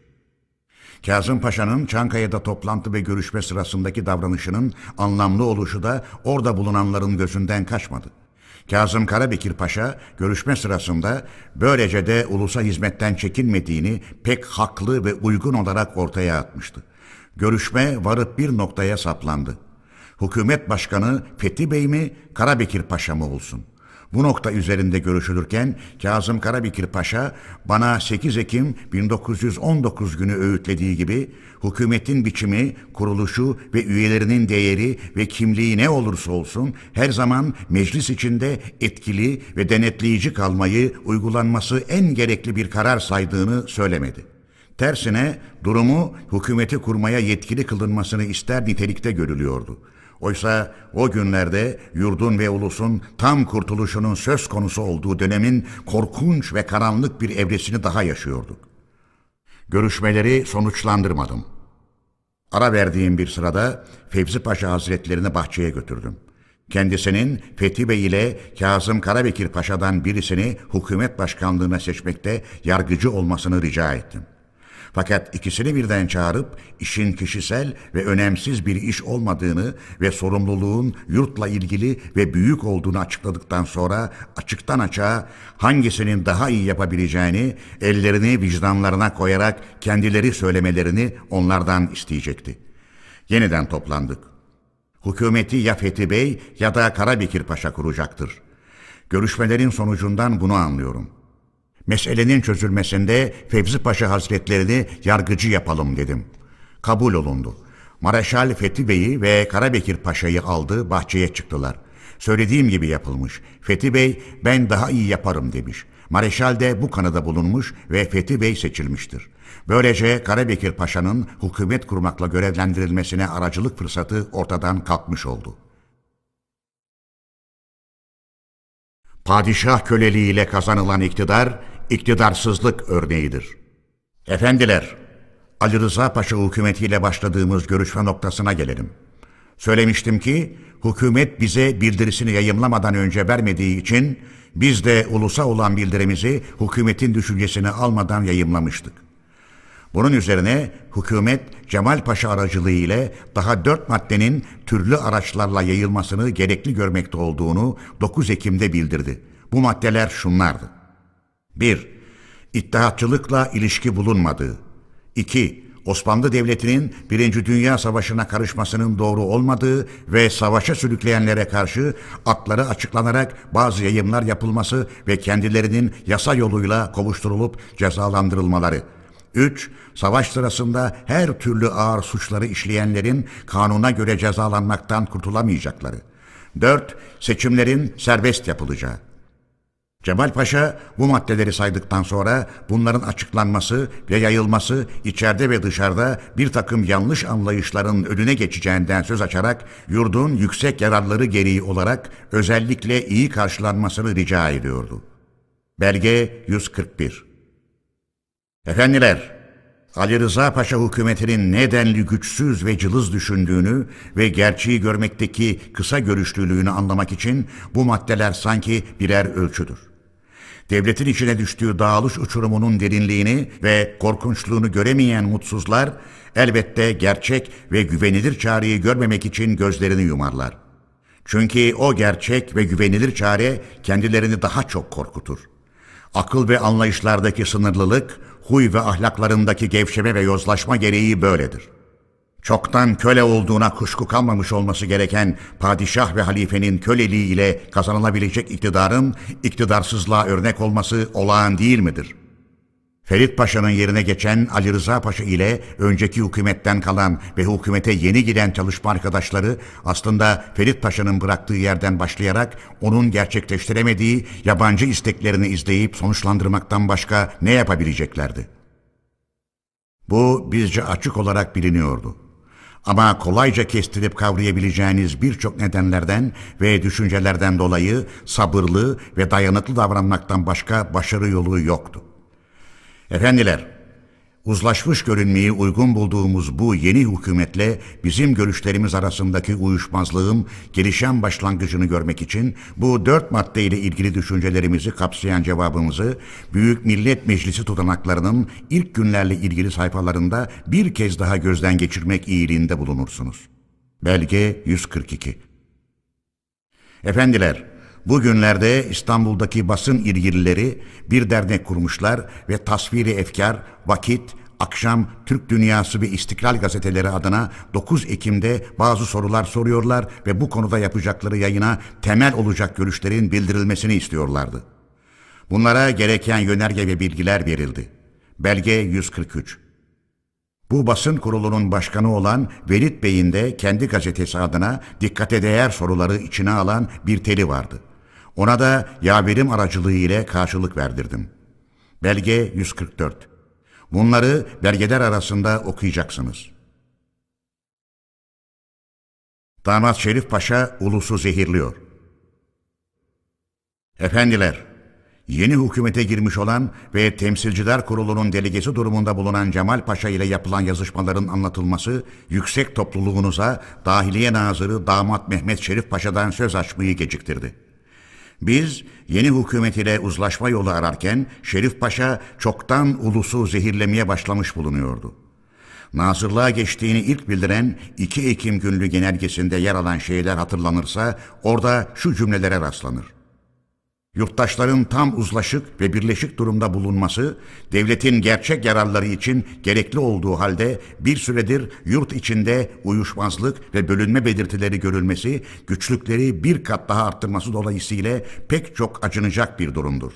Kazım Paşa'nın Çankaya'da toplantı ve görüşme sırasındaki davranışının anlamlı oluşu da orada bulunanların gözünden kaçmadı. Kazım Karabekir Paşa görüşme sırasında böylece de ulusa hizmetten çekinmediğini pek haklı ve uygun olarak ortaya atmıştı. Görüşme varıp bir noktaya saplandı. Hükümet Başkanı Fethi Bey mi, Karabekir Paşa mı olsun? Bu nokta üzerinde görüşülürken Kazım Karabekir Paşa bana sekiz Ekim bin dokuz yüz on dokuz günü öğütlediği gibi hükümetin biçimi, kuruluşu ve üyelerinin değeri ve kimliği ne olursa olsun her zaman meclis içinde etkili ve denetleyici kalmayı uygulanması en gerekli bir karar saydığını söylemedi. Tersine durumu hükümeti kurmaya yetkili kılınmasını ister nitelikte görülüyordu. Oysa o günlerde yurdun ve ulusun tam kurtuluşunun söz konusu olduğu dönemin korkunç ve karanlık bir evresini daha yaşıyorduk. Görüşmeleri sonuçlandırmadım. Ara verdiğim bir sırada Fevzi Paşa Hazretlerini bahçeye götürdüm. Kendisinin Fethi Bey ile Kazım Karabekir Paşa'dan birisini hükümet başkanlığına seçmekte yargıcı olmasını rica ettim. Fakat ikisini birden çağırıp işin kişisel ve önemsiz bir iş olmadığını ve sorumluluğun yurtla ilgili ve büyük olduğunu açıkladıktan sonra açıktan açığa hangisinin daha iyi yapabileceğini ellerini vicdanlarına koyarak kendileri söylemelerini onlardan isteyecekti. Yeniden toplandık. Hükümeti ya Fethi Bey ya da Karabekir Paşa kuracaktır. Görüşmelerin sonucundan bunu anlıyorum. Meselenin çözülmesinde Fevzi Paşa Hazretlerini yargıcı yapalım dedim. Kabul olundu. Mareşal Fethi Bey'i ve Karabekir Paşa'yı aldı, bahçeye çıktılar. Söylediğim gibi yapılmış. Fethi Bey ben daha iyi yaparım demiş. Mareşal de bu kanıda bulunmuş ve Fethi Bey seçilmiştir. Böylece Karabekir Paşa'nın hükümet kurmakla görevlendirilmesine aracılık fırsatı ortadan kalkmış oldu. Padişah köleliğiyle kazanılan iktidar, iktidarsızlık örneğidir. Efendiler, Ali Rıza Paşa hükümetiyle başladığımız görüşme noktasına gelelim. Söylemiştim ki, hükümet bize bildirisini yayımlamadan önce vermediği için, biz de ulusa olan bildirimizi hükümetin düşüncesini almadan yayımlamıştık. Bunun üzerine hükümet Cemal Paşa aracılığı ile daha dört maddenin türlü araçlarla yayılmasını gerekli görmekte olduğunu dokuz Ekim'de bildirdi. Bu maddeler şunlardı. bir İttihatçılıkla ilişki bulunmadığı. iki Osmanlı Devleti'nin Birinci Dünya Savaşı'na karışmasının doğru olmadığı ve savaşa sürükleyenlere karşı akları açıklanarak bazı yayımlar yapılması ve kendilerinin yasa yoluyla kovuşturulup cezalandırılmaları. üç Savaş sırasında her türlü ağır suçları işleyenlerin kanuna göre cezalanmaktan kurtulamayacakları. dört Seçimlerin serbest yapılacağı. Cemal Paşa bu maddeleri saydıktan sonra bunların açıklanması ve yayılması içeride ve dışarıda bir takım yanlış anlayışların önüne geçeceğinden söz açarak yurdun yüksek yararları gereği olarak özellikle iyi karşılanmasını rica ediyordu. Belge yüz kırk bir. Efendiler, Ali Rıza Paşa hükümetinin nedenli güçsüz ve cılız düşündüğünü ve gerçeği görmekteki kısa görüşlülüğünü anlamak için bu maddeler sanki birer ölçüdür. Devletin içine düştüğü dağılış uçurumunun derinliğini ve korkunçluğunu göremeyen mutsuzlar elbette gerçek ve güvenilir çareyi görmemek için gözlerini yumarlar. Çünkü o gerçek ve güvenilir çare kendilerini daha çok korkutur. Akıl ve anlayışlardaki sınırlılık, huy ve ahlaklarındaki gevşeme ve yozlaşma gereği böyledir. Çoktan köle olduğuna kuşku kalmamış olması gereken padişah ve halifenin köleliği ile kazanılabilecek iktidarın iktidarsızlığa örnek olması olağan değil midir? Ferit Paşa'nın yerine geçen Ali Rıza Paşa ile önceki hükümetten kalan ve hükümete yeni giden çalışma arkadaşları aslında Ferit Paşa'nın bıraktığı yerden başlayarak onun gerçekleştiremediği yabancı isteklerini izleyip sonuçlandırmaktan başka ne yapabileceklerdi? Bu bizce açık olarak biliniyordu. Ama kolayca kestirip kavrayabileceğiniz birçok nedenlerden ve düşüncelerden dolayı sabırlı ve dayanıklı davranmaktan başka başarı yolu yoktu. Efendiler, uzlaşmış görünmeyi uygun bulduğumuz bu yeni hükümetle bizim görüşlerimiz arasındaki uyuşmazlığın gelişen başlangıcını görmek için bu dört maddeyle ilgili düşüncelerimizi kapsayan cevabımızı Büyük Millet Meclisi tutanaklarının ilk günlerle ilgili sayfalarında bir kez daha gözden geçirmek iyiliğinde bulunursunuz. Belge yüz kırk iki. Efendiler, bugünlerde İstanbul'daki basın ilgilileri bir dernek kurmuşlar ve Tasviri Efkar, Vakit, Akşam, Türk Dünyası ve İstiklal gazeteleri adına dokuz Ekim'de bazı sorular soruyorlar ve bu konuda yapacakları yayına temel olacak görüşlerin bildirilmesini istiyorlardı. Bunlara gereken yönerge ve bilgiler verildi. Belge yüz kırk üç. Bu basın kurulunun başkanı olan Velit Bey'in de kendi gazetesi adına dikkate değer soruları içine alan bir teli vardı. Ona da yaverim aracılığı ile karşılık verdirdim. Belge yüz kırk dört. Bunları belgeler arasında okuyacaksınız. Damat Şerif Paşa ulusu zehirliyor. Efendiler, Yeni hükümete girmiş olan ve Temsilciler Kurulu'nun delegesi durumunda bulunan Cemal Paşa ile yapılan yazışmaların anlatılması, yüksek topluluğunuza Dahiliye Nazırı Damat Mehmet Şerif Paşa'dan söz açmayı geciktirdi. Biz yeni hükümet ile uzlaşma yolu ararken Şerif Paşa çoktan ulusu zehirlemeye başlamış bulunuyordu. Nazırlığa geçtiğini ilk bildiren iki Ekim günlü genelgesinde yer alan şeyler hatırlanırsa orada şu cümlelere rastlanır. Yurttaşların tam uzlaşık ve birleşik durumda bulunması, devletin gerçek yararları için gerekli olduğu halde bir süredir yurt içinde uyuşmazlık ve bölünme belirtileri görülmesi, güçlükleri bir kat daha arttırması dolayısıyla pek çok acınacak bir durumdur.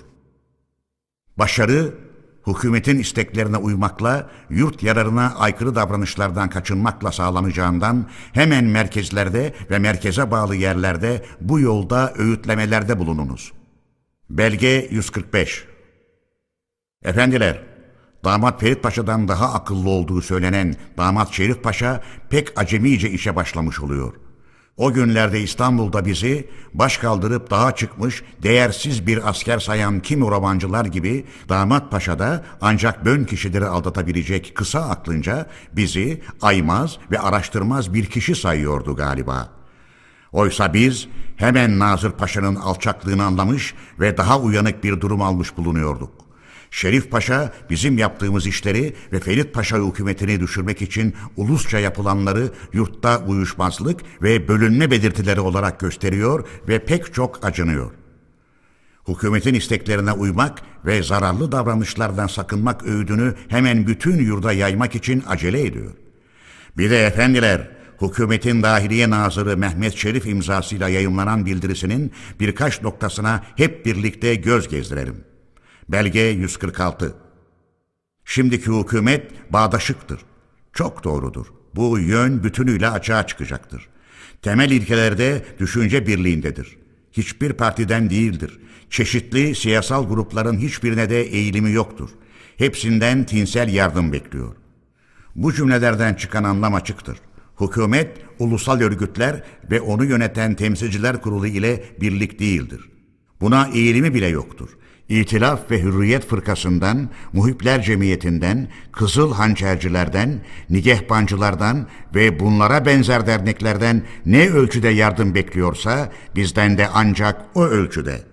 Başarı, hükümetin isteklerine uymakla, yurt yararına aykırı davranışlardan kaçınmakla sağlanacağından hemen merkezlerde ve merkeze bağlı yerlerde bu yolda öğütlemelerde bulununuz. Belge yüz kırk beş. Efendiler, Damat Ferit Paşa'dan daha akıllı olduğu söylenen Damat Şerif Paşa pek acemice işe başlamış oluyor. O günlerde İstanbul'da bizi baş kaldırıp dağa çıkmış değersiz bir asker sayan kimi romancılar gibi Damat Paşa da ancak bön kişileri aldatabilecek kısa aklınca bizi aymaz ve araştırmaz bir kişi sayıyordu galiba. Oysa biz hemen Nazır Paşa'nın alçaklığını anlamış ve daha uyanık bir durum almış bulunuyorduk. Şerif Paşa bizim yaptığımız işleri ve Ferit Paşa hükümetini düşürmek için ulusça yapılanları yurtta uyuşmazlık ve bölünme belirtileri olarak gösteriyor ve pek çok acınıyor. Hükümetin isteklerine uymak ve zararlı davranışlardan sakınmak öğüdünü hemen bütün yurda yaymak için acele ediyor. Bir de efendiler, hükümetin Dahiliye Nazırı Mehmet Şerif imzasıyla yayımlanan bildirisinin birkaç noktasına hep birlikte göz gezdirelim. Belge yüz kırk altı. Şimdiki hükümet bağdaşıktır. Çok doğrudur. Bu yön bütünüyle açığa çıkacaktır. Temel ilkelerde düşünce birliğindedir. Hiçbir partiden değildir. Çeşitli siyasal grupların hiçbirine de eğilimi yoktur. Hepsinden tinsel yardım bekliyor. Bu cümlelerden çıkan anlam açıktır. Hükümet, ulusal örgütler ve onu yöneten Temsilciler Kurulu ile birlik değildir. Buna eğilimi bile yoktur. İtilaf ve Hürriyet Fırkası'ndan, Muhipler Cemiyeti'nden, Kızıl Hançercilerden, Nigehbancılardan ve bunlara benzer derneklerden ne ölçüde yardım bekliyorsa bizden de ancak o ölçüde.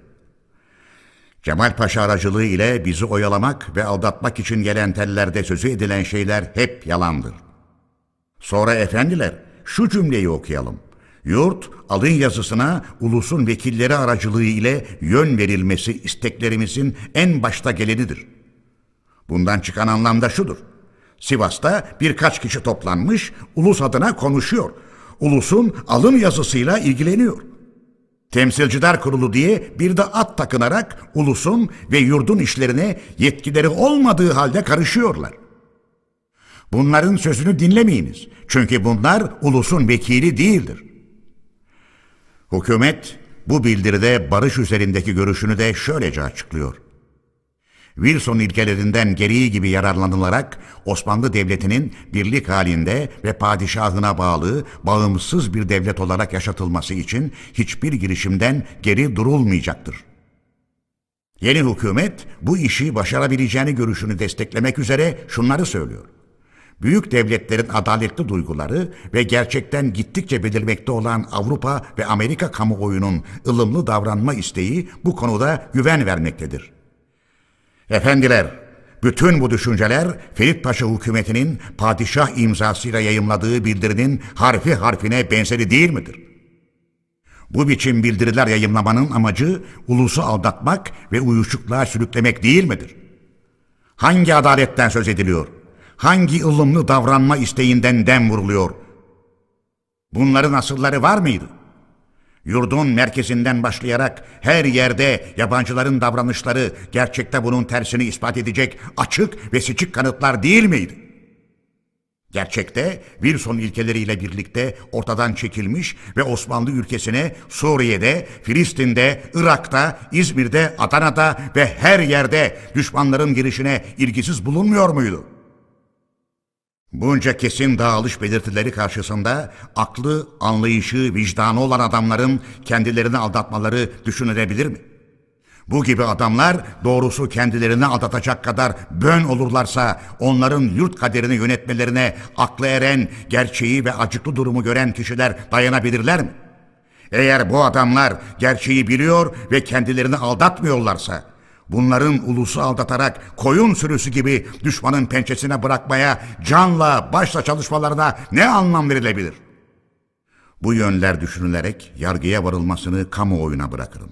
Cemal Paşa aracılığı ile bizi oyalamak ve aldatmak için gelen tellerde sözü edilen şeyler hep yalandır. Sonra efendiler şu cümleyi okuyalım. Yurt, alın yazısına ulusun vekilleri aracılığı ile yön verilmesi isteklerimizin en başta gelenidir. Bundan çıkan anlam da şudur. Sivas'ta birkaç kişi toplanmış, ulus adına konuşuyor. Ulusun alın yazısıyla ilgileniyor. Temsilciler Kurulu diye bir de at takınarak ulusun ve yurdun işlerine yetkileri olmadığı halde karışıyorlar. Bunların sözünü dinlemeyiniz. Çünkü bunlar ulusun vekili değildir. Hükümet bu bildiride barış üzerindeki görüşünü de şöylece açıklıyor. Wilson ilkelerinden gereği gibi yararlanılarak Osmanlı Devleti'nin birlik halinde ve padişahına bağlı, bağımsız bir devlet olarak yaşatılması için hiçbir girişimden geri durulmayacaktır. Yeni hükümet bu işi başarabileceğini görüşünü desteklemek üzere şunları söylüyor. Büyük devletlerin adaletli duyguları ve gerçekten gittikçe belirmekte olan Avrupa ve Amerika kamuoyunun ılımlı davranma isteği bu konuda güven vermektedir. Efendiler, bütün bu düşünceler Ferit Paşa hükümetinin padişah imzasıyla yayımladığı bildirinin harfi harfine benzeri değil midir? Bu biçim bildiriler yayımlamanın amacı ulusu aldatmak ve uyuşukluğa sürüklemek değil midir? Hangi adaletten söz ediliyor? Hangi ılımlı davranma isteğinden dem vuruluyor? Bunların asılları var mıydı? Yurdun merkezinden başlayarak her yerde yabancıların davranışları gerçekte bunun tersini ispat edecek açık ve seçik kanıtlar değil miydi? Gerçekte Wilson ilkeleriyle birlikte ortadan çekilmiş ve Osmanlı ülkesine Suriye'de, Filistin'de, Irak'ta, İzmir'de, Adana'da ve her yerde düşmanların girişine ilgisiz bulunmuyor muydu? Bunca kesin dağılış belirtileri karşısında aklı, anlayışı, vicdanı olan adamların kendilerini aldatmaları düşünülebilir mi? Bu gibi adamlar doğrusu kendilerini aldatacak kadar bön olurlarsa onların yurt kaderini yönetmelerine aklı eren, gerçeği ve acıklı durumu gören kişiler dayanabilirler mi? Eğer bu adamlar gerçeği biliyor ve kendilerini aldatmıyorlarsa, bunların ulusu aldatarak koyun sürüsü gibi düşmanın pençesine bırakmaya canla başla çalışmalarına ne anlam verilebilir? Bu yönler düşünülerek yargıya varılmasını kamuoyuna bırakırım.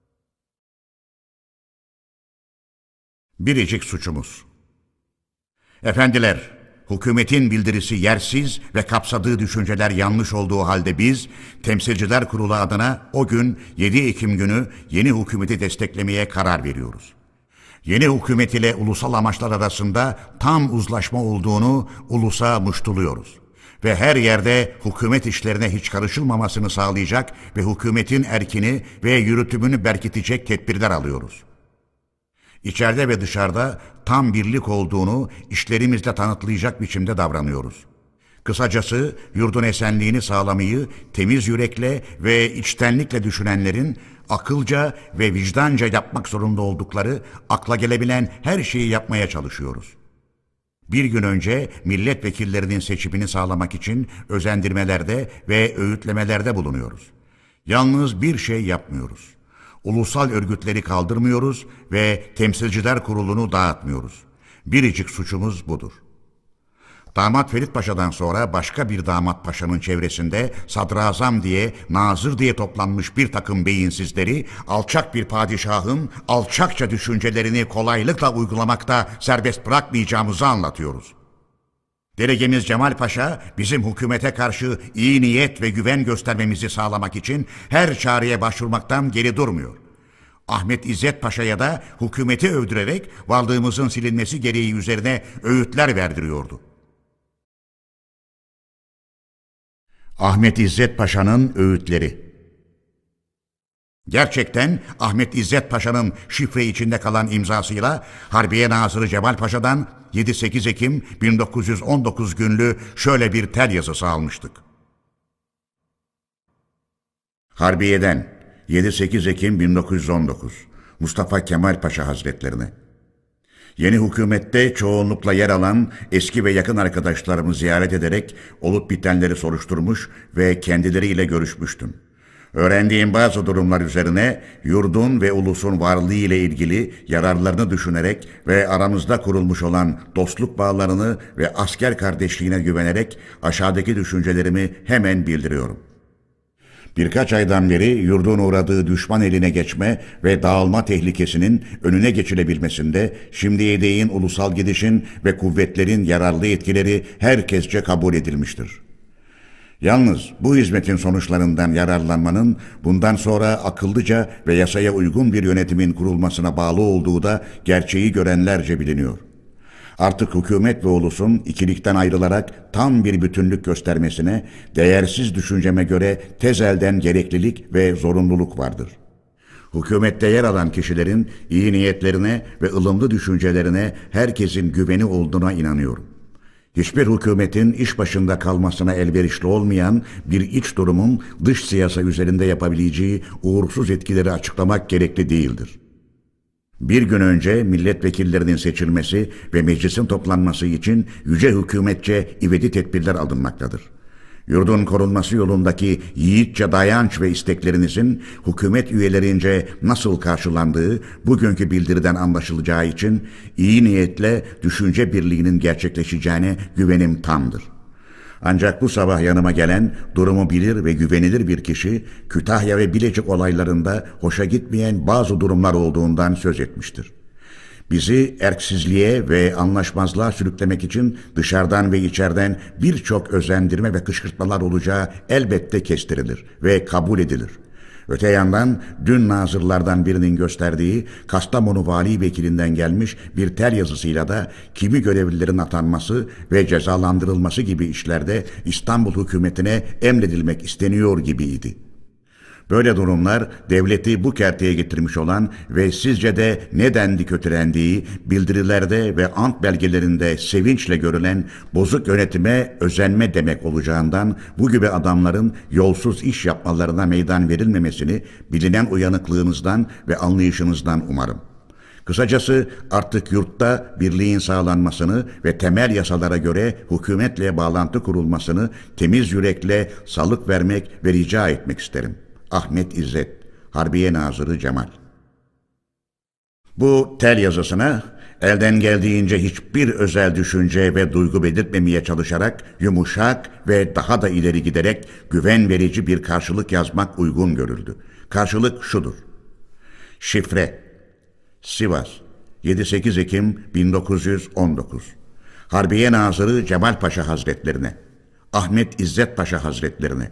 Biricik suçumuz. Efendiler, hükümetin bildirisi yersiz ve kapsadığı düşünceler yanlış olduğu halde biz, Temsilciler Kurulu adına o gün yedi Ekim günü yeni hükümeti desteklemeye karar veriyoruz. Yeni hükümet ile ulusal amaçlar arasında tam uzlaşma olduğunu ulusa muştuluyoruz. Ve her yerde hükümet işlerine hiç karışılmamasını sağlayacak ve hükümetin erkini ve yürütümünü berkitecek tedbirler alıyoruz. İçeride ve dışarıda tam birlik olduğunu işlerimizle tanıtlayacak biçimde davranıyoruz. Kısacası yurdun esenliğini sağlamayı temiz yürekle ve içtenlikle düşünenlerin akılca ve vicdanca yapmak zorunda oldukları akla gelebilen her şeyi yapmaya çalışıyoruz. Bir gün önce milletvekillerinin seçimini sağlamak için özendirmelerde ve öğütlemelerde bulunuyoruz. Yalnız bir şey yapmıyoruz. Ulusal örgütleri kaldırmıyoruz ve Temsilciler Kurulu'nu dağıtmıyoruz. Biricik suçumuz budur. Damat Ferit Paşa'dan sonra başka bir damat paşanın çevresinde sadrazam diye, nazır diye toplanmış bir takım beyinsizleri, alçak bir padişahın alçakça düşüncelerini kolaylıkla uygulamakta serbest bırakmayacağımızı anlatıyoruz. Delegemiz Cemal Paşa, bizim hükümete karşı iyi niyet ve güven göstermemizi sağlamak için her çareye başvurmaktan geri durmuyor. Ahmet İzzet Paşa'ya da hükümeti övdürerek varlığımızın silinmesi gereği üzerine öğütler verdiriyordu. Ahmet İzzet Paşa'nın öğütleri. Gerçekten Ahmet İzzet Paşa'nın şifre içinde kalan imzasıyla Harbiye Nazırı Cemal Paşa'dan yedi sekiz Ekim bin dokuz yüz on dokuz günlü şöyle bir tel yazısı almıştık. Harbiye'den yedi sekiz Ekim bin dokuz yüz on dokuz Mustafa Kemal Paşa Hazretlerine. Yeni hükümette çoğunlukla yer alan eski ve yakın arkadaşlarımı ziyaret ederek olup bitenleri soruşturmuş ve kendileriyle görüşmüştüm. Öğrendiğim bazı durumlar üzerine yurdun ve ulusun varlığı ile ilgili yararlarını düşünerek ve aramızda kurulmuş olan dostluk bağlarını ve asker kardeşliğine güvenerek aşağıdaki düşüncelerimi hemen bildiriyorum. Birkaç aydan beri yurdun uğradığı düşman eline geçme ve dağılma tehlikesinin önüne geçilebilmesinde şimdiye değin ulusal gidişin ve kuvvetlerin yararlı etkileri herkesçe kabul edilmiştir. Yalnız bu hizmetin sonuçlarından yararlanmanın bundan sonra akıllıca ve yasaya uygun bir yönetimin kurulmasına bağlı olduğu da gerçeği görenlerce biliniyor. Artık hükümet ve ulusun ikilikten ayrılarak tam bir bütünlük göstermesine değersiz düşünceme göre tezelden gereklilik ve zorunluluk vardır. Hükümette yer alan kişilerin iyi niyetlerine ve ılımlı düşüncelerine herkesin güveni olduğuna inanıyorum. Hiçbir hükümetin iş başında kalmasına elverişli olmayan bir iç durumun dış siyasa üzerinde yapabileceği uğursuz etkileri açıklamak gerekli değildir. Bir gün önce milletvekillerinin seçilmesi ve meclisin toplanması için yüce hükümetçe ivedi tedbirler alınmaktadır. Yurdun korunması yolundaki yiğitçe dayanç ve isteklerinizin hükümet üyelerince nasıl karşılandığı bugünkü bildiriden anlaşılacağı için iyi niyetle düşünce birliğinin gerçekleşeceğine güvenim tamdır. Ancak bu sabah yanıma gelen durumu bilir ve güvenilir bir kişi Kütahya ve Bilecik olaylarında hoşa gitmeyen bazı durumlar olduğundan söz etmiştir. Bizi erksizliğe ve anlaşmazlığa sürüklemek için dışarıdan ve içeriden birçok özendirme ve kışkırtmalar olacağı elbette kestirilir ve kabul edilir. Öte yandan dün nazırlardan birinin gösterdiği Kastamonu Vali Vekilinden gelmiş bir tel yazısıyla da kimi görevlilerin atanması ve cezalandırılması gibi işlerde İstanbul hükümetine emredilmek isteniyor gibiydi. Böyle durumlar devleti bu kerteye getirmiş olan ve sizce de nedendi kötülendiği bildirilerde ve ant belgelerinde sevinçle görülen bozuk yönetime özenme demek olacağından bu gibi adamların yolsuz iş yapmalarına meydan verilmemesini bilinen uyanıklığınızdan ve anlayışınızdan umarım. Kısacası artık yurtta birliğin sağlanmasını ve temel yasalara göre hükümetle bağlantı kurulmasını temiz yürekle salık vermek ve rica etmek isterim. Ahmet İzzet, Harbiye Nazırı Cemal. Bu tel yazısına elden geldiğince hiçbir özel düşünce ve duygu belirtmemeye çalışarak yumuşak ve daha da ileri giderek güven verici bir karşılık yazmak uygun görüldü. Karşılık şudur. Şifre Sivas, yedi sekiz Ekim bin dokuz yüz on dokuz. Harbiye Nazırı Cemal Paşa Hazretlerine, Ahmet İzzet Paşa Hazretlerine.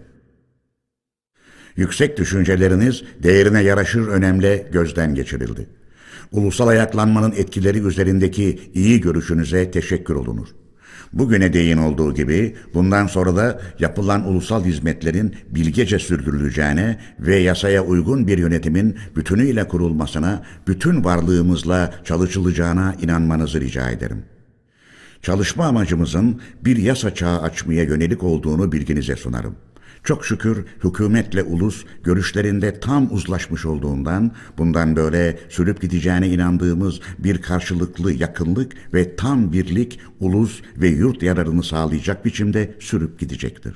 Yüksek düşünceleriniz değerine yaraşır önemle gözden geçirildi. Ulusal ayaklanmanın etkileri üzerindeki iyi görüşünüze teşekkür olunur. Bugüne değin olduğu gibi bundan sonra da yapılan ulusal hizmetlerin bilgece sürdürüleceğine ve yasaya uygun bir yönetimin bütünüyle kurulmasına bütün varlığımızla çalışılacağına inanmanızı rica ederim. Çalışma amacımızın bir yasa çağı açmaya yönelik olduğunu bilginize sunarım. Çok şükür hükümetle ulus görüşlerinde tam uzlaşmış olduğundan bundan böyle sürüp gideceğine inandığımız bir karşılıklı yakınlık ve tam birlik ulus ve yurt yararını sağlayacak biçimde sürüp gidecektir.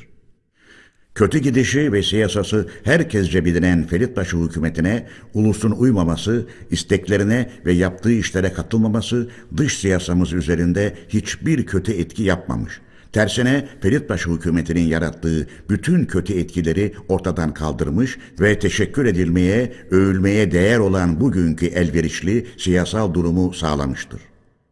Kötü gidişi ve siyasası herkesce bilinen Feritpaşa hükümetine ulusun uymaması, isteklerine ve yaptığı işlere katılmaması dış siyasamız üzerinde hiçbir kötü etki yapmamış. Tersine Feritpaşa hükümetinin yarattığı bütün kötü etkileri ortadan kaldırmış ve teşekkür edilmeye, övülmeye değer olan bugünkü elverişli siyasal durumu sağlamıştır.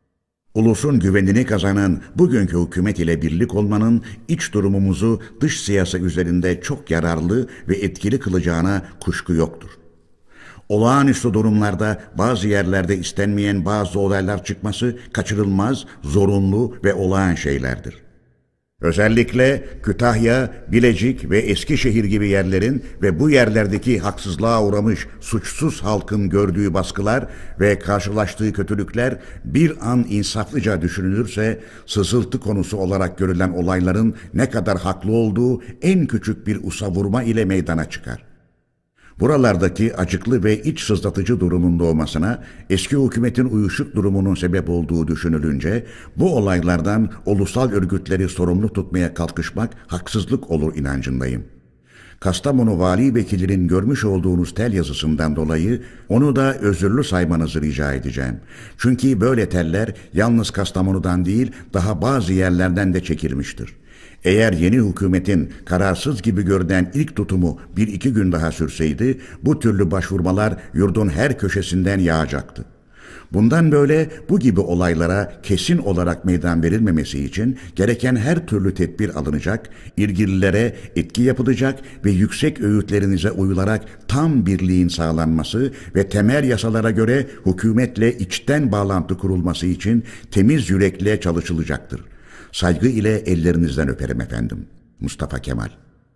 Ulusun güvenini kazanan bugünkü hükümet ile birlik olmanın iç durumumuzu dış siyasa üzerinde çok yararlı ve etkili kılacağına kuşku yoktur. Olağanüstü durumlarda bazı yerlerde istenmeyen bazı olaylar çıkması kaçırılmaz, zorunlu ve olağan şeylerdir. Özellikle Kütahya, Bilecik ve Eskişehir gibi yerlerin ve bu yerlerdeki haksızlığa uğramış suçsuz halkın gördüğü baskılar ve karşılaştığı kötülükler bir an insaflıca düşünülürse sızıltı konusu olarak görülen olayların ne kadar haklı olduğu en küçük bir usavurma ile meydana çıkar. Buralardaki acıklı ve iç sızlatıcı durumun doğmasına eski hükümetin uyuşuk durumunun sebep olduğu düşünülünce bu olaylardan ulusal örgütleri sorumlu tutmaya kalkışmak haksızlık olur inancındayım. Kastamonu Vali Vekilinin görmüş olduğunuz tel yazısından dolayı onu da özürlü saymanızı rica edeceğim. Çünkü böyle teller yalnız Kastamonu'dan değil daha bazı yerlerden de çekilmiştir. Eğer yeni hükümetin kararsız gibi görünen ilk tutumu bir iki gün daha sürseydi, bu türlü başvurmalar yurdun her köşesinden yağacaktı. Bundan böyle bu gibi olaylara kesin olarak meydan verilmemesi için gereken her türlü tedbir alınacak, ilgililere etki yapılacak ve yüksek öğütlerinize uyularak tam birliğin sağlanması ve temel yasalara göre hükümetle içten bağlantı kurulması için temiz yürekle çalışılacaktır. Saygı ile ellerinizden öperim efendim. Mustafa Kemal.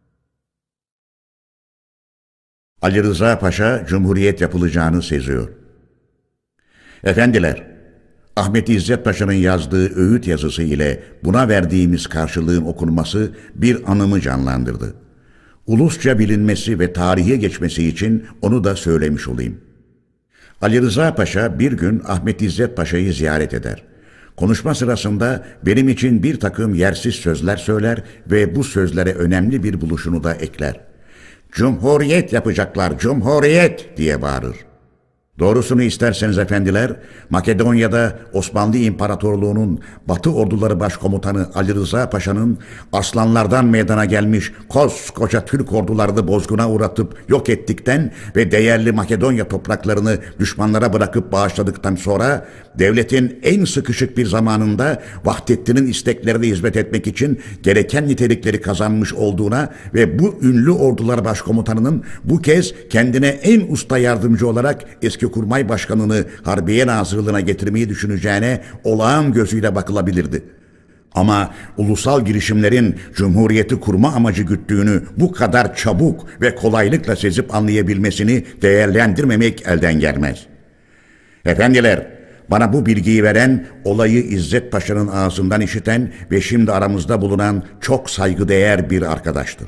Ali Rıza Paşa Cumhuriyet yapılacağını seziyor. Efendiler, Ahmet İzzet Paşa'nın yazdığı öğüt yazısı ile buna verdiğimiz karşılığın okunması bir anımı canlandırdı. Ulusça bilinmesi ve tarihe geçmesi için onu da söylemiş olayım. Ali Rıza Paşa bir gün Ahmet İzzet Paşa'yı ziyaret eder. Konuşma sırasında benim için bir takım yersiz sözler söyler ve bu sözlere önemli bir buluşunu da ekler. "Cumhuriyet yapacaklar, cumhuriyet!" diye bağırır. Doğrusunu isterseniz efendiler, Makedonya'da Osmanlı İmparatorluğu'nun Batı Orduları Başkomutanı Ali Rıza Paşa'nın aslanlardan meydana gelmiş koskoca Türk ordularını bozguna uğratıp yok ettikten ve değerli Makedonya topraklarını düşmanlara bırakıp bağışladıktan sonra devletin en sıkışık bir zamanında Vahdettin'in isteklerine hizmet etmek için gereken nitelikleri kazanmış olduğuna ve bu ünlü ordular başkomutanının bu kez kendine en usta yardımcı olarak eski Kurmay Başkanı'nı Harbiye Nazırlığına getirmeyi düşüneceğine olağan gözüyle bakılabilirdi. Ama ulusal girişimlerin Cumhuriyeti kurma amacı güttüğünü bu kadar çabuk ve kolaylıkla sezip anlayabilmesini değerlendirmemek elden gelmez. Efendiler, bana bu bilgiyi veren, olayı İzzet Paşa'nın ağzından işiten ve şimdi aramızda bulunan çok saygıdeğer bir arkadaştır.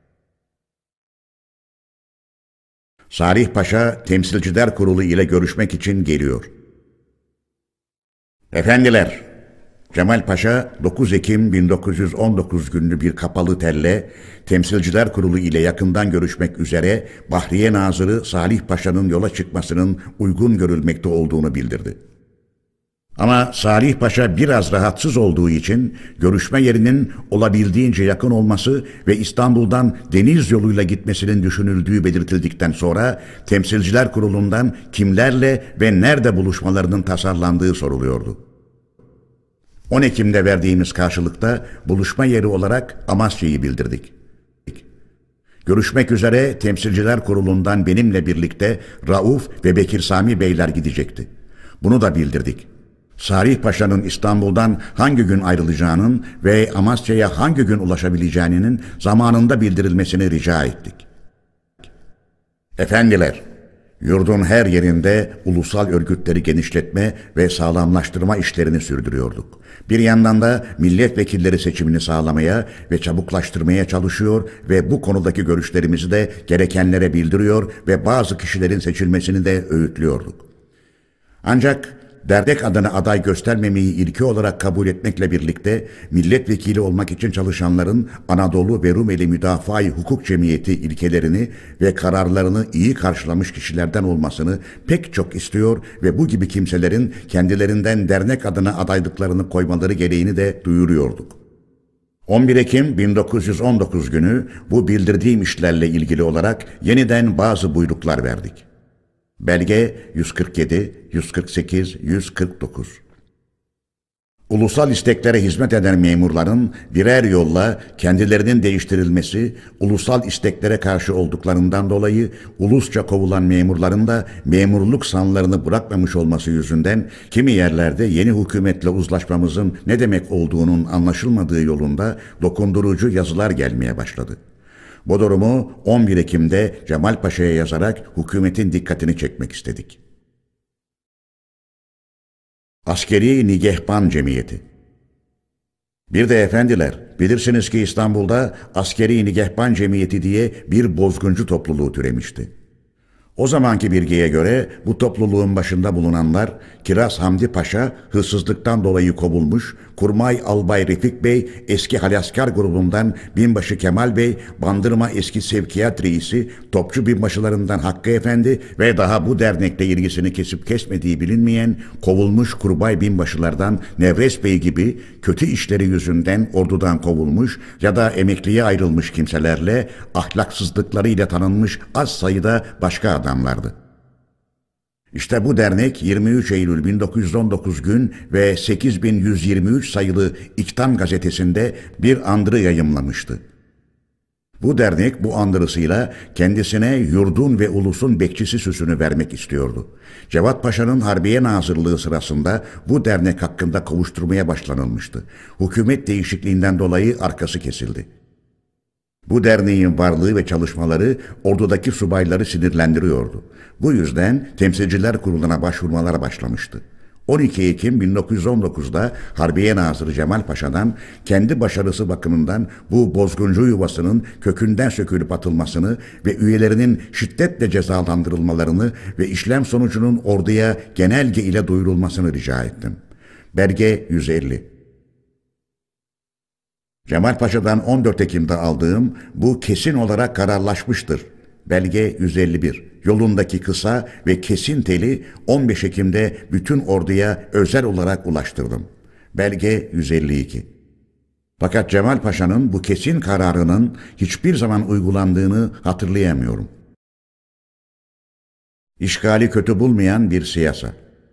Salih Paşa, Temsilciler Kurulu ile görüşmek için geliyor. Efendiler, Cemal Paşa dokuz Ekim bin dokuz yüz on dokuz günlü bir kapalı telle Temsilciler Kurulu ile yakından görüşmek üzere Bahriye Nazırı Salih Paşa'nın yola çıkmasının uygun görülmekte olduğunu bildirdi. Ama Salih Paşa biraz rahatsız olduğu için görüşme yerinin olabildiğince yakın olması ve İstanbul'dan deniz yoluyla gitmesinin düşünüldüğü belirtildikten sonra Temsilciler Kurulu'ndan kimlerle ve nerede buluşmalarının tasarlandığı soruluyordu. on Ekim'de verdiğimiz karşılıkta buluşma yeri olarak Amasya'yı bildirdik. Görüşmek üzere Temsilciler Kurulu'ndan benimle birlikte Rauf ve Bekir Sami Beyler gidecekti. Bunu da bildirdik. Salih Paşa'nın İstanbul'dan hangi gün ayrılacağının ve Amasya'ya hangi gün ulaşabileceğinin zamanında bildirilmesini rica ettik. Efendiler, yurdun her yerinde ulusal örgütleri genişletme ve sağlamlaştırma işlerini sürdürüyorduk. Bir yandan da milletvekilleri seçimini sağlamaya ve çabuklaştırmaya çalışıyor ve bu konudaki görüşlerimizi de gerekenlere bildiriyor ve bazı kişilerin seçilmesini de öğütlüyorduk. Ancak derdek adına aday göstermemeyi ilke olarak kabul etmekle birlikte milletvekili olmak için çalışanların Anadolu ve Rumeli Müdafaa-i Hukuk Cemiyeti ilkelerini ve kararlarını iyi karşılamış kişilerden olmasını pek çok istiyor ve bu gibi kimselerin kendilerinden dernek adına adaylıklarını koymaları gereğini de duyuruyorduk. on bir Ekim bin dokuz yüz on dokuz günü bu bildirdiğim işlerle ilgili olarak yeniden bazı buyruklar verdik. Belge yüz kırk yedi, yüz kırk sekiz, yüz kırk dokuz. Ulusal isteklere hizmet eden memurların birer yolla kendilerinin değiştirilmesi, ulusal isteklere karşı olduklarından dolayı ulusça kovulan memurların da memurluk sanlarını bırakmamış olması yüzünden kimi yerlerde yeni hükümetle uzlaşmamızın ne demek olduğunun anlaşılmadığı yolunda dokundurucu yazılar gelmeye başladı. Bu durumu on bir Ekim'de Cemal Paşa'ya yazarak hükümetin dikkatini çekmek istedik. Askeri Nigehban Cemiyeti. Bir de efendiler, bilirsiniz ki İstanbul'da Askeri Nigehban Cemiyeti diye bir bozguncu topluluğu türemişti. O zamanki bilgiye göre bu topluluğun başında bulunanlar Kiraz Hamdi Paşa hırsızlıktan dolayı kovulmuş, Kurmay Albay Refik Bey eski Halaskar grubundan Binbaşı Kemal Bey, Bandırma eski Sevkiyat Reisi, Topçu Binbaşılarından Hakkı Efendi ve daha bu dernekle ilgisini kesip kesmediği bilinmeyen kovulmuş Kurbay Binbaşılardan Nevres Bey gibi kötü işleri yüzünden ordudan kovulmuş ya da emekliye ayrılmış kimselerle ahlaksızlıklarıyla tanınmış az sayıda başka adamlardı. İşte bu dernek yirmi üç Eylül bin dokuz yüz on dokuz gün ve sekiz bin yüz yirmi üç sayılı İktam gazetesinde bir andırı yayımlamıştı. Bu dernek bu andırısıyla kendisine yurdun ve ulusun bekçisi süsünü vermek istiyordu. Cevat Paşa'nın Harbiye Nazırlığı sırasında bu dernek hakkında kovuşturmaya başlanılmıştı. Hükümet değişikliğinden dolayı arkası kesildi. Bu derneğin varlığı ve çalışmaları ordudaki subayları sinirlendiriyordu. Bu yüzden Temsilciler Kurulu'na başvurmalar başlamıştı. on iki Ekim bin dokuz yüz on dokuz'da Harbiye Nazırı Cemal Paşa'dan kendi başarısı bakımından bu bozguncu yuvasının kökünden sökülüp atılmasını ve üyelerinin şiddetle cezalandırılmalarını ve işlem sonucunun orduya genelge ile duyurulmasını rica ettim. Belge yüz elli. Cemal Paşa'dan on dört Ekim'de aldığım bu kesin olarak kararlaşmıştır. Belge yüz elli bir. Yolundaki kısa ve kesin teli on beş Ekim'de bütün orduya özel olarak ulaştırdım. Belge yüz elli iki. Fakat Cemal Paşa'nın bu kesin kararının hiçbir zaman uygulandığını hatırlayamıyorum. İşgali kötü bulmayan bir siyasa.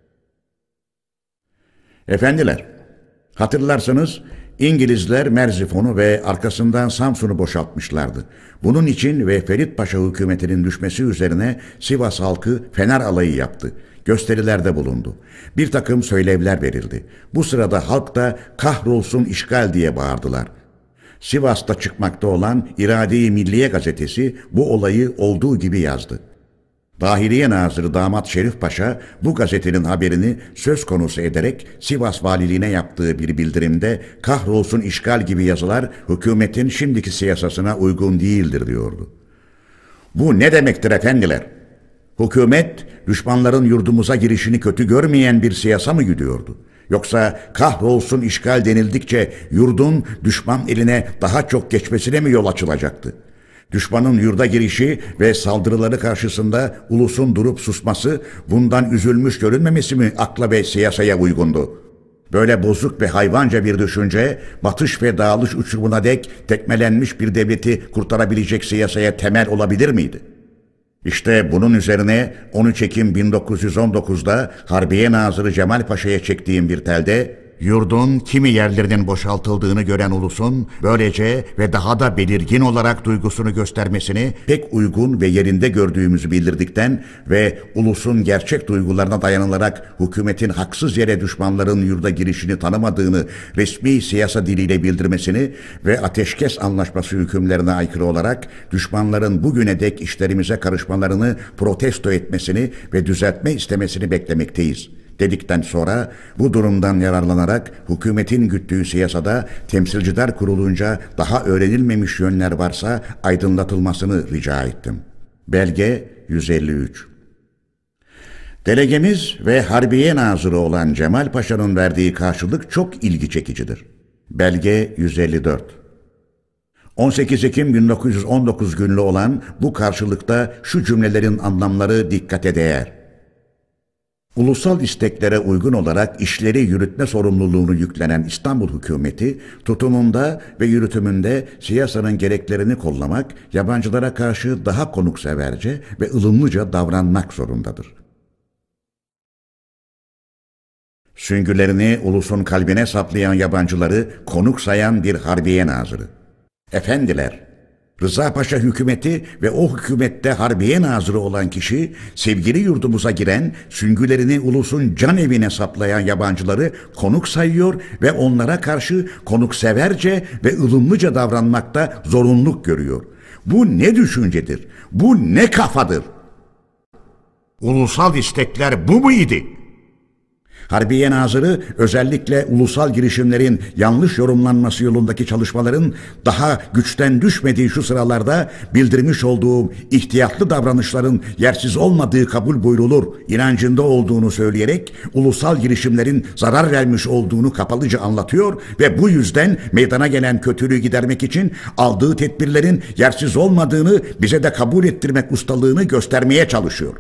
Efendiler, hatırlarsanız İngilizler Merzifon'u ve arkasından Samsun'u boşaltmışlardı. Bunun için ve Ferit Paşa hükümetinin düşmesi üzerine Sivas halkı Fener alayı yaptı. Gösterilerde bulundu. Bir takım söylevler verildi. Bu sırada halk da kahrolsun işgal diye bağırdılar. Sivas'ta çıkmakta olan İrade-i Milliye gazetesi bu olayı olduğu gibi yazdı. Dahiliye Nazırı Damat Şerif Paşa bu gazetenin haberini söz konusu ederek Sivas Valiliğine yaptığı bir bildirimde kahrolsun işgal gibi yazılar hükümetin şimdiki siyasasına uygun değildir diyordu. Bu ne demektir efendiler? Hükümet düşmanların yurdumuza girişini kötü görmeyen bir siyasa mı güdüyordu? Yoksa kahrolsun işgal denildikçe yurdun düşman eline daha çok geçmesine mi yol açılacaktı? Düşmanın yurda girişi ve saldırıları karşısında ulusun durup susması, bundan üzülmüş görünmemesi mi akla ve siyasaya uygundu? Böyle bozuk ve hayvanca bir düşünce, batış ve dağılış uçurumuna dek tekmelenmiş bir devleti kurtarabilecek siyasaya temel olabilir miydi? İşte bunun üzerine on üç Ekim bin dokuz yüz on dokuz'da Harbiye Nazırı Cemal Paşa'ya çektiğim bir telde, yurdun kimi yerlerinin boşaltıldığını gören ulusun böylece ve daha da belirgin olarak duygusunu göstermesini pek uygun ve yerinde gördüğümüzü bildirdikten ve ulusun gerçek duygularına dayanılarak hükümetin haksız yere düşmanların yurda girişini tanımadığını resmi siyasa diliyle bildirmesini ve ateşkes anlaşması hükümlerine aykırı olarak düşmanların bugüne dek işlerimize karışmalarını protesto etmesini ve düzeltme istemesini beklemekteyiz dedikten sonra bu durumdan yararlanarak hükümetin güttüğü siyasada temsilciler kurulunca daha öğrenilmemiş yönler varsa aydınlatılmasını rica ettim. Belge yüz elli üç. Delegemiz ve Harbiye Nazırı olan Cemal Paşa'nın verdiği karşılık çok ilgi çekicidir. Belge yüz elli dört. on sekiz Ekim bin dokuz yüz on dokuz günlü olan bu karşılıkta şu cümlelerin anlamları dikkate değer. Ulusal isteklere uygun olarak işleri yürütme sorumluluğunu yüklenen İstanbul hükümeti, tutumunda ve yürütümünde siyasanın gereklerini kollamak, yabancılara karşı daha konukseverce ve ılımlıca davranmak zorundadır. Süngülerini ulusun kalbine saplayan yabancıları konuk sayan bir Harbiye Nazırı. Efendiler, Rıza Paşa hükümeti ve o hükümette Harbiye Nazırı olan kişi, sevgili yurdumuza giren, süngülerini ulusun can evine saplayan yabancıları konuk sayıyor ve onlara karşı konukseverce ve ılımlıca davranmakta zorunluluk görüyor. Bu ne düşüncedir? Bu ne kafadır? Ulusal istekler bu muydu? Harbiye Nazırı özellikle ulusal girişimlerin yanlış yorumlanması yolundaki çalışmaların daha güçten düşmediği şu sıralarda bildirmiş olduğum ihtiyatlı davranışların yersiz olmadığı kabul buyrulur inancında olduğunu söyleyerek ulusal girişimlerin zarar vermiş olduğunu kapalıca anlatıyor ve bu yüzden meydana gelen kötülüğü gidermek için aldığı tedbirlerin yersiz olmadığını bize de kabul ettirmek ustalığını göstermeye çalışıyor.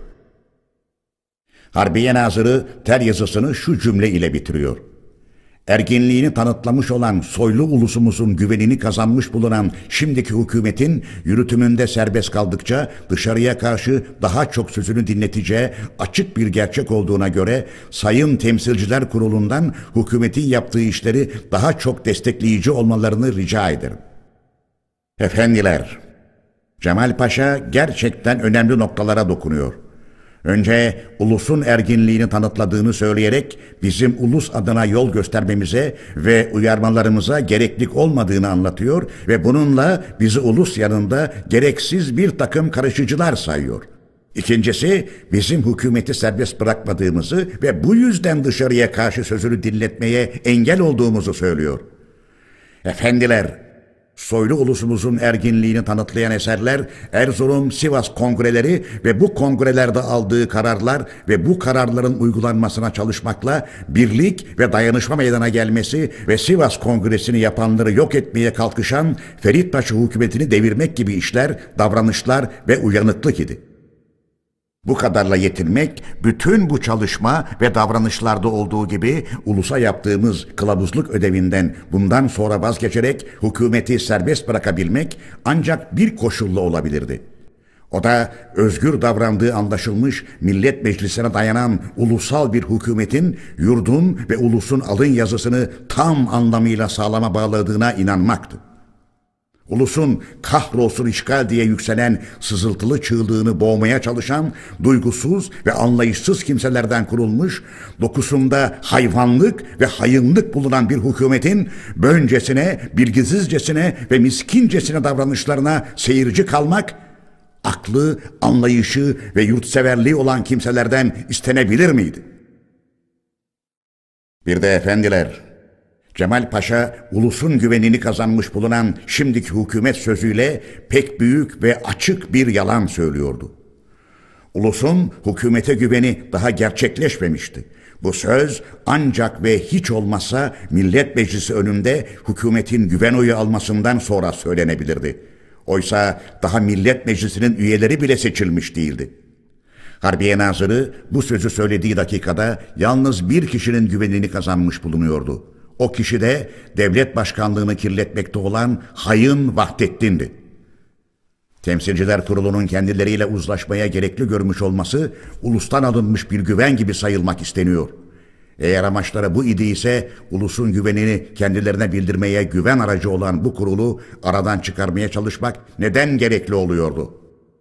Harbiye Nazırı ter yazısını şu cümle ile bitiriyor. Erginliğini tanıtlamış olan soylu ulusumuzun güvenini kazanmış bulunan şimdiki hükümetin yürütümünde serbest kaldıkça dışarıya karşı daha çok sözünü dinleteceği açık bir gerçek olduğuna göre Sayın Temsilciler Kurulu'ndan hükümetin yaptığı işleri daha çok destekleyici olmalarını rica ederim. Efendiler, Cemal Paşa gerçekten önemli noktalara dokunuyor. Önce ulusun erginliğini tanıtladığını söyleyerek bizim ulus adına yol göstermemize ve uyarmalarımıza gereklik olmadığını anlatıyor ve bununla bizi ulus yanında gereksiz bir takım karışıcılar sayıyor. İkincisi, bizim hükümeti serbest bırakmadığımızı ve bu yüzden dışarıya karşı sözünü dinletmeye engel olduğumuzu söylüyor. Efendiler, soylu ulusumuzun erginliğini tanıtlayan eserler, Erzurum, Sivas kongreleri ve bu kongrelerde aldığı kararlar ve bu kararların uygulanmasına çalışmakla birlik ve dayanışma meydana gelmesi ve Sivas kongresini yapanları yok etmeye kalkışan Ferit Paşa hükümetini devirmek gibi işler, davranışlar ve uyanıklık idi. Bu kadarla yetinmek, bütün bu çalışma ve davranışlarda olduğu gibi ulusa yaptığımız kılavuzluk ödevinden bundan sonra vazgeçerek hükümeti serbest bırakabilmek ancak bir koşulla olabilirdi. O da özgür davrandığı anlaşılmış Millet Meclisi'ne dayanan ulusal bir hükümetin yurdun ve ulusun alın yazısını tam anlamıyla sağlama bağladığına inanmaktı. Ulusun kahrolsun işgal diye yükselen sızıltılı çığlığını boğmaya çalışan duygusuz ve anlayışsız kimselerden kurulmuş, dokusunda hayvanlık ve hayınlık bulunan bir hükümetin böncesine, bilgisizcesine ve miskincesine davranışlarına seyirci kalmak, aklı, anlayışı ve yurtseverliği olan kimselerden istenebilir miydi? Bir de efendiler, Cemal Paşa, ulusun güvenini kazanmış bulunan şimdiki hükümet sözüyle pek büyük ve açık bir yalan söylüyordu. Ulusun hükümete güveni daha gerçekleşmemişti. Bu söz ancak ve hiç olmazsa Millet Meclisi önünde hükümetin güven oyu almasından sonra söylenebilirdi. Oysa daha Millet Meclisi'nin üyeleri bile seçilmiş değildi. Harbiye Nazırı bu sözü söylediği dakikada yalnız bir kişinin güvenini kazanmış bulunuyordu. O kişi de devlet başkanlığını kirletmekte olan hain Vahdettin'di. Temsilciler Kurulu'nun kendileriyle uzlaşmaya gerekli görmüş olması ulustan alınmış bir güven gibi sayılmak isteniyor. Eğer amaçları bu idi ise ulusun güvenini kendilerine bildirmeye güven aracı olan bu kurulu aradan çıkarmaya çalışmak neden gerekli oluyordu?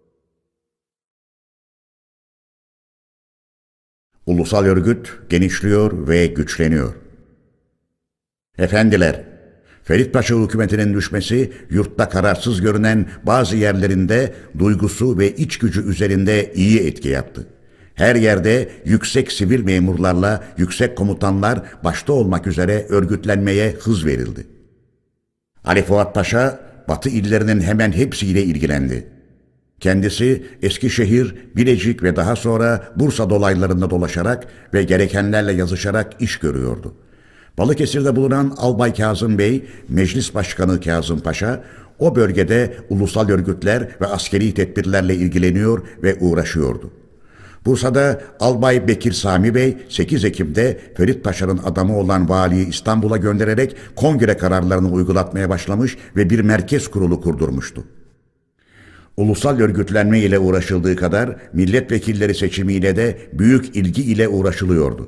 Ulusal örgüt genişliyor ve güçleniyor. Efendiler, Ferit Paşa hükümetinin düşmesi, yurtta kararsız görünen bazı yerlerinde duygusu ve iç gücü üzerinde iyi etki yaptı. Her yerde yüksek sivil memurlarla yüksek komutanlar başta olmak üzere örgütlenmeye hız verildi. Ali Fuat Paşa, Batı illerinin hemen hepsiyle ilgilendi. Kendisi Eskişehir, Bilecik ve daha sonra Bursa dolaylarında dolaşarak ve gerekenlerle yazışarak iş görüyordu. Balıkesir'de bulunan Albay Kazım Bey, Meclis Başkanı Kazım Paşa, o bölgede ulusal örgütler ve askeri tedbirlerle ilgileniyor ve uğraşıyordu. Bursa'da Albay Bekir Sami Bey, sekiz Ekim'de Ferit Paşa'nın adamı olan valiyi İstanbul'a göndererek kongre kararlarını uygulatmaya başlamış ve bir merkez kurulu kurdurmuştu. Ulusal örgütlenme ile uğraşıldığı kadar milletvekilleri seçimiyle de büyük ilgi ile uğraşılıyordu.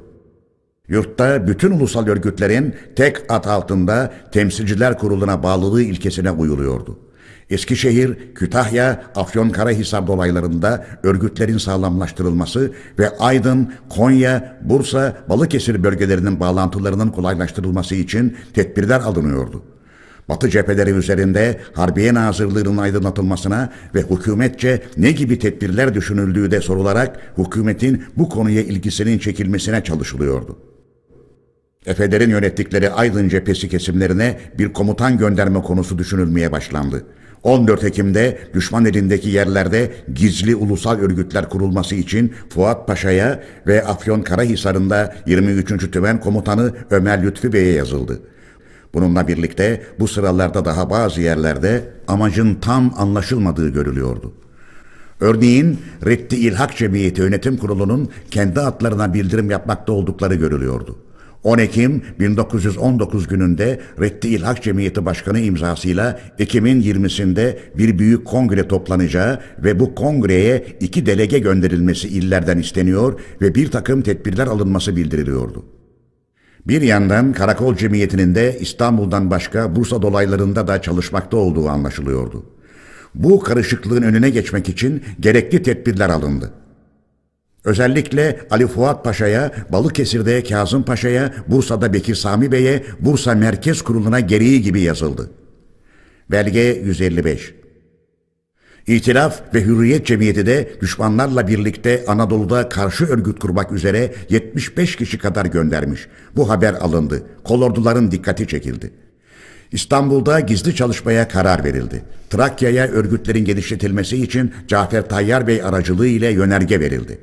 Yurtta bütün ulusal örgütlerin tek ad altında Temsilciler Kurulu'na bağlılığı ilkesine uyuluyordu. Eskişehir, Kütahya, Afyonkarahisar dolaylarında örgütlerin sağlamlaştırılması ve Aydın, Konya, Bursa, Balıkesir bölgelerinin bağlantılarının kolaylaştırılması için tedbirler alınıyordu. Batı cepheleri üzerinde Harbiye Nazırlığı'nın aydınlatılmasına ve hükümetçe ne gibi tedbirler düşünüldüğü de sorularak hükümetin bu konuya ilgisinin çekilmesine çalışılıyordu. Efelerin yönettikleri Aydın cephesi kesimlerine bir komutan gönderme konusu düşünülmeye başlandı. on dört Ekim'de düşman elindeki yerlerde gizli ulusal örgütler kurulması için Fuat Paşa'ya ve Afyonkarahisar'ında yirmi üçüncü Tümen Komutanı Ömer Lütfi Bey'e yazıldı. Bununla birlikte bu sıralarda daha bazı yerlerde amacın tam anlaşılmadığı görülüyordu. Örneğin Reddi İlhak Cemiyeti Yönetim Kurulu'nun kendi adlarına bildirim yapmakta oldukları görülüyordu. on Ekim bin dokuz yüz on dokuz gününde Reddi İlhak Cemiyeti Başkanı imzasıyla Ekim'in yirmisinde bir büyük kongre toplanacağı ve bu kongreye iki delege gönderilmesi illerden isteniyor ve bir takım tedbirler alınması bildiriliyordu. Bir yandan Karakol Cemiyeti'nin de İstanbul'dan başka Bursa dolaylarında da çalışmakta olduğu anlaşılıyordu. Bu karışıklığın önüne geçmek için gerekli tedbirler alındı. Özellikle Ali Fuat Paşa'ya, Balıkesir'de Kazım Paşa'ya, Bursa'da Bekir Sami Bey'e, Bursa Merkez Kurulu'na gereği gibi yazıldı. Belge yüz elli beş. İtilaf ve Hürriyet Cemiyeti de düşmanlarla birlikte Anadolu'da karşı örgüt kurmak üzere yetmiş beş kişi kadar göndermiş. Bu haber alındı. Kolorduların dikkati çekildi. İstanbul'da gizli çalışmaya karar verildi. Trakya'ya örgütlerin genişletilmesi için Cafer Tayyar Bey aracılığı ile yönerge verildi.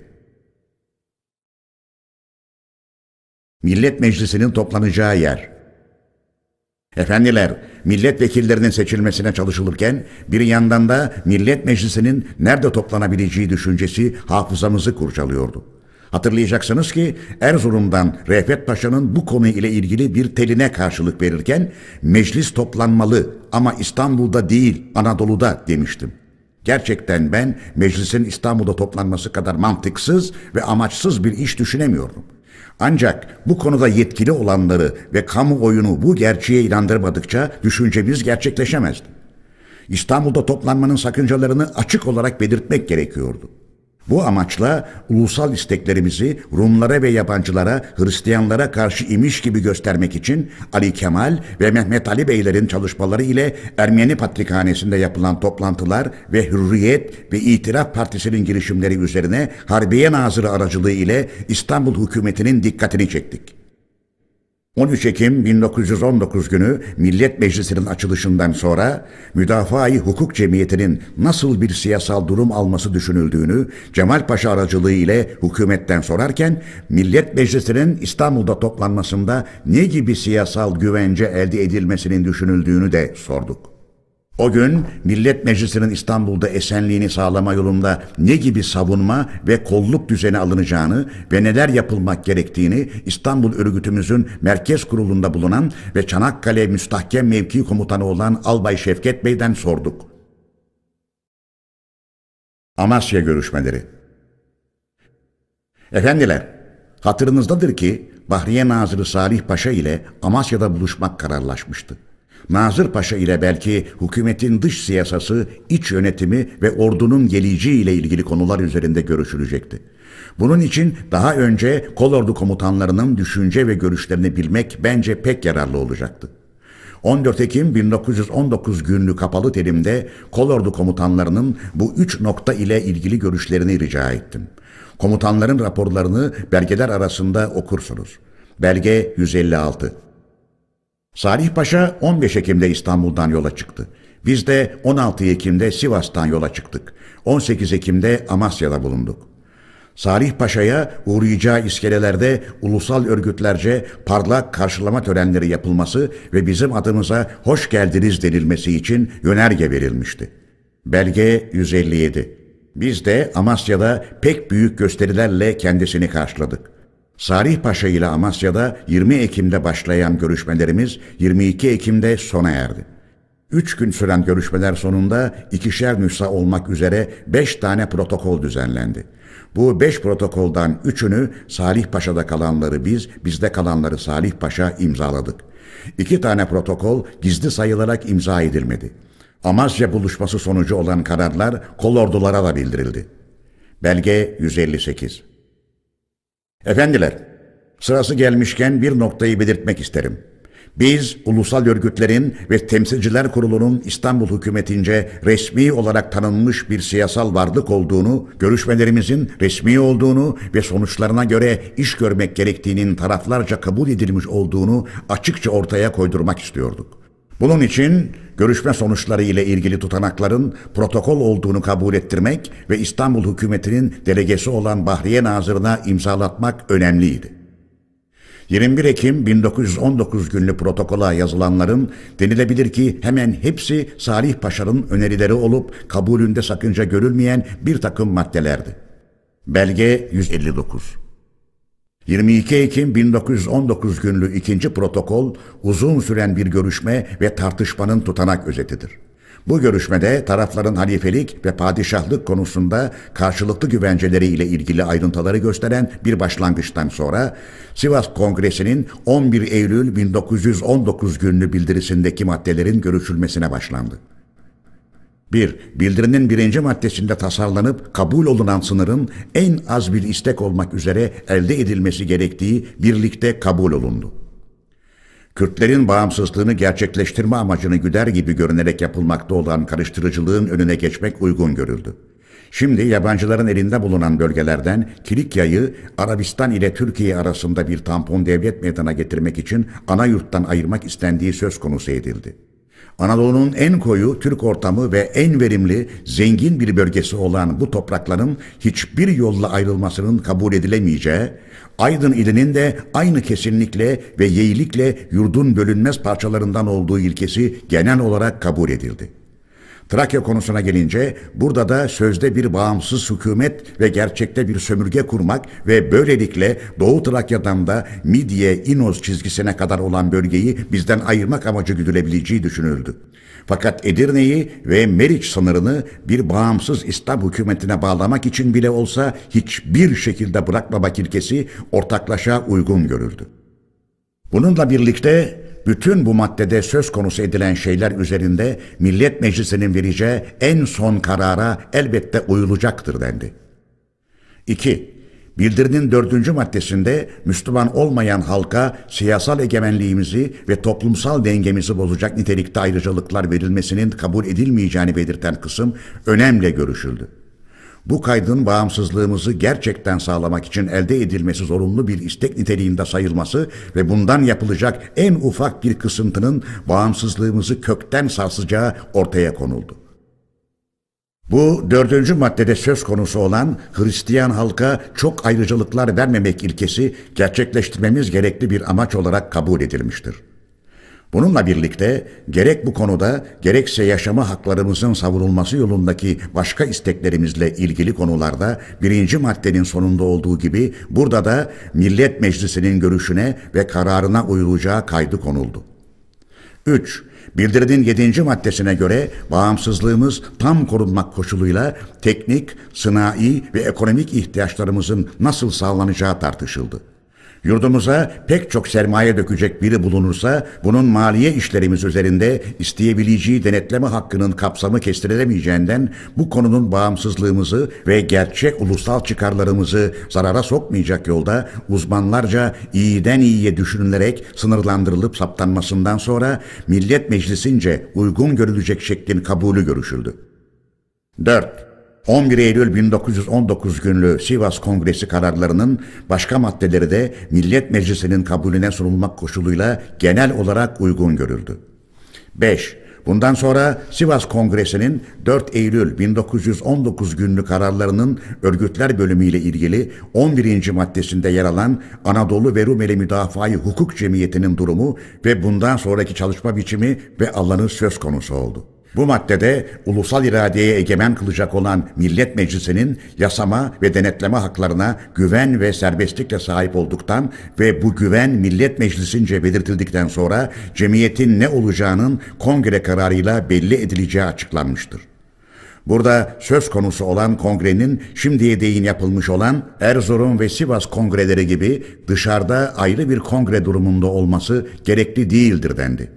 Millet Meclisi'nin toplanacağı yer. Efendiler, milletvekillerinin seçilmesine çalışılırken bir yandan da Millet Meclisi'nin nerede toplanabileceği düşüncesi hafızamızı kurcalıyordu. Hatırlayacaksınız ki Erzurum'dan Refet Paşa'nın bu konu ile ilgili bir teline karşılık verirken meclis toplanmalı ama İstanbul'da değil Anadolu'da demiştim. Gerçekten ben meclisin İstanbul'da toplanması kadar mantıksız ve amaçsız bir iş düşünemiyordum. Ancak bu konuda yetkili olanları ve kamuoyunu bu gerçeğe inandırmadıkça düşüncemiz gerçekleşemezdi. İstanbul'da toplanmanın sakıncalarını açık olarak belirtmek gerekiyordu. Bu amaçla ulusal isteklerimizi Rumlara ve yabancılara, Hristiyanlara karşı imiş gibi göstermek için Ali Kemal ve Mehmet Ali Beylerin çalışmaları ile Ermeni Patrikhanesi'nde yapılan toplantılar ve Hürriyet ve İtilaf Partisi'nin girişimleri üzerine Harbiye Nazırı aracılığı ile İstanbul hükümetinin dikkatini çektik. on üç Ekim bin dokuz yüz on dokuz günü Millet Meclisi'nin açılışından sonra Müdafaa-i Hukuk Cemiyeti'nin nasıl bir siyasal durum alması düşünüldüğünü Cemal Paşa aracılığı ile hükümetten sorarken Millet Meclisi'nin İstanbul'da toplanmasında ne gibi siyasal güvence elde edilmesinin düşünüldüğünü de sorduk. O gün Millet Meclisi'nin İstanbul'da esenliğini sağlama yolunda ne gibi savunma ve kolluk düzeni alınacağını ve neler yapılmak gerektiğini İstanbul Örgütümüzün merkez kurulunda bulunan ve Çanakkale Müstahkem Mevki Komutanı olan Albay Şevket Bey'den sorduk. Amasya görüşmeleri. Efendiler, hatırınızdadır ki Bahriye Nazırı Salih Paşa ile Amasya'da buluşmak kararlaşmıştı. Nazır Paşa ile belki hükümetin dış siyasası, iç yönetimi ve ordunun geleceği ile ilgili konular üzerinde görüşülecekti. Bunun için daha önce kolordu komutanlarının düşünce ve görüşlerini bilmek bence pek yararlı olacaktı. on dört Ekim bin dokuz yüz on dokuz günlü kapalı terimde kolordu komutanlarının bu üç nokta ile ilgili görüşlerini rica ettim. Komutanların raporlarını belgeler arasında okursunuz. Belge yüz elli altı. Salih Paşa on beş Ekim'de İstanbul'dan yola çıktı. Biz de on altı Ekim'de Sivas'tan yola çıktık. on sekiz Ekim'de Amasya'da bulunduk. Salih Paşa'ya uğrayacağı iskelelerde ulusal örgütlerce parlak karşılama törenleri yapılması ve bizim adımıza hoş geldiniz denilmesi için yönerge verilmişti. Belge yüz elli yedi. Biz de Amasya'da pek büyük gösterilerle kendisini karşıladık. Salih Paşa ile Amasya'da yirmi Ekim'de başlayan görüşmelerimiz yirmi iki Ekim'de sona erdi. Üç gün süren görüşmeler sonunda ikişer nüsha olmak üzere beş tane protokol düzenlendi. Bu beş protokoldan üçünü Salih Paşa'da kalanları biz, bizde kalanları Salih Paşa imzaladık. İki tane protokol gizli sayılarak imza edilmedi. Amasya buluşması sonucu olan kararlar kolordulara da bildirildi. Belge yüz elli sekiz. Efendiler, sırası gelmişken bir noktayı belirtmek isterim. Biz, ulusal örgütlerin ve Temsilciler Kurulu'nun İstanbul hükümetince resmi olarak tanınmış bir siyasal varlık olduğunu, görüşmelerimizin resmi olduğunu ve sonuçlarına göre iş görmek gerektiğinin taraflarca kabul edilmiş olduğunu açıkça ortaya koydurmak istiyorduk. Bunun için görüşme sonuçları ile ilgili tutanakların protokol olduğunu kabul ettirmek ve İstanbul hükümetinin delegesi olan Bahriye Nazırı'na imzalatmak önemliydi. yirmi bir Ekim bin dokuz yüz on dokuz günlü protokola yazılanların denilebilir ki hemen hepsi Salih Paşa'nın önerileri olup kabulünde sakınca görülmeyen bir takım maddelerdi. Belge yüz elli dokuz. yirmi iki Ekim bin dokuz yüz on dokuz günlü ikinci protokol uzun süren bir görüşme ve tartışmanın tutanak özetidir. Bu görüşmede tarafların halifelik ve padişahlık konusunda karşılıklı güvenceleri ile ilgili ayrıntıları gösteren bir başlangıçtan sonra Sivas Kongresi'nin on bir Eylül bin dokuz yüz on dokuz günlü bildirisindeki maddelerin görüşülmesine başlandı. bir. Bildirinin birinci maddesinde tasarlanıp kabul olunan sınırın en az bir istek olmak üzere elde edilmesi gerektiği birlikte kabul olundu. Kürtlerin bağımsızlığını gerçekleştirme amacını güder gibi görünerek yapılmakta olan karıştırıcılığın önüne geçmek uygun görüldü. Şimdi yabancıların elinde bulunan bölgelerden Kilikya'yı Arabistan ile Türkiye arasında bir tampon devlet meydana getirmek için ana yurttan ayırmak istendiği söz konusu edildi. Anadolu'nun en koyu Türk ortamı ve en verimli, zengin bir bölgesi olan bu toprakların hiçbir yolla ayrılmasının kabul edilemeyeceği, Aydın ilinin de aynı kesinlikle ve yeğlikle yurdun bölünmez parçalarından olduğu ilkesi genel olarak kabul edildi. Trakya konusuna gelince burada da sözde bir bağımsız hükümet ve gerçekte bir sömürge kurmak ve böylelikle Doğu Trakya'dan da Midye, İnoz çizgisine kadar olan bölgeyi bizden ayırmak amacı güdülebileceği düşünüldü. Fakat Edirne'yi ve Meriç sınırını bir bağımsız İslam hükümetine bağlamak için bile olsa hiçbir şekilde bırakmamak ilkesi ortaklaşa uygun görüldü. Bununla birlikte Bütün bu maddede söz konusu edilen şeyler üzerinde Millet Meclisi'nin vereceği en son karara elbette uyulacaktır dendi. İki. Bildirinin dördüncü maddesinde Müslüman olmayan halka siyasal egemenliğimizi ve toplumsal dengemizi bozacak nitelikte ayrıcalıklar verilmesinin kabul edilmeyeceğini belirten kısım önemli görüşüldü. Bu kaydın bağımsızlığımızı gerçekten sağlamak için elde edilmesi zorunlu bir istek niteliğinde sayılması ve bundan yapılacak en ufak bir kısıntının bağımsızlığımızı kökten sarsacağı ortaya konuldu. Bu dördüncü maddede söz konusu olan Hristiyan halka çok ayrıcalıklar vermemek ilkesi gerçekleştirmemiz gerekli bir amaç olarak kabul edilmiştir. Bununla birlikte gerek bu konuda gerekse yaşama haklarımızın savunulması yolundaki başka isteklerimizle ilgili konularda birinci maddenin sonunda olduğu gibi burada da Millet Meclisi'nin görüşüne ve kararına uyulacağı kaydı konuldu. üç. Bildirinin yedinci maddesine göre bağımsızlığımız tam korunmak koşuluyla teknik, sınai ve ekonomik ihtiyaçlarımızın nasıl sağlanacağı tartışıldı. Yurdumuza pek çok sermaye dökecek biri bulunursa bunun maliye işlerimiz üzerinde isteyebileceği denetleme hakkının kapsamı kestirilemeyeceğinden bu konunun bağımsızlığımızı ve gerçek ulusal çıkarlarımızı zarara sokmayacak yolda uzmanlarca iyiden iyiye düşünülerek sınırlandırılıp saptanmasından sonra Millet Meclisi'nce uygun görülecek şeklin kabulü görüşüldü. dört. on bir Eylül bin dokuz yüz on dokuz günlü Sivas Kongresi kararlarının başka maddeleri de Millet Meclisi'nin kabulüne sunulmak koşuluyla genel olarak uygun görüldü. beş. Bundan sonra Sivas Kongresi'nin dört Eylül bin dokuz yüz on dokuz günlü kararlarının örgütler bölümüyle ilgili on birinci maddesinde yer alan Anadolu ve Rumeli Müdafaa-i Hukuk Cemiyeti'nin durumu ve bundan sonraki çalışma biçimi ve alanı söz konusu oldu. Bu maddede ulusal iradeye egemen kılacak olan Millet Meclisi'nin yasama ve denetleme haklarına güven ve serbestlikle sahip olduktan ve bu güven Millet Meclisi'nce belirtildikten sonra cemiyetin ne olacağının kongre kararıyla belli edileceği açıklanmıştır. Burada söz konusu olan kongrenin şimdiye değin yapılmış olan Erzurum ve Sivas kongreleri gibi dışarıda ayrı bir kongre durumunda olması gerekli değildir dendi.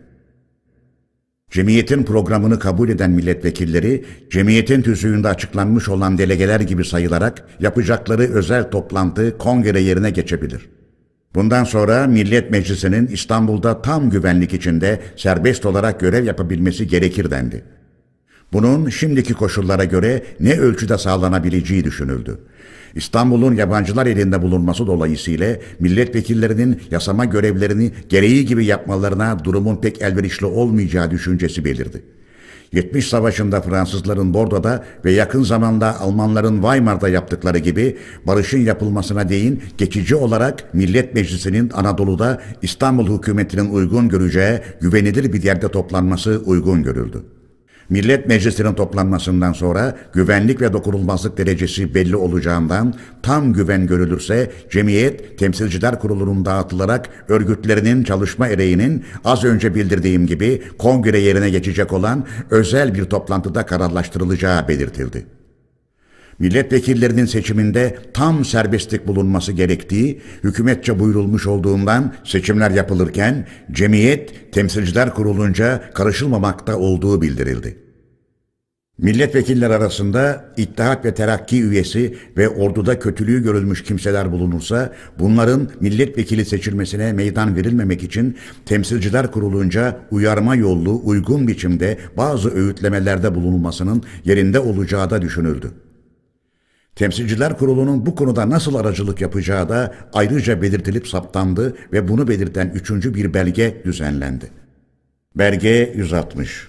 Cemiyetin programını kabul eden milletvekilleri, cemiyetin tüzüğünde açıklanmış olan delegeler gibi sayılarak yapacakları özel toplantı kongre yerine geçebilir. Bundan sonra Millet Meclisi'nin İstanbul'da tam güvenlik içinde serbest olarak görev yapabilmesi gerekir dendi. Bunun şimdiki koşullara göre ne ölçüde sağlanabileceği düşünüldü. İstanbul'un yabancılar elinde bulunması dolayısıyla milletvekillerinin yasama görevlerini gereği gibi yapmalarına durumun pek elverişli olmayacağı düşüncesi belirdi. yetmiş Savaşı'nda Fransızların Bordo'da ve yakın zamanda Almanların Weimar'da yaptıkları gibi barışın yapılmasına değin geçici olarak Millet Meclisi'nin Anadolu'da İstanbul hükümetinin uygun göreceği güvenilir bir yerde toplanması uygun görüldü. Millet Meclisi'nin toplanmasından sonra güvenlik ve dokunulmazlık derecesi belli olacağından tam güven görülürse cemiyet Temsilciler Kurulu'nun dağıtılarak örgütlerinin çalışma ereğinin az önce bildirdiğim gibi kongre yerine geçecek olan özel bir toplantıda kararlaştırılacağı belirtildi. Milletvekillerinin seçiminde tam serbestlik bulunması gerektiği hükümetçe buyurulmuş olduğundan seçimler yapılırken cemiyet Temsilciler Kurulu'nca karışılmamakta olduğu bildirildi. Milletvekiller arasında İttihat ve Terakki üyesi ve orduda kötülüğü görülmüş kimseler bulunursa bunların milletvekili seçilmesine meydan verilmemek için Temsilciler Kurulu'nca uyarma yollu uygun biçimde bazı öğütlemelerde bulunulmasının yerinde olacağı da düşünüldü. Temsilciler Kurulu'nun bu konuda nasıl aracılık yapacağı da ayrıca belirtilip saptandı ve bunu belirten üçüncü bir belge düzenlendi. Belge yüz altmış.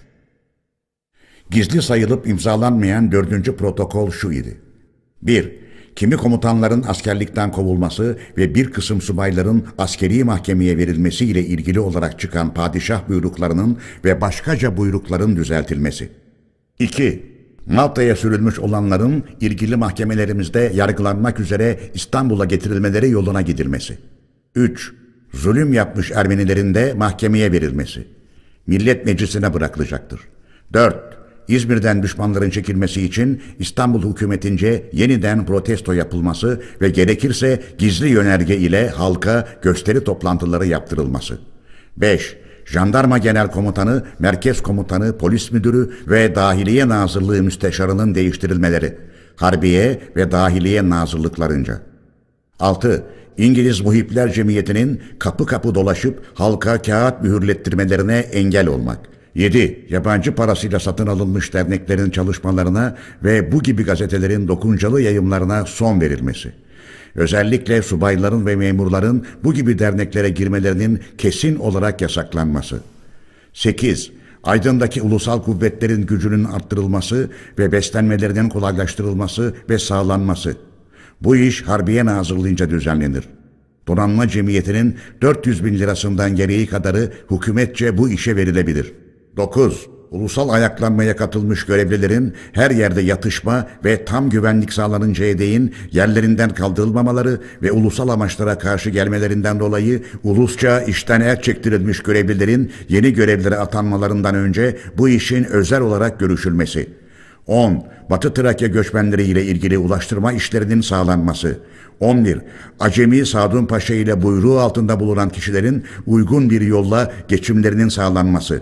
Gizli sayılıp imzalanmayan dördüncü protokol şu idi. bir. Kimi komutanların askerlikten kovulması ve bir kısım subayların askeri mahkemeye verilmesiyle ilgili olarak çıkan padişah buyruklarının ve başkaca buyrukların düzeltilmesi. iki. Malta'ya sürülmüş olanların ilgili mahkemelerimizde yargılanmak üzere İstanbul'a getirilmeleri yoluna gidilmesi. üç. Zulüm yapmış Ermenilerin de mahkemeye verilmesi. Millet Meclisi'ne bırakılacaktır. dört. İzmir'den düşmanların çekilmesi için İstanbul hükümetince yeniden protesto yapılması ve gerekirse gizli yönerge ile halka gösteri toplantıları yaptırılması. beş. Jandarma Genel Komutanı, Merkez Komutanı, Polis Müdürü ve Dahiliye Nazırlığı Müsteşarı'nın değiştirilmeleri. Harbiye ve Dahiliye Nazırlıklarınca. altı. İngiliz Muhipler Cemiyeti'nin kapı kapı dolaşıp halka kağıt mühürlettirmelerine engel olmak. yedi. Yabancı parasıyla satın alınmış derneklerin çalışmalarına ve bu gibi gazetelerin dokuncalı yayımlarına son verilmesi. Özellikle subayların ve memurların bu gibi derneklere girmelerinin kesin olarak yasaklanması. sekiz. Aydın'daki ulusal kuvvetlerin gücünün arttırılması ve beslenmelerinin kolaylaştırılması ve sağlanması. Bu iş Harbiye Nazırlığı'nca düzenlenir. Donanma Cemiyeti'nin dört yüz bin lirasından gereği kadarı hükümetçe bu işe verilebilir. dokuz. Ulusal ayaklanmaya katılmış görevlilerin her yerde yatışma ve tam güvenlik sağlanıncaya değin yerlerinden kaldırılmamaları ve ulusal amaçlara karşı gelmelerinden dolayı ulusça işten er çektirilmiş görevlilerin yeni görevlere atanmalarından önce bu işin özel olarak görüşülmesi. on. Batı Trakya göçmenleri ile ilgili ulaştırma işlerinin sağlanması. on bir. Acemi Sadun Paşa ile buyruğu altında bulunan kişilerin uygun bir yolla geçimlerinin sağlanması.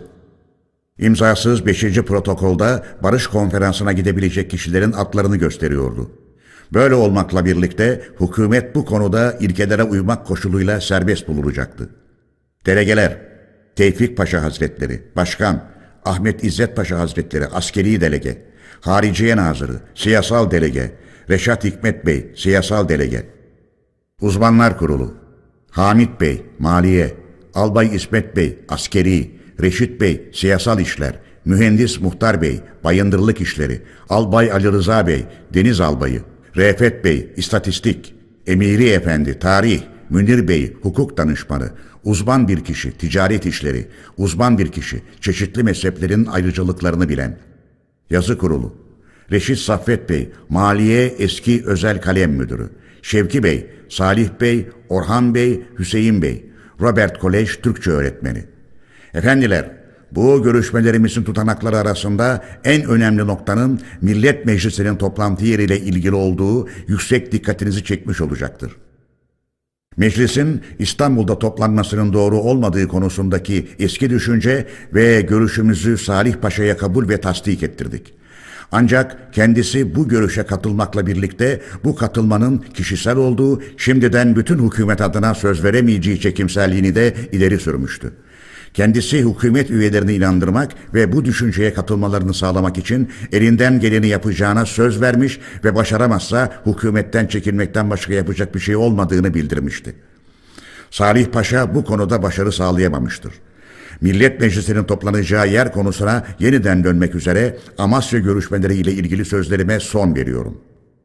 İmzasız beşinci protokolda barış konferansına gidebilecek kişilerin adlarını gösteriyordu. Böyle olmakla birlikte hükümet bu konuda ilkelere uymak koşuluyla serbest buluracaktı. Delegeler: Tevfik Paşa Hazretleri, Başkan; Ahmet İzzet Paşa Hazretleri, Askeri Delege; Hariciye Nazırı, Siyasal Delege; Reşat Hikmet Bey, Siyasal Delege. Uzmanlar Kurulu: Hamit Bey, Maliye; Albay İsmet Bey, Askeri; Reşit Bey, Siyasal İşler; Mühendis Muhtar Bey, Bayındırlık İşleri; Albay Ali Rıza Bey, Deniz Albayı; Refet Bey, İstatistik; Emiri Efendi, Tarih; Münir Bey, Hukuk Danışmanı; uzman bir kişi, Ticaret İşleri; uzman bir kişi, çeşitli mezheplerin ayrıcalıklarını bilen. Yazı Kurulu: Reşit Saffet Bey, Maliye Eski Özel Kalem Müdürü; Şevki Bey, Salih Bey, Orhan Bey, Hüseyin Bey; Robert Kolej Türkçe Öğretmeni. Efendiler, bu görüşmelerimizin tutanakları arasında en önemli noktanın Millet Meclisi'nin toplantı yeriyle ilgili olduğu yüksek dikkatinizi çekmiş olacaktır. Meclisin İstanbul'da toplanmasının doğru olmadığı konusundaki eski düşünce ve görüşümüzü Salih Paşa'ya kabul ve tasdik ettirdik. Ancak kendisi bu görüşe katılmakla birlikte bu katılmanın kişisel olduğu, şimdiden bütün hükümet adına söz veremeyeceği çekimselliğini de ileri sürmüştü. Kendisi hükümet üyelerini inandırmak ve bu düşünceye katılmalarını sağlamak için elinden geleni yapacağına söz vermiş ve başaramazsa hükümetten çekilmekten başka yapacak bir şey olmadığını bildirmişti. Salih Paşa bu konuda başarı sağlayamamıştır. Millet Meclisi'nin toplanacağı yer konusuna yeniden dönmek üzere Amasya görüşmeleri ile ilgili sözlerime son veriyorum.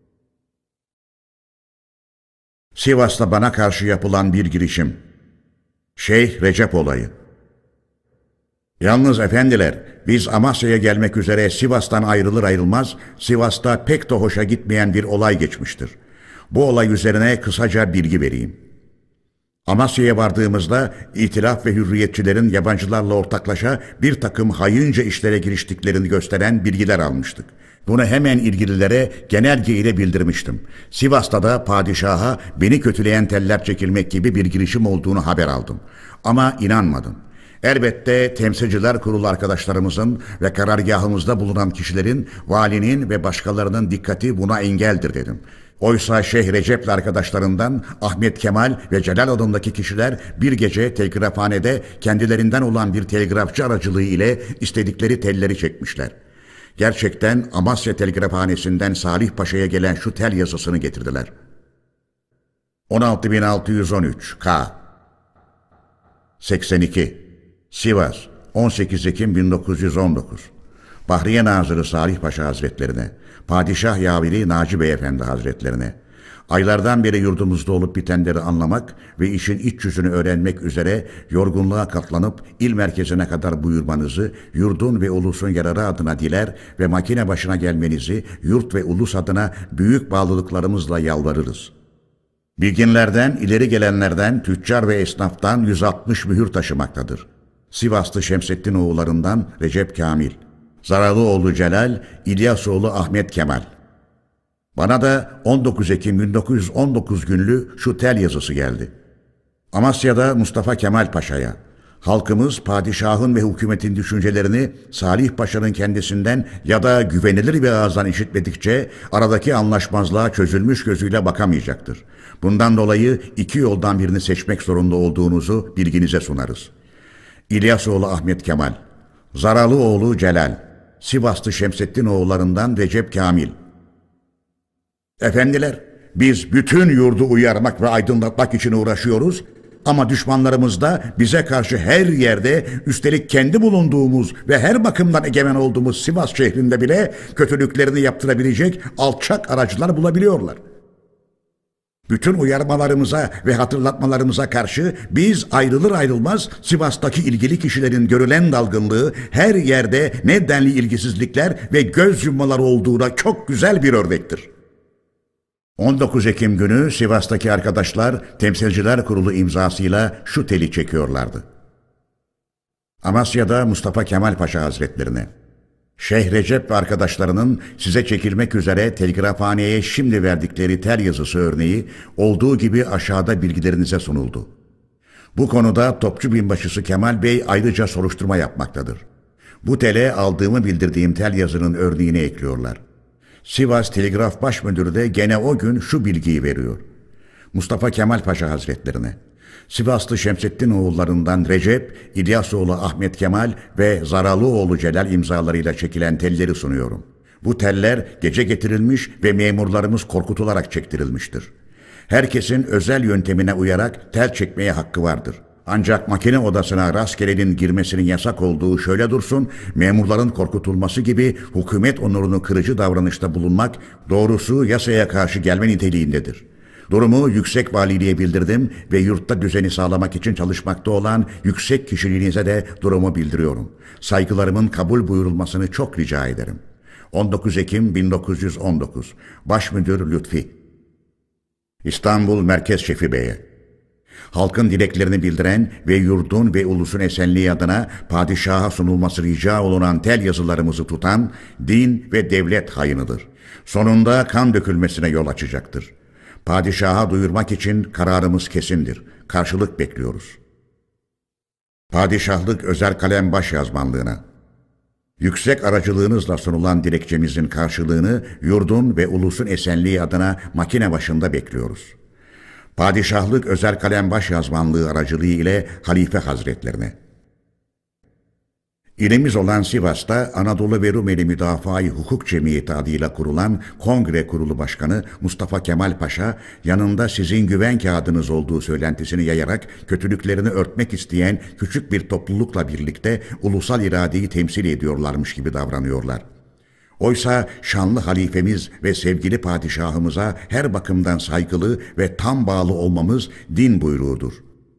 Sivas'ta bana karşı yapılan bir girişim. Şeyh Recep olayı. Yalnız efendiler, biz Amasya'ya gelmek üzere Sivas'tan ayrılır ayrılmaz Sivas'ta pek de hoşa gitmeyen bir olay geçmiştir. Bu olay üzerine kısaca bilgi vereyim. Amasya'ya vardığımızda İtilaf ve Hürriyetçilerin yabancılarla ortaklaşa bir takım hayınca işlere giriştiklerini gösteren bilgiler almıştık. Bunu hemen ilgililere genelge ile bildirmiştim. Sivas'ta da padişaha beni kötüleyen teller çekilmek gibi bir girişim olduğunu haber aldım. Ama inanmadım. Elbette temsilciler kurulu arkadaşlarımızın ve karargahımızda bulunan kişilerin, valinin ve başkalarının dikkati buna engeldir dedim. Oysa Şeyh Recep'le arkadaşlarından Ahmet Kemal ve Celal adındaki kişiler bir gece telgrafhanede kendilerinden olan bir telgrafçı aracılığı ile istedikleri telleri çekmişler. Gerçekten Amasya Telgrafhanesi'nden Salih Paşa'ya gelen şu tel yazısını getirdiler. on altı bin altı yüz on üç K seksen iki Sivas on sekiz Ekim bin dokuz yüz on dokuz Bahriye Nazırı Salih Paşa Hazretlerine, Padişah Yavili Naci Beyefendi Hazretlerine, aylardan beri yurdumuzda olup bitenleri anlamak ve işin iç yüzünü öğrenmek üzere yorgunluğa katlanıp il merkezine kadar buyurmanızı, yurdun ve ulusun yararı adına diler ve makine başına gelmenizi yurt ve ulus adına büyük bağlılıklarımızla yalvarırız. Bilginlerden, ileri gelenlerden, tüccar ve esnaftan yüz altmış mühür taşımaktadır. Sivaslı Şemsettin oğullarından Recep Kamil, Zaralıoğlu Celal, İlyasoğlu Ahmet Kemal. Bana da on dokuz Ekim bin dokuz yüz on dokuz günlü şu tel yazısı geldi. Amasya'da Mustafa Kemal Paşa'ya, Halkımız padişahın ve hükümetin düşüncelerini Salih Paşa'nın kendisinden ya da güvenilir bir ağızdan işitmedikçe aradaki anlaşmazlığa çözülmüş gözüyle bakamayacaktır. Bundan dolayı iki yoldan birini seçmek zorunda olduğunuzu bilginize sunarız. İlyasoğlu Ahmet Kemal, Zaralıoğlu Celal, Sivaslı Şemsettin oğullarından Recep Kamil. Efendiler, biz bütün yurdu uyarmak ve aydınlatmak için uğraşıyoruz ama düşmanlarımız da bize karşı her yerde, üstelik kendi bulunduğumuz ve her bakımdan egemen olduğumuz Sivas şehrinde bile kötülüklerini yaptırabilecek alçak aracılar bulabiliyorlar. Bütün uyarmalarımıza ve hatırlatmalarımıza karşı biz ayrılır ayrılmaz Sivas'taki ilgili kişilerin görülen dalgınlığı her yerde ne denli ilgisizlikler ve göz yummaları olduğuna çok güzel bir örnektir. on dokuz Ekim günü Sivas'taki arkadaşlar Temsilciler Kurulu imzasıyla şu teli çekiyorlardı. Amasya'da Mustafa Kemal Paşa Hazretlerine, Şeyh Recep ve arkadaşlarının size çekilmek üzere telgrafhaneye şimdi verdikleri tel yazısı örneği olduğu gibi aşağıda bilgilerinize sunuldu. Bu konuda Topçu Binbaşısı Kemal Bey ayrıca soruşturma yapmaktadır. Bu tele aldığımı bildirdiğim tel yazının örneğini ekliyorlar. Sivas Telgraf Baş Müdürü de gene o gün şu bilgiyi veriyor. Mustafa Kemal Paşa Hazretlerine, Sivaslı Şemsettin oğullarından Recep, İlyasoğlu Ahmet Kemal ve Zaralıoğlu Celal imzalarıyla çekilen telleri sunuyorum. Bu teller gece getirilmiş ve memurlarımız korkutularak çektirilmiştir. Herkesin özel yöntemine uyarak tel çekmeye hakkı vardır. Ancak makine odasına rastgelenin girmesinin yasak olduğu şöyle dursun, memurların korkutulması gibi hükümet onurunu kırıcı davranışta bulunmak doğrusu yasaya karşı gelme niteliğindedir. Durumu yüksek valiliğe bildirdim ve yurtta düzeni sağlamak için çalışmakta olan yüksek kişiliğinize de durumu bildiriyorum. Saygılarımın kabul buyurulmasını çok rica ederim. on dokuz Ekim bin dokuz yüz on dokuz Başmüdür Lütfi. İstanbul Merkez Şefi Bey'e. Halkın dileklerini bildiren ve yurdun ve ulusun esenliği adına padişaha sunulması rica olunan tel yazılarımızı tutan din ve devlet hainidir. Sonunda kan dökülmesine yol açacaktır. Padişaha duyurmak için kararımız kesindir. Karşılık bekliyoruz. Padişahlık Özel Kalem Başyazmanlığına. Yüksek aracılığınızla sunulan dilekçemizin karşılığını yurdun ve ulusun esenliği adına makine başında bekliyoruz. Padişahlık Özel Kalem Başyazmanlığı aracılığı ile Halife Hazretlerine. İlimiz olan Sivas'ta Anadolu ve Rumeli Müdafaa-i Hukuk Cemiyeti adıyla kurulan Kongre Kurulu Başkanı Mustafa Kemal Paşa, yanında sizin güven kağıdınız olduğu söylentisini yayarak kötülüklerini örtmek isteyen küçük bir toplulukla birlikte ulusal iradeyi temsil ediyorlarmış gibi davranıyorlar. Oysa şanlı halifemiz ve sevgili padişahımıza her bakımdan saygılı ve tam bağlı olmamız din buyruğudur.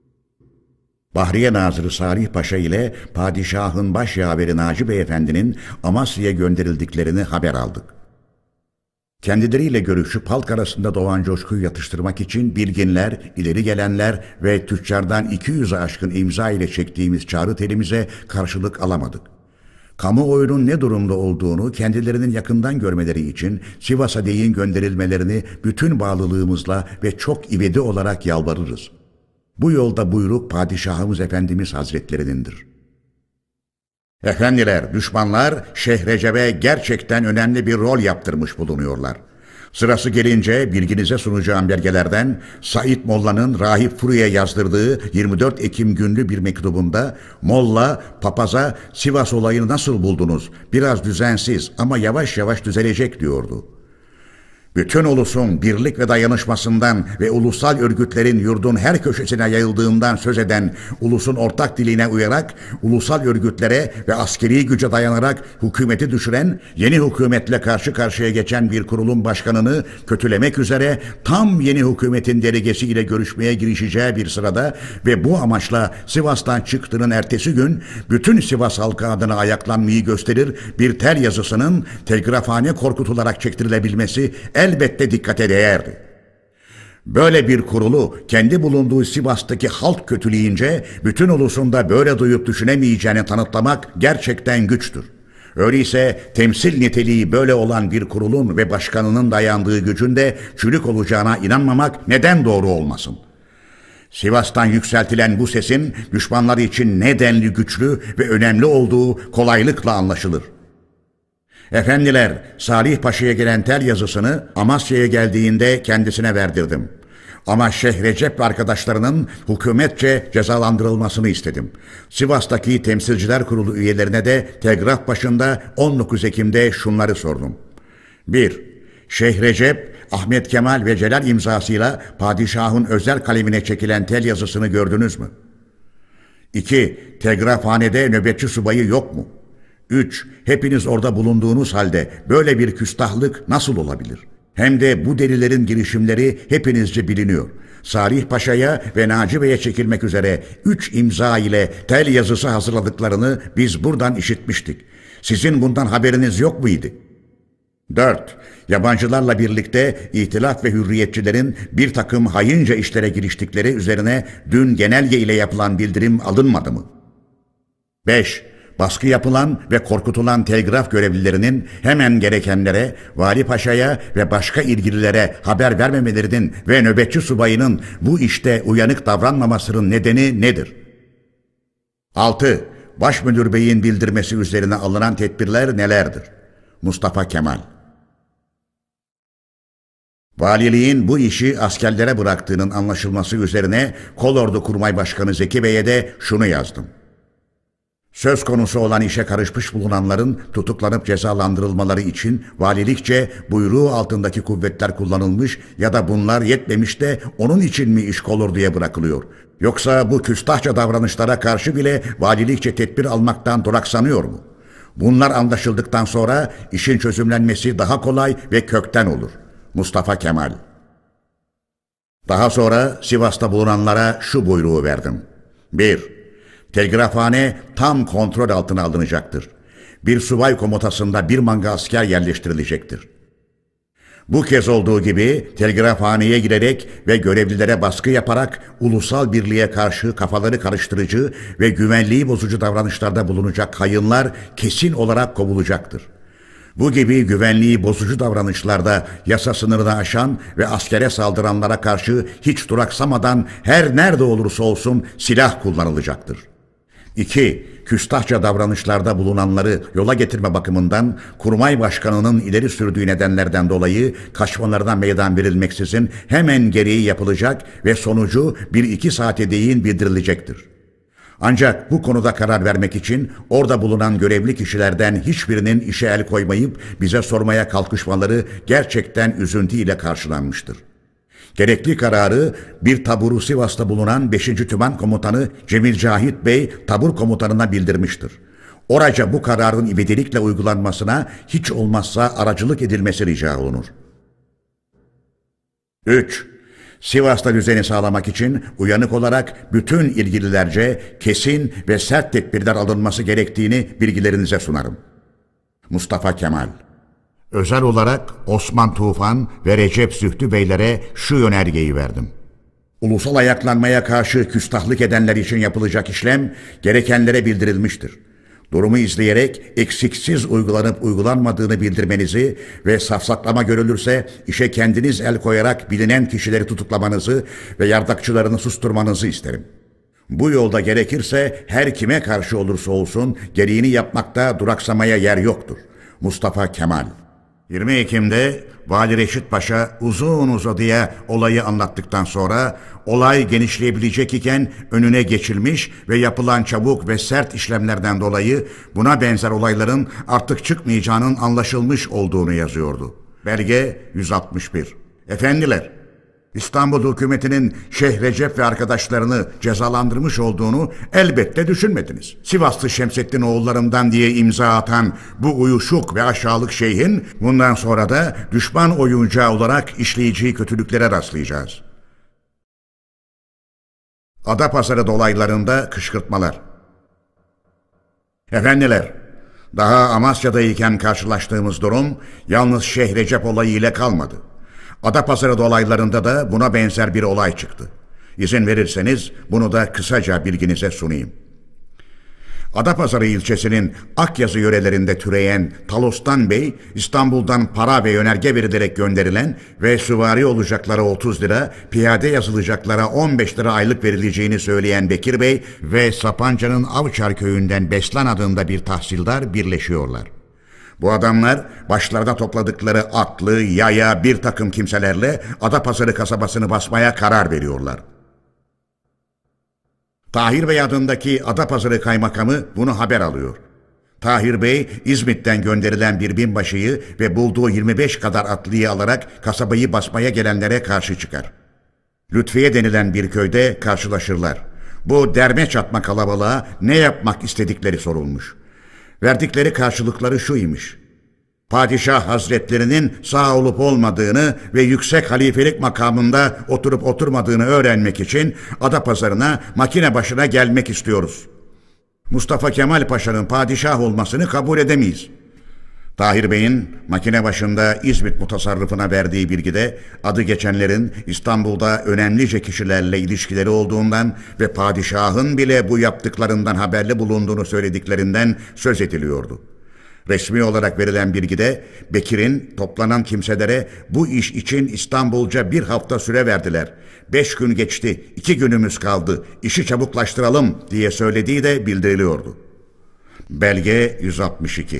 Bahriye Nazırı Salih Paşa ile padişahın başyaveri Naci Beyefendi'nin Amasya'ya gönderildiklerini haber aldık. Kendileriyle görüşüp halk arasında doğan coşkuyu yatıştırmak için bilginler, ileri gelenler ve tüccardan iki yüze aşkın imza ile çektiğimiz çağrı telimize karşılık alamadık. Kamuoyunun ne durumda olduğunu kendilerinin yakından görmeleri için Sivas'a değin gönderilmelerini bütün bağlılığımızla ve çok ivedi olarak yalvarırız. Bu yolda buyruk Padişahımız Efendimiz Hazretlerinindir. Efendiler, düşmanlar Şeyh Recep'e gerçekten önemli bir rol yaptırmış bulunuyorlar. Sırası gelince bilginize sunacağım belgelerden Said Molla'nın Rahip Furu'ya yazdırdığı yirmi dört Ekim günlü bir mektubunda Molla, papaza Sivas olayını nasıl buldunuz? Biraz düzensiz ama yavaş yavaş düzelecek diyordu. Bütün ulusun birlik ve dayanışmasından ve ulusal örgütlerin yurdun her köşesine yayıldığından söz eden ulusun ortak diline uyarak, ulusal örgütlere ve askeri güce dayanarak hükümeti düşüren, yeni hükümetle karşı karşıya geçen bir kurulun başkanını kötülemek üzere tam yeni hükümetin delegesi ile görüşmeye girişeceği bir sırada ve bu amaçla Sivas'tan çıktığının ertesi gün bütün Sivas halkı adına ayaklanmayı gösterir bir tel yazısının telgrafhane korkutularak çektirilebilmesi elbette dikkate değerdi. Böyle bir kurulu kendi bulunduğu Sivas'taki halk kötüleyince bütün ulusunda böyle duyup düşünemeyeceğini tanıtlamak gerçekten güçtür. Öyleyse temsil niteliği böyle olan bir kurulun ve başkanının dayandığı gücün de çürük olacağına inanmamak neden doğru olmasın? Sivas'tan yükseltilen bu sesin düşmanları için ne denli güçlü ve önemli olduğu kolaylıkla anlaşılır. Efendiler, Salih Paşa'ya gelen tel yazısını Amasya'ya geldiğinde kendisine verdirdim. Ama Şeyh Recep ve arkadaşlarının hükümetçe cezalandırılmasını istedim. Sivas'taki Temsilciler Kurulu üyelerine de telgraf başında on dokuz Ekim'de şunları sordum. bir. Şeyh Recep, Ahmet Kemal ve Celal imzasıyla padişahın özel kalemine çekilen tel yazısını gördünüz mü? iki. Telgrafhanede nöbetçi subayı yok mu? üç. Hepiniz orada bulunduğunuz halde böyle bir küstahlık nasıl olabilir? Hem de bu delilerin girişimleri hepinizce biliniyor. Salih Paşa'ya ve Naci Bey'e çekilmek üzere üç imza ile tel yazısı hazırladıklarını biz buradan işitmiştik. Sizin bundan haberiniz yok muydu? dört. Yabancılarla birlikte İtilaf ve Hürriyetçilerin bir takım haince işlere giriştikleri üzerine dün genelge ile yapılan bildirim alınmadı mı? beş. Baskı yapılan ve korkutulan telgraf görevlilerinin hemen gerekenlere, Vali Paşa'ya ve başka ilgililere haber vermemelerinin ve nöbetçi subayının bu işte uyanık davranmamasının nedeni nedir? altı. Başmüdür Bey'in bildirmesi üzerine alınan tedbirler nelerdir? Mustafa Kemal. Valiliğin bu işi askerlere bıraktığının anlaşılması üzerine Kolordu Kurmay Başkanı Zeki Bey'e de şunu yazdım. Söz konusu olan işe karışmış bulunanların tutuklanıp cezalandırılmaları için valilikçe buyruğu altındaki kuvvetler kullanılmış ya da bunlar yetmemiş de onun için mi iş Kolordu'ya bırakılıyor? Yoksa bu küstahça davranışlara karşı bile valilikçe tedbir almaktan duraksanıyor mu? Bunlar anlaşıldıktan sonra işin çözümlenmesi daha kolay ve kökten olur. Mustafa Kemal. Daha sonra Sivas'ta bulunanlara şu buyruğu verdim. bir. Telgrafhane tam kontrol altına alınacaktır. Bir subay komutasında bir manga asker yerleştirilecektir. Bu kez olduğu gibi telgrafhaneye girerek ve görevlilere baskı yaparak ulusal birliğe karşı kafaları karıştırıcı ve güvenliği bozucu davranışlarda bulunacak hayınlar kesin olarak kovulacaktır. Bu gibi güvenliği bozucu davranışlarda yasa sınırını aşan ve askere saldıranlara karşı hiç duraksamadan her nerede olursa olsun silah kullanılacaktır. iki. Küstahça davranışlarda bulunanları yola getirme bakımından Kurmay Başkanı'nın ileri sürdüğü nedenlerden dolayı kaçmalarına meydan verilmeksizin hemen gereği yapılacak ve sonucu bir iki saate değin bildirilecektir. Ancak bu konuda karar vermek için orada bulunan görevli kişilerden hiçbirinin işe el koymayıp bize sormaya kalkışmaları gerçekten üzüntüyle karşılanmıştır. Gerekli kararı bir taburu Sivas'ta bulunan beşinci Tümen Komutanı Cemil Cahit Bey tabur komutanına bildirmiştir. Oraca bu kararın ivedilikle uygulanmasına hiç olmazsa aracılık edilmesi rica olunur. üç. Sivas'ta düzeni sağlamak için uyanık olarak bütün ilgililerce kesin ve sert tedbirler alınması gerektiğini bilgilerinize sunarım. Mustafa Kemal. Özel olarak Osman Tufan ve Recep Zühtü Beylere şu yönergeyi verdim. Ulusal ayaklanmaya karşı küstahlık edenler için yapılacak işlem gerekenlere bildirilmiştir. Durumu izleyerek eksiksiz uygulanıp uygulanmadığını bildirmenizi ve safsaklama görülürse işe kendiniz el koyarak bilinen kişileri tutuklamanızı ve yardakçılarını susturmanızı isterim. Bu yolda gerekirse her kime karşı olursa olsun gereğini yapmakta duraksamaya yer yoktur. Mustafa Kemal. yirmi Ekim'de Vali Reşit Paşa uzun uzadıya olayı anlattıktan sonra olay genişleyebilecek iken önüne geçilmiş ve yapılan çabuk ve sert işlemlerden dolayı buna benzer olayların artık çıkmayacağının anlaşılmış olduğunu yazıyordu. Belge yüz altmış bir. Efendiler, İstanbul hükümetinin Şeyh Recep ve arkadaşlarını cezalandırmış olduğunu elbette düşünmediniz. Sivaslı Şemsettin oğullarından diye imza atan bu uyuşuk ve aşağılık şeyhin bundan sonra da düşman oyuncağı olarak işleyeceği kötülüklere rastlayacağız. Adapazarı dolaylarında kışkırtmalar. Efendiler, daha Amasya'dayken karşılaştığımız durum yalnız Şeyh Recep olayı ile kalmadı. Adapazarı dolaylarında da buna benzer bir olay çıktı. İzin verirseniz bunu da kısaca bilginize sunayım. Adapazarı ilçesinin Akyazı yörelerinde türeyen Talostan Bey, İstanbul'dan para ve yönerge verilerek gönderilen ve süvari olacaklara otuz lira, piyade yazılacaklara on beş lira aylık verileceğini söyleyen Bekir Bey ve Sapanca'nın Avçar köyünden Beslan adında bir tahsildar birleşiyorlar. Bu adamlar başlarında topladıkları atlı, yaya bir takım kimselerle Adapazarı kasabasını basmaya karar veriyorlar. Tahir Bey adındaki Adapazarı kaymakamı bunu haber alıyor. Tahir Bey, İzmit'ten gönderilen bir binbaşıyı ve bulduğu yirmi beş kadar atlıyı alarak kasabayı basmaya gelenlere karşı çıkar. Lütfiye denilen bir köyde karşılaşırlar. Bu derme çatma kalabalığa ne yapmak istedikleri sorulmuş. Verdikleri karşılıkları şuymuş: Padişah Hazretlerinin sağ olup olmadığını ve yüksek halifelik makamında oturup oturmadığını öğrenmek için Adapazarı'na makine başına gelmek istiyoruz. Mustafa Kemal Paşa'nın padişah olmasını kabul edemeyiz. Tahir Bey'in makine başında İzmit mutasarrıfına verdiği bilgide adı geçenlerin İstanbul'da önemlice kişilerle ilişkileri olduğundan ve padişahın bile bu yaptıklarından haberli bulunduğunu söylediklerinden söz ediliyordu. Resmi olarak verilen bilgide Bekir'in toplanan kimselere bu iş için İstanbulca bir hafta süre verdiler. Beş gün geçti, iki günümüz kaldı, işi çabuklaştıralım diye söylediği de bildiriliyordu. Belge yüz altmış iki.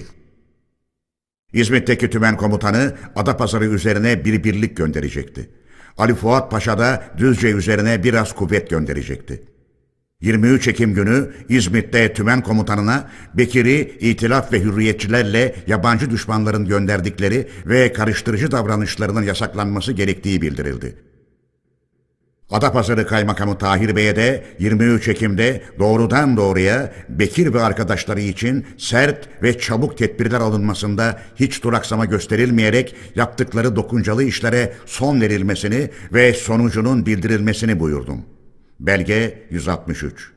İzmit'teki tümen komutanı Adapazarı üzerine bir birlik gönderecekti. Ali Fuat Paşa da Düzce üzerine biraz kuvvet gönderecekti. yirmi üç Ekim günü İzmit'te tümen komutanına Bekir'i itilaf ve hürriyetçilerle yabancı düşmanların gönderdikleri ve karıştırıcı davranışlarının yasaklanması gerektiği bildirildi. Adapazarı Kaymakamı Tahir Bey'e de yirmi üç Ekim'de doğrudan doğruya Bekir ve arkadaşları için sert ve çabuk tedbirler alınmasında hiç duraksama gösterilmeyerek yaptıkları dokuncalı işlere son verilmesini ve sonucunun bildirilmesini buyurdum. Belge yüz altmış üç.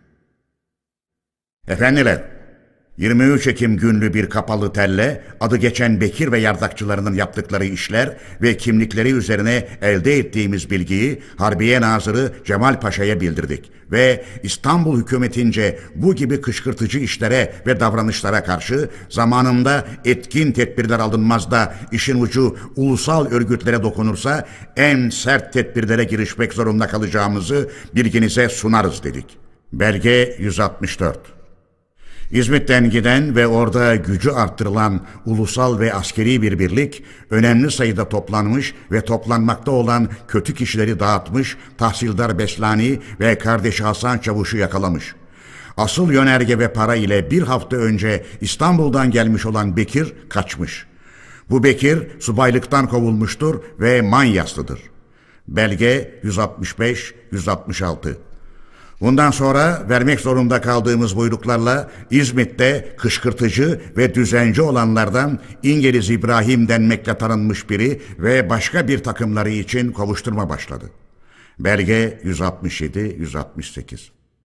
Efendiler, yirmi üç Ekim günlü bir kapalı telle adı geçen Bekir ve yardakçılarının yaptıkları işler ve kimlikleri üzerine elde ettiğimiz bilgiyi Harbiye Nazırı Cemal Paşa'ya bildirdik ve İstanbul hükümetince bu gibi kışkırtıcı işlere ve davranışlara karşı zamanında etkin tedbirler alınmaz da işin ucu ulusal örgütlere dokunursa en sert tedbirlere girişmek zorunda kalacağımızı bilginize sunarız dedik. Belge yüz altmış dört. İzmit'ten giden ve orada gücü arttırılan ulusal ve askeri bir birlik, önemli sayıda toplanmış ve toplanmakta olan kötü kişileri dağıtmış, Tahsildar Beslani ve kardeşi Hasan Çavuş'u yakalamış. Asıl yönerge ve para ile bir hafta önce İstanbul'dan gelmiş olan Bekir kaçmış. Bu Bekir subaylıktan kovulmuştur ve Manyaslıdır. Belge yüz altmış beş yüz altmış altı. Bundan sonra vermek zorunda kaldığımız buyruklarla İzmit'te kışkırtıcı ve düzenci olanlardan İngiliz İbrahim denmekle tanınmış biri ve başka bir takımları için kovuşturma başladı. Belge yüz altmış yedi yüz altmış sekiz.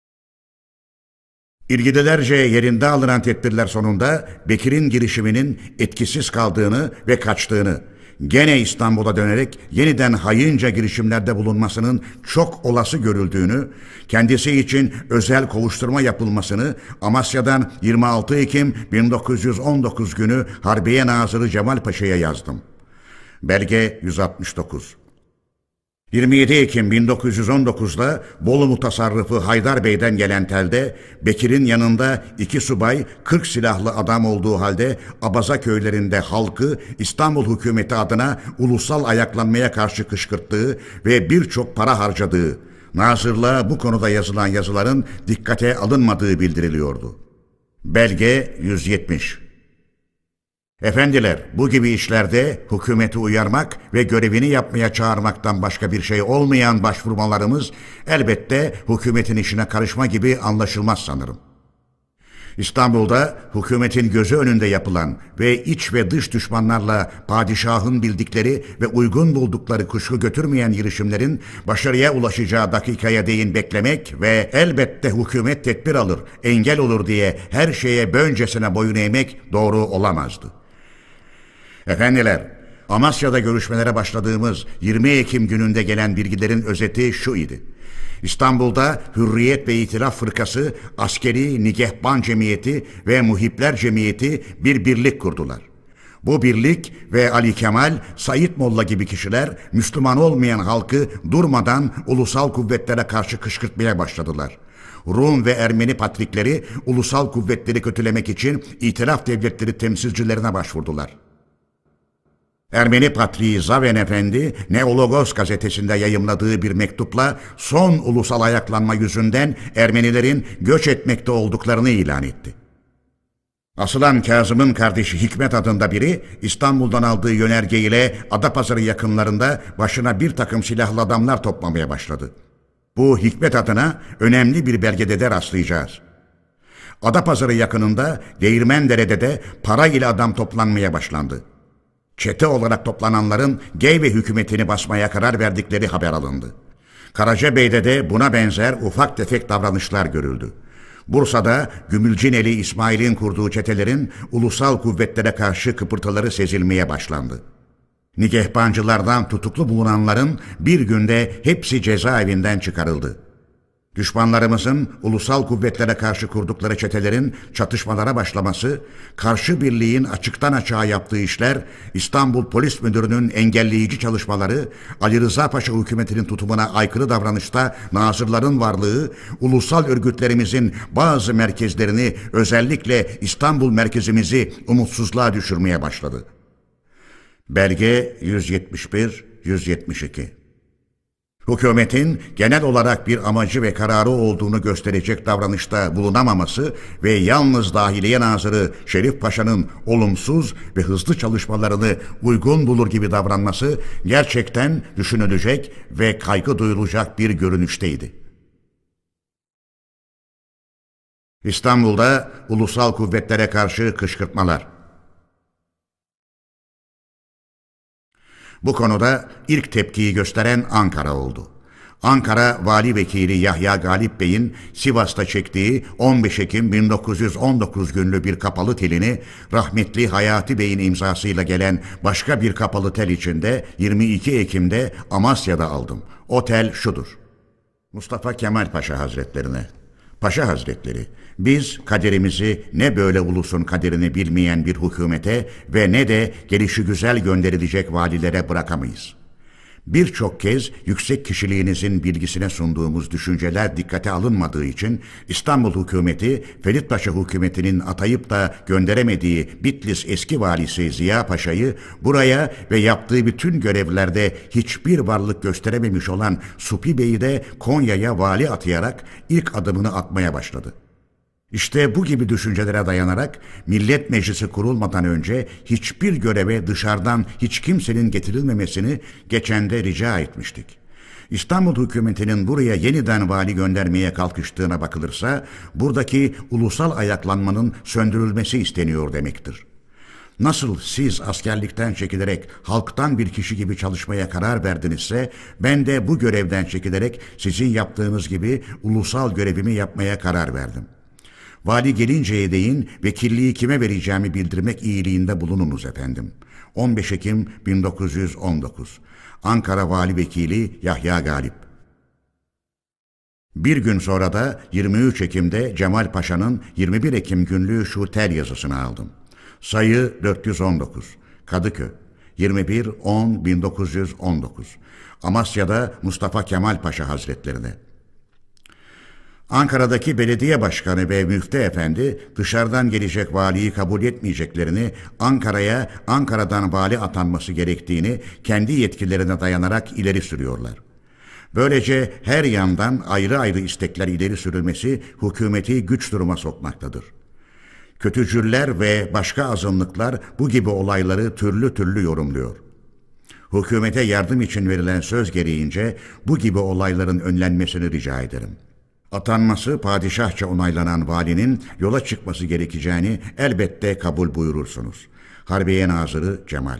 İlgililerce yerinde alınan tedbirler sonunda Bekir'in girişiminin etkisiz kaldığını ve kaçtığını, gene İstanbul'a dönerek yeniden hayınca girişimlerde bulunmasının çok olası görüldüğünü, kendisi için özel kovuşturma yapılmasını Amasya'dan yirmi altı Ekim bin dokuz yüz on dokuz günü Harbiye Nazırı Cemal Paşa'ya yazdım. Belge yüz altmış dokuz. yirmi yedi Ekim bin dokuz yüz on dokuz'da Bolu mutasarrıfı Haydar Bey'den gelen telde Bekir'in yanında iki subay kırk silahlı adam olduğu halde Abaza köylerinde halkı İstanbul hükümeti adına ulusal ayaklanmaya karşı kışkırttığı ve birçok para harcadığı, Nazırlığa bu konuda yazılan yazıların dikkate alınmadığı bildiriliyordu. Belge yüz yetmiş. Efendiler, bu gibi işlerde hükümeti uyarmak ve görevini yapmaya çağırmaktan başka bir şey olmayan başvurmalarımız elbette hükümetin işine karışma gibi anlaşılmaz sanırım. İstanbul'da hükümetin gözü önünde yapılan ve iç ve dış düşmanlarla padişahın bildikleri ve uygun buldukları kuşku götürmeyen girişimlerin başarıya ulaşacağı dakikaya değin beklemek ve elbette hükümet tedbir alır, engel olur diye her şeye böncesine boyun eğmek doğru olamazdı. Efendiler, Amasya'da görüşmelere başladığımız yirmi Ekim gününde gelen bilgilerin özeti şu idi. İstanbul'da Hürriyet ve İtilaf Fırkası, Askeri Nigehban Cemiyeti ve Muhipler Cemiyeti bir birlik kurdular. Bu birlik ve Ali Kemal, Said Molla gibi kişiler Müslüman olmayan halkı durmadan ulusal kuvvetlere karşı kışkırtmaya başladılar. Rum ve Ermeni patrikleri ulusal kuvvetleri kötülemek için İtilaf devletleri temsilcilerine başvurdular. Ermeni Patriği Zaven Efendi, Neologos gazetesinde yayımladığı bir mektupla son ulusal ayaklanma yüzünden Ermenilerin göç etmekte olduklarını ilan etti. Asılan Kazım'ın kardeşi Hikmet adında biri İstanbul'dan aldığı yönerge ile Adapazarı yakınlarında başına bir takım silahlı adamlar toplamaya başladı. Bu Hikmet adına önemli bir belgede de rastlayacağız. Adapazarı yakınında Değirmendere'de de para ile adam toplanmaya başlandı. Çete olarak toplananların Geyve hükümetini basmaya karar verdikleri haber alındı. Karacabey'de de buna benzer ufak tefek davranışlar görüldü. Bursa'da Gümülcineli İsmail'in kurduğu çetelerin ulusal kuvvetlere karşı kıpırtıları sezilmeye başlandı. Nigehbancılardan tutuklu bulunanların bir günde hepsi cezaevinden çıkarıldı. Düşmanlarımızın ulusal kuvvetlere karşı kurdukları çetelerin çatışmalara başlaması, karşı birliğin açıktan açığa yaptığı işler, İstanbul Polis Müdürü'nün engelleyici çalışmaları, Ali Rıza Paşa hükümetinin tutumuna aykırı davranışta nazırların varlığı, ulusal örgütlerimizin bazı merkezlerini, özellikle İstanbul merkezimizi umutsuzluğa düşürmeye başladı. Belge yüz yetmiş bir yüz yetmiş iki. Hükümetin genel olarak bir amacı ve kararı olduğunu gösterecek davranışta bulunamaması ve yalnız Dahiliye Nazırı Şerif Paşa'nın olumsuz ve hızlı çalışmalarını uygun bulur gibi davranması gerçekten düşünülecek ve kaygı duyulacak bir görünüşteydi. İstanbul'da ulusal kuvvetlere karşı kışkırtmalar. Bu konuda ilk tepkiyi gösteren Ankara oldu. Ankara Vali Vekili Yahya Galip Bey'in Sivas'ta çektiği on beş Ekim bin dokuz yüz on dokuz günlü bir kapalı telini rahmetli Hayati Bey'in imzasıyla gelen başka bir kapalı tel içinde yirmi iki Ekim'de Amasya'da aldım. O tel şudur. Mustafa Kemal Paşa Hazretlerine. Paşa Hazretleri, biz kaderimizi ne böyle ulusun kaderini bilmeyen bir hükümete ve ne de gelişigüzel gönderilecek valilere bırakamayız. Birçok kez yüksek kişiliğinizin bilgisine sunduğumuz düşünceler dikkate alınmadığı için İstanbul hükümeti, Ferit Paşa hükümetinin atayıp da gönderemediği Bitlis eski valisi Ziya Paşa'yı buraya ve yaptığı bütün görevlerde hiçbir varlık gösterememiş olan Supi Bey'i de Konya'ya vali atayarak ilk adımını atmaya başladı. İşte bu gibi düşüncelere dayanarak Millet Meclisi kurulmadan önce hiçbir göreve dışarıdan hiç kimsenin getirilmemesini geçen de rica etmiştik. İstanbul hükümetinin buraya yeniden vali göndermeye kalkıştığına bakılırsa buradaki ulusal ayaklanmanın söndürülmesi isteniyor demektir. Nasıl siz askerlikten çekilerek halktan bir kişi gibi çalışmaya karar verdinizse ben de bu görevden çekilerek sizin yaptığınız gibi ulusal görevimi yapmaya karar verdim. Vali gelinceye değin vekilliği kime vereceğimi bildirmek iyiliğinde bulununuz efendim. on beş Ekim bin dokuz yüz on dokuz. Ankara Vali Vekili Yahya Galip. Bir gün sonra da yirmi üç Ekim'de Cemal Paşa'nın yirmi bir Ekim günlüğü şu tel yazısını aldım. Sayı dört yüz on dokuz. Kadıköy. yirmi bir on bin dokuz yüz on dokuz. Amasya'da Mustafa Kemal Paşa Hazretlerine. Ankara'daki belediye başkanı ve müftü efendi dışarıdan gelecek valiyi kabul etmeyeceklerini, Ankara'ya Ankara'dan vali atanması gerektiğini kendi yetkilerine dayanarak ileri sürüyorlar. Böylece her yandan ayrı ayrı istekler ileri sürülmesi hükümeti güç duruma sokmaktadır. Kötücüller ve başka azınlıklar bu gibi olayları türlü türlü yorumluyor. Hükümete yardım için verilen söz gereğince bu gibi olayların önlenmesini rica ederim. Atanması padişahça onaylanan valinin yola çıkması gerekeceğini elbette kabul buyurursunuz. Harbiye Nazırı Cemal.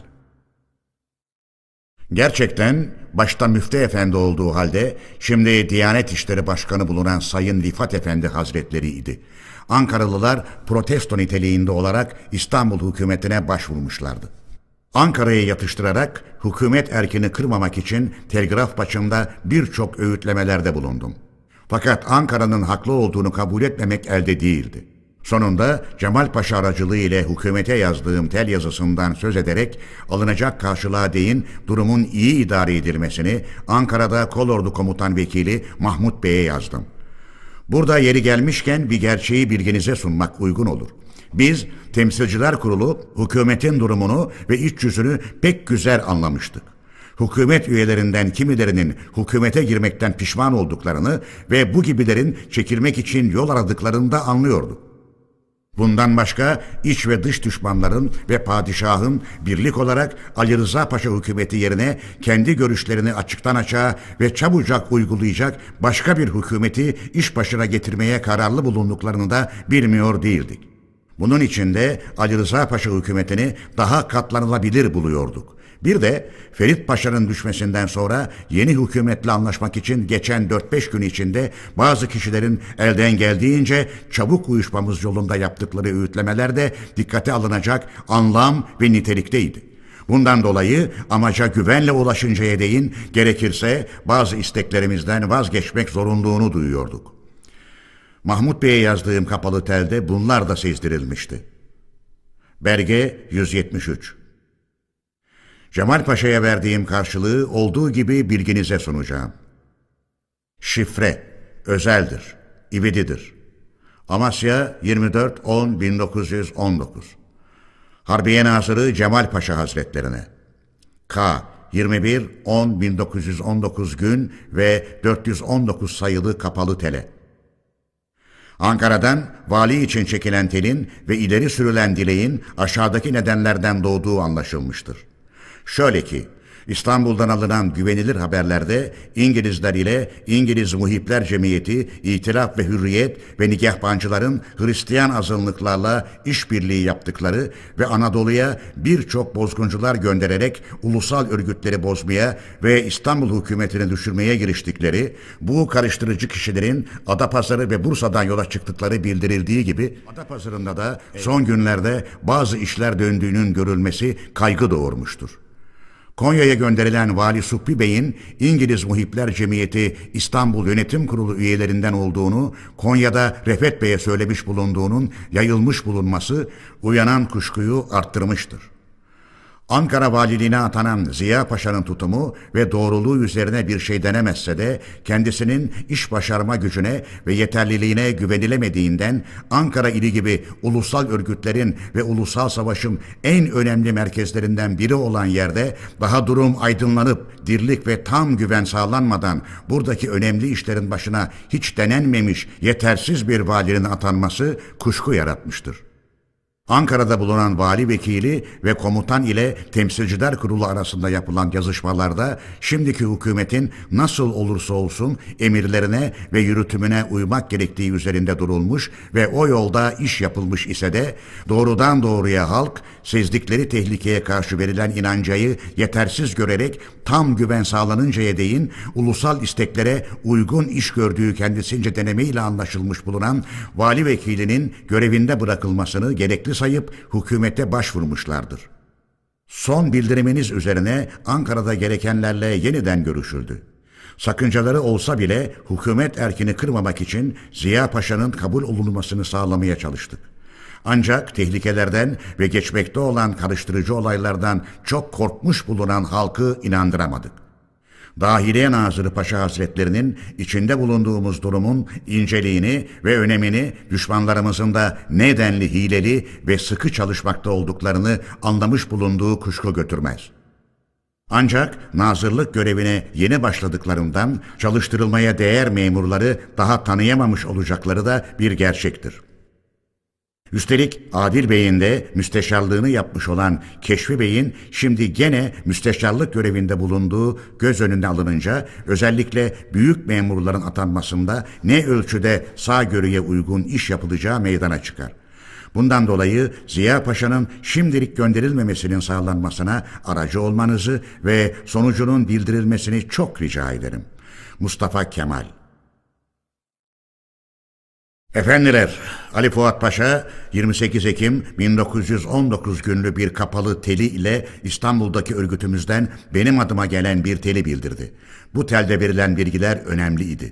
Gerçekten başta müftü efendi olduğu halde şimdi Diyanet İşleri Başkanı bulunan Sayın Rifat Efendi Hazretleri idi. Ankaralılar protesto niteliğinde olarak İstanbul hükümetine başvurmuşlardı. Ankara'ya yatıştırarak hükümet erkini kırmamak için telgraf başında birçok öğütlemelerde bulundum. Fakat Ankara'nın haklı olduğunu kabul etmemek elde değildi. Sonunda Cemal Paşa aracılığı ile hükümete yazdığım tel yazısından söz ederek alınacak karşılığa değin durumun iyi idare edilmesini Ankara'da Kolordu Komutan Vekili Mahmut Bey'e yazdım. Burada yeri gelmişken bir gerçeği bilginize sunmak uygun olur. Biz Temsilciler Kurulu hükümetin durumunu ve iç yüzünü pek güzel anlamıştık. Hükümet üyelerinden kimilerinin hükümete girmekten pişman olduklarını ve bu gibilerin çekilmek için yol aradıklarını da anlıyorduk. Bundan başka iç ve dış düşmanların ve padişahın birlik olarak Ali Rıza Paşa hükümeti yerine kendi görüşlerini açıktan açığa ve çabucak uygulayacak başka bir hükümeti iş başına getirmeye kararlı bulunduklarını da bilmiyor değildik. Bunun için de Ali Rıza Paşa hükümetini daha katlanılabilir buluyorduk. Bir de Ferit Paşa'nın düşmesinden sonra yeni hükümetle anlaşmak için geçen dört beş gün içinde bazı kişilerin elden geldiğince çabuk uyuşmamız yolunda yaptıkları öğütlemeler de dikkate alınacak anlam ve nitelikteydi. Bundan dolayı amaca güvenle ulaşıncaya değin gerekirse bazı isteklerimizden vazgeçmek zorunluluğunu duyuyorduk. Mahmut Bey'e yazdığım kapalı telde bunlar da sezdirilmişti. Belge yüz yetmiş üç. Cemal Paşa'ya verdiğim karşılığı olduğu gibi bilginize sunacağım. Şifre, özeldir, ivedidir. Amasya yirmi dört on bin dokuz yüz on dokuz. Harbiye Nazırı Cemal Paşa Hazretlerine. K. yirmi bir on bin dokuz yüz on dokuz gün ve dört yüz on dokuz sayılı kapalı tele. Ankara'dan vali için çekilen telin ve ileri sürülen dileğin aşağıdaki nedenlerden doğduğu anlaşılmıştır. Şöyle ki, İstanbul'dan alınan güvenilir haberlerde İngilizler ile İngiliz Muhipler Cemiyeti, İtilaf ve Hürriyet ve Nigahbancıların Hristiyan azınlıklarla işbirliği yaptıkları ve Anadolu'ya birçok bozguncular göndererek ulusal örgütleri bozmaya ve İstanbul hükümetini düşürmeye giriştikleri, bu karıştırıcı kişilerin Adapazarı ve Bursa'dan yola çıktıkları bildirildiği gibi Adapazarı'nda da son günlerde bazı işler döndüğünün görülmesi kaygı doğurmuştur. Konya'ya gönderilen Vali Subhi Bey'in İngiliz Muhipler Cemiyeti İstanbul Yönetim Kurulu üyelerinden olduğunu, Konya'da Refet Bey'e söylemiş bulunduğunun yayılmış bulunması uyanan kuşkuyu arttırmıştır. Ankara valiliğine atanan Ziya Paşa'nın tutumu ve doğruluğu üzerine bir şey denemezse de kendisinin iş başarma gücüne ve yeterliliğine güvenilemediğinden Ankara ili gibi ulusal örgütlerin ve ulusal savaşın en önemli merkezlerinden biri olan yerde daha durum aydınlanıp dirlik ve tam güven sağlanmadan buradaki önemli işlerin başına hiç denenmemiş yetersiz bir valinin atanması kuşku yaratmıştır. Ankara'da bulunan vali vekili ve komutan ile Temsilciler Kurulu arasında yapılan yazışmalarda şimdiki hükümetin nasıl olursa olsun emirlerine ve yürütümüne uymak gerektiği üzerinde durulmuş ve o yolda iş yapılmış ise de doğrudan doğruya halk sezdikleri tehlikeye karşı verilen inancayı yetersiz görerek tam güven sağlanıncaya değin ulusal isteklere uygun iş gördüğü kendisince denemeyle anlaşılmış bulunan vali vekilinin görevinde bırakılmasını gerekli sayıp hükümete başvurmuşlardır. Son bildiriminiz üzerine Ankara'da gerekenlerle yeniden görüşüldü. Sakıncaları olsa bile hükümet erkini kırmamak için Ziya Paşa'nın kabul olunmasını sağlamaya çalıştık. Ancak tehlikelerden ve geçmekte olan karıştırıcı olaylardan çok korkmuş bulunan halkı inandıramadık. Dahiliye Nazırı Paşa Hazretlerinin içinde bulunduğumuz durumun inceliğini ve önemini düşmanlarımızın da nedenli hileli ve sıkı çalışmakta olduklarını anlamış bulunduğu kuşku götürmez. Ancak nazırlık görevine yeni başladıklarından çalıştırılmaya değer memurları daha tanıyamamış olacakları da bir gerçektir. Üstelik Adil Bey'in de müsteşarlığını yapmış olan Keşfi Bey'in şimdi gene müsteşarlık görevinde bulunduğu göz önüne alınınca özellikle büyük memurların atanmasında ne ölçüde sağgörüye uygun iş yapılacağı meydana çıkar. Bundan dolayı Ziya Paşa'nın şimdilik gönderilmemesinin sağlanmasına aracı olmanızı ve sonucunun bildirilmesini çok rica ederim. Mustafa Kemal. Efendiler, Ali Fuat Paşa yirmi sekiz Ekim bin dokuz yüz on dokuz günlü bir kapalı teli ile İstanbul'daki örgütümüzden benim adıma gelen bir teli bildirdi. Bu telde verilen bilgiler önemliydi.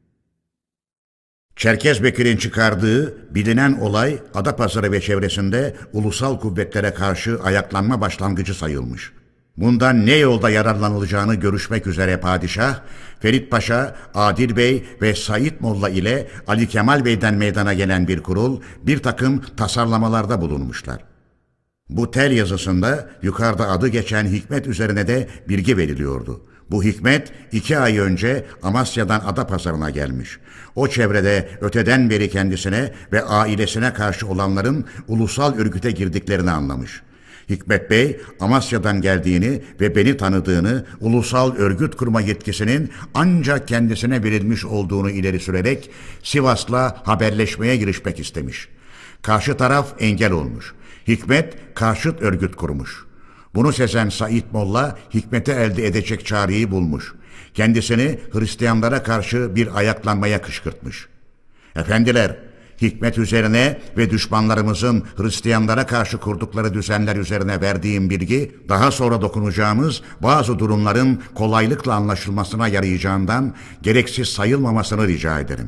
Çerkez Bekir'in çıkardığı bilinen olay Adapazarı ve çevresinde ulusal kuvvetlere karşı ayaklanma başlangıcı sayılmış. Bundan ne yolda yararlanılacağını görüşmek üzere padişah, Ferit Paşa, Adil Bey ve Said Molla ile Ali Kemal Bey'den meydana gelen bir kurul bir takım tasarlamalarda bulunmuşlar. Bu tel yazısında yukarıda adı geçen Hikmet üzerine de bilgi veriliyordu. Bu Hikmet iki ay önce Amasya'dan Adapazarı'na gelmiş. O çevrede öteden beri kendisine ve ailesine karşı olanların ulusal örgüte girdiklerini anlamış. Hikmet Bey, Amasya'dan geldiğini ve beni tanıdığını, ulusal örgüt kurma yetkisinin ancak kendisine verilmiş olduğunu ileri sürerek Sivas'la haberleşmeye girişmek istemiş. Karşı taraf engel olmuş. Hikmet karşıt örgüt kurmuş. Bunu sezen Said Molla, Hikmet'e elde edecek çareyi bulmuş. Kendisini Hristiyanlara karşı bir ayaklanmaya kışkırtmış. Efendiler, Hikmet üzerine ve düşmanlarımızın Hristiyanlara karşı kurdukları düzenler üzerine verdiğim bilgi, daha sonra dokunacağımız bazı durumların kolaylıkla anlaşılmasına yarayacağından gereksiz sayılmamasını rica ederim.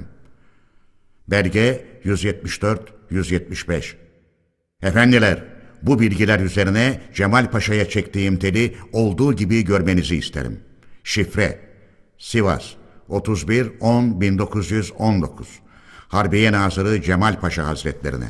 Belge yüz yetmiş dört yüz yetmiş beş. Efendiler, bu bilgiler üzerine Cemal Paşa'ya çektiğim teli olduğu gibi görmenizi isterim. Şifre: Sivas, otuz bir on bin dokuz yüz on dokuz. Harbiye Nazırı Cemal Paşa Hazretlerine.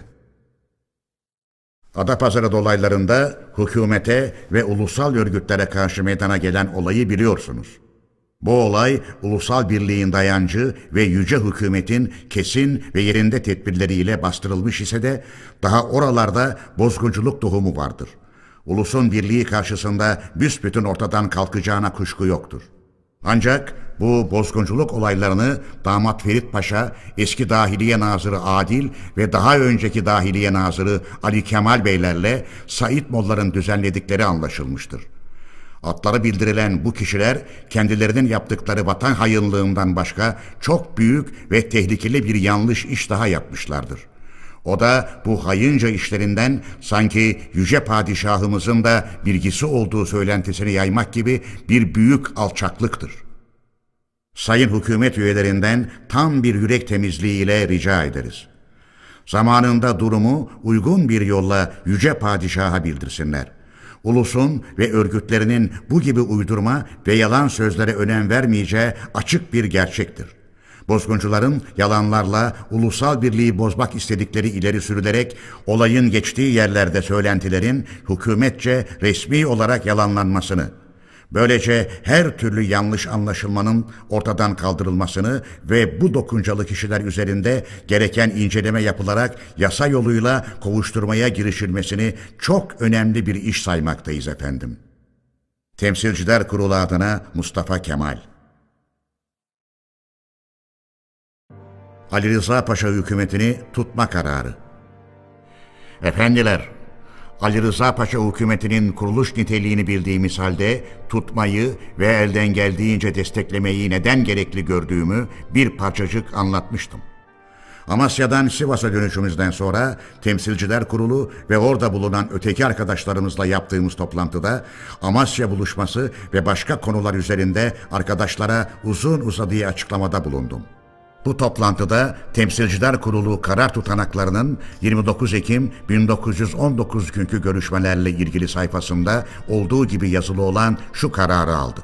Adapazarı dolaylarında hükümete ve ulusal örgütlere karşı meydana gelen olayı biliyorsunuz. Bu olay ulusal birliğin dayancı ve yüce hükümetin kesin ve yerinde tedbirleriyle bastırılmış ise de daha oralarda bozgunculuk tohumu vardır. Ulusun birliği karşısında büsbütün ortadan kalkacağına kuşku yoktur. Ancak bu bozgunculuk olaylarını damat Ferit Paşa, eski Dahiliye Nazırı Adil ve daha önceki Dahiliye Nazırı Ali Kemal Beylerle Said Molla'nın düzenledikleri anlaşılmıştır. Adları bildirilen bu kişiler kendilerinin yaptıkları vatan hainlığından başka çok büyük ve tehlikeli bir yanlış iş daha yapmışlardır. O da bu hayınca işlerinden sanki yüce padişahımızın da bilgisi olduğu söylentisini yaymak gibi bir büyük alçaklıktır. Sayın hükümet üyelerinden tam bir yürek temizliğiyle rica ederiz. Zamanında durumu uygun bir yolla yüce padişaha bildirsinler. Ulusun ve örgütlerinin bu gibi uydurma ve yalan sözlere önem vermeyeceği açık bir gerçektir. Bozguncuların yalanlarla ulusal birliği bozmak istedikleri ileri sürülerek olayın geçtiği yerlerde söylentilerin hükümetçe resmi olarak yalanlanmasını, böylece her türlü yanlış anlaşılmanın ortadan kaldırılmasını ve bu dokuncalı kişiler üzerinde gereken inceleme yapılarak yasa yoluyla kovuşturmaya girişilmesini çok önemli bir iş saymaktayız efendim. Temsilciler Kurulu adına Mustafa Kemal. Ali Rıza Paşa hükümetini tutma kararı. Efendiler, Ali Rıza Paşa hükümetinin kuruluş niteliğini bildiğimiz halde tutmayı ve elden geldiğince desteklemeyi neden gerekli gördüğümü bir parçacık anlatmıştım. Amasya'dan Sivas'a dönüşümüzden sonra Temsilciler Kurulu ve orada bulunan öteki arkadaşlarımızla yaptığımız toplantıda Amasya buluşması ve başka konular üzerinde arkadaşlara uzun uzadıya açıklamada bulundum. Bu toplantıda Temsilciler Kurulu karar tutanaklarının yirmi dokuz Ekim bin dokuz yüz on dokuz günkü görüşmelerle ilgili sayfasında olduğu gibi yazılı olan şu kararı aldık.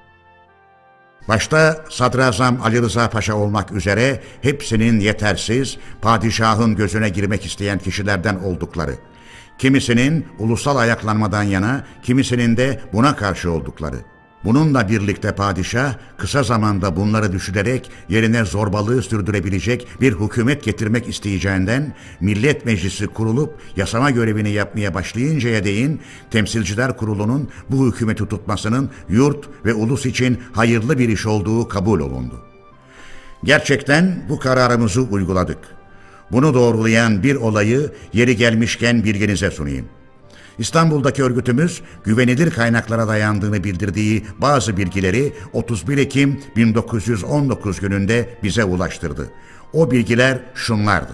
Başta Sadrazam Ali Rıza Paşa olmak üzere hepsinin yetersiz, padişahın gözüne girmek isteyen kişilerden oldukları, kimisinin ulusal ayaklanmadan yana, kimisinin de buna karşı oldukları. Bununla birlikte padişah kısa zamanda bunları düşünerek yerine zorbalığı sürdürebilecek bir hükümet getirmek isteyeceğinden Millet Meclisi kurulup yasama görevini yapmaya başlayıncaya değin Temsilciler Kurulu'nun bu hükümeti tutmasının yurt ve ulus için hayırlı bir iş olduğu kabul olundu. Gerçekten bu kararımızı uyguladık. Bunu doğrulayan bir olayı yeri gelmişken bilginize sunayım. İstanbul'daki örgütümüz güvenilir kaynaklara dayandığını bildirdiği bazı bilgileri otuz bir Ekim bin dokuz yüz on dokuz gününde bize ulaştırdı. O bilgiler şunlardı.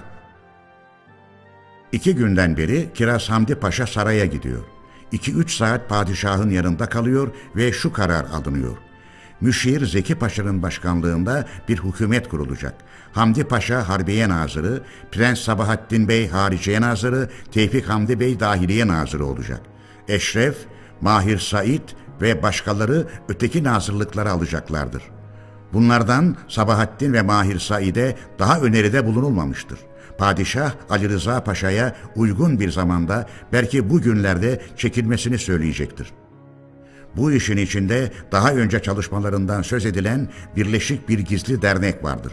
İki günden beri Kiraz Hamdi Paşa saraya gidiyor. İki üç saat padişahın yanında kalıyor ve şu karar alınıyor. Müşir Zeki Paşa'nın başkanlığında bir hükümet kurulacak. Hamdi Paşa Harbiye Nazırı, Prens Sabahattin Bey Hariciye Nazırı, Tevfik Hamdi Bey Dahiliye Nazırı olacak. Eşref, Mahir Said ve başkaları öteki nazırlıkları alacaklardır. Bunlardan Sabahattin ve Mahir Said'e daha öneride bulunulmamıştır. Padişah Ali Rıza Paşa'ya uygun bir zamanda, belki bu günlerde çekilmesini söyleyecektir. Bu işin içinde daha önce çalışmalarından söz edilen birleşik bir gizli dernek vardır.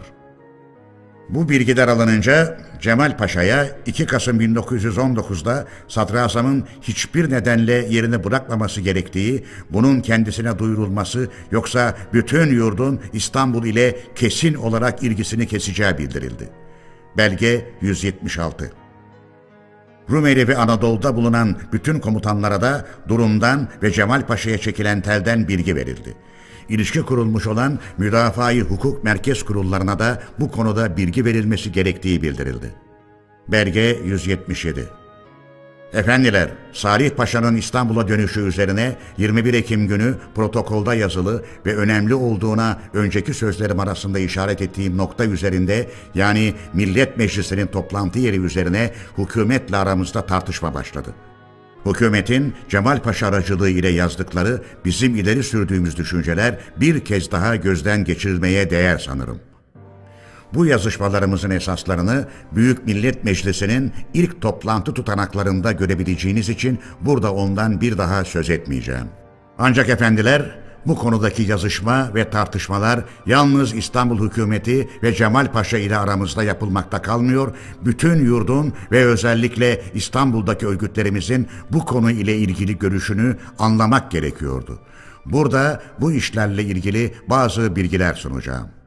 Bu bilgiler alınınca Cemal Paşa'ya iki Kasım bin dokuz yüz on dokuz'da Sadrazam'ın hiçbir nedenle yerini bırakmaması gerektiği, bunun kendisine duyurulması yoksa bütün yurdun İstanbul ile kesin olarak ilgisini keseceği bildirildi. Belge yüz yetmiş altı. Rumeli ve Anadolu'da bulunan bütün komutanlara da durumdan ve Cemal Paşa'ya çekilen telden bilgi verildi. İlişki kurulmuş olan Müdafaa-i Hukuk Merkez Kurullarına da bu konuda bilgi verilmesi gerektiği bildirildi. Belge yüz yetmiş yedi. Efendiler, Salih Paşa'nın İstanbul'a dönüşü üzerine yirmi bir Ekim günü protokolda yazılı ve önemli olduğuna önceki sözlerim arasında işaret ettiğim nokta üzerinde, yani Millet Meclisi'nin toplantı yeri üzerine hükümetle aramızda tartışma başladı. Hükümetin Cemal Paşa aracılığı ile yazdıkları bizim ileri sürdüğümüz düşünceler bir kez daha gözden geçirilmeye değer sanırım. Bu yazışmalarımızın esaslarını Büyük Millet Meclisi'nin ilk toplantı tutanaklarında görebileceğiniz için burada ondan bir daha söz etmeyeceğim. Ancak efendiler, bu konudaki yazışma ve tartışmalar yalnız İstanbul hükümeti ve Cemal Paşa ile aramızda yapılmakta kalmıyor, bütün yurdun ve özellikle İstanbul'daki örgütlerimizin bu konu ile ilgili görüşünü anlamak gerekiyordu. Burada bu işlerle ilgili bazı bilgiler sunacağım.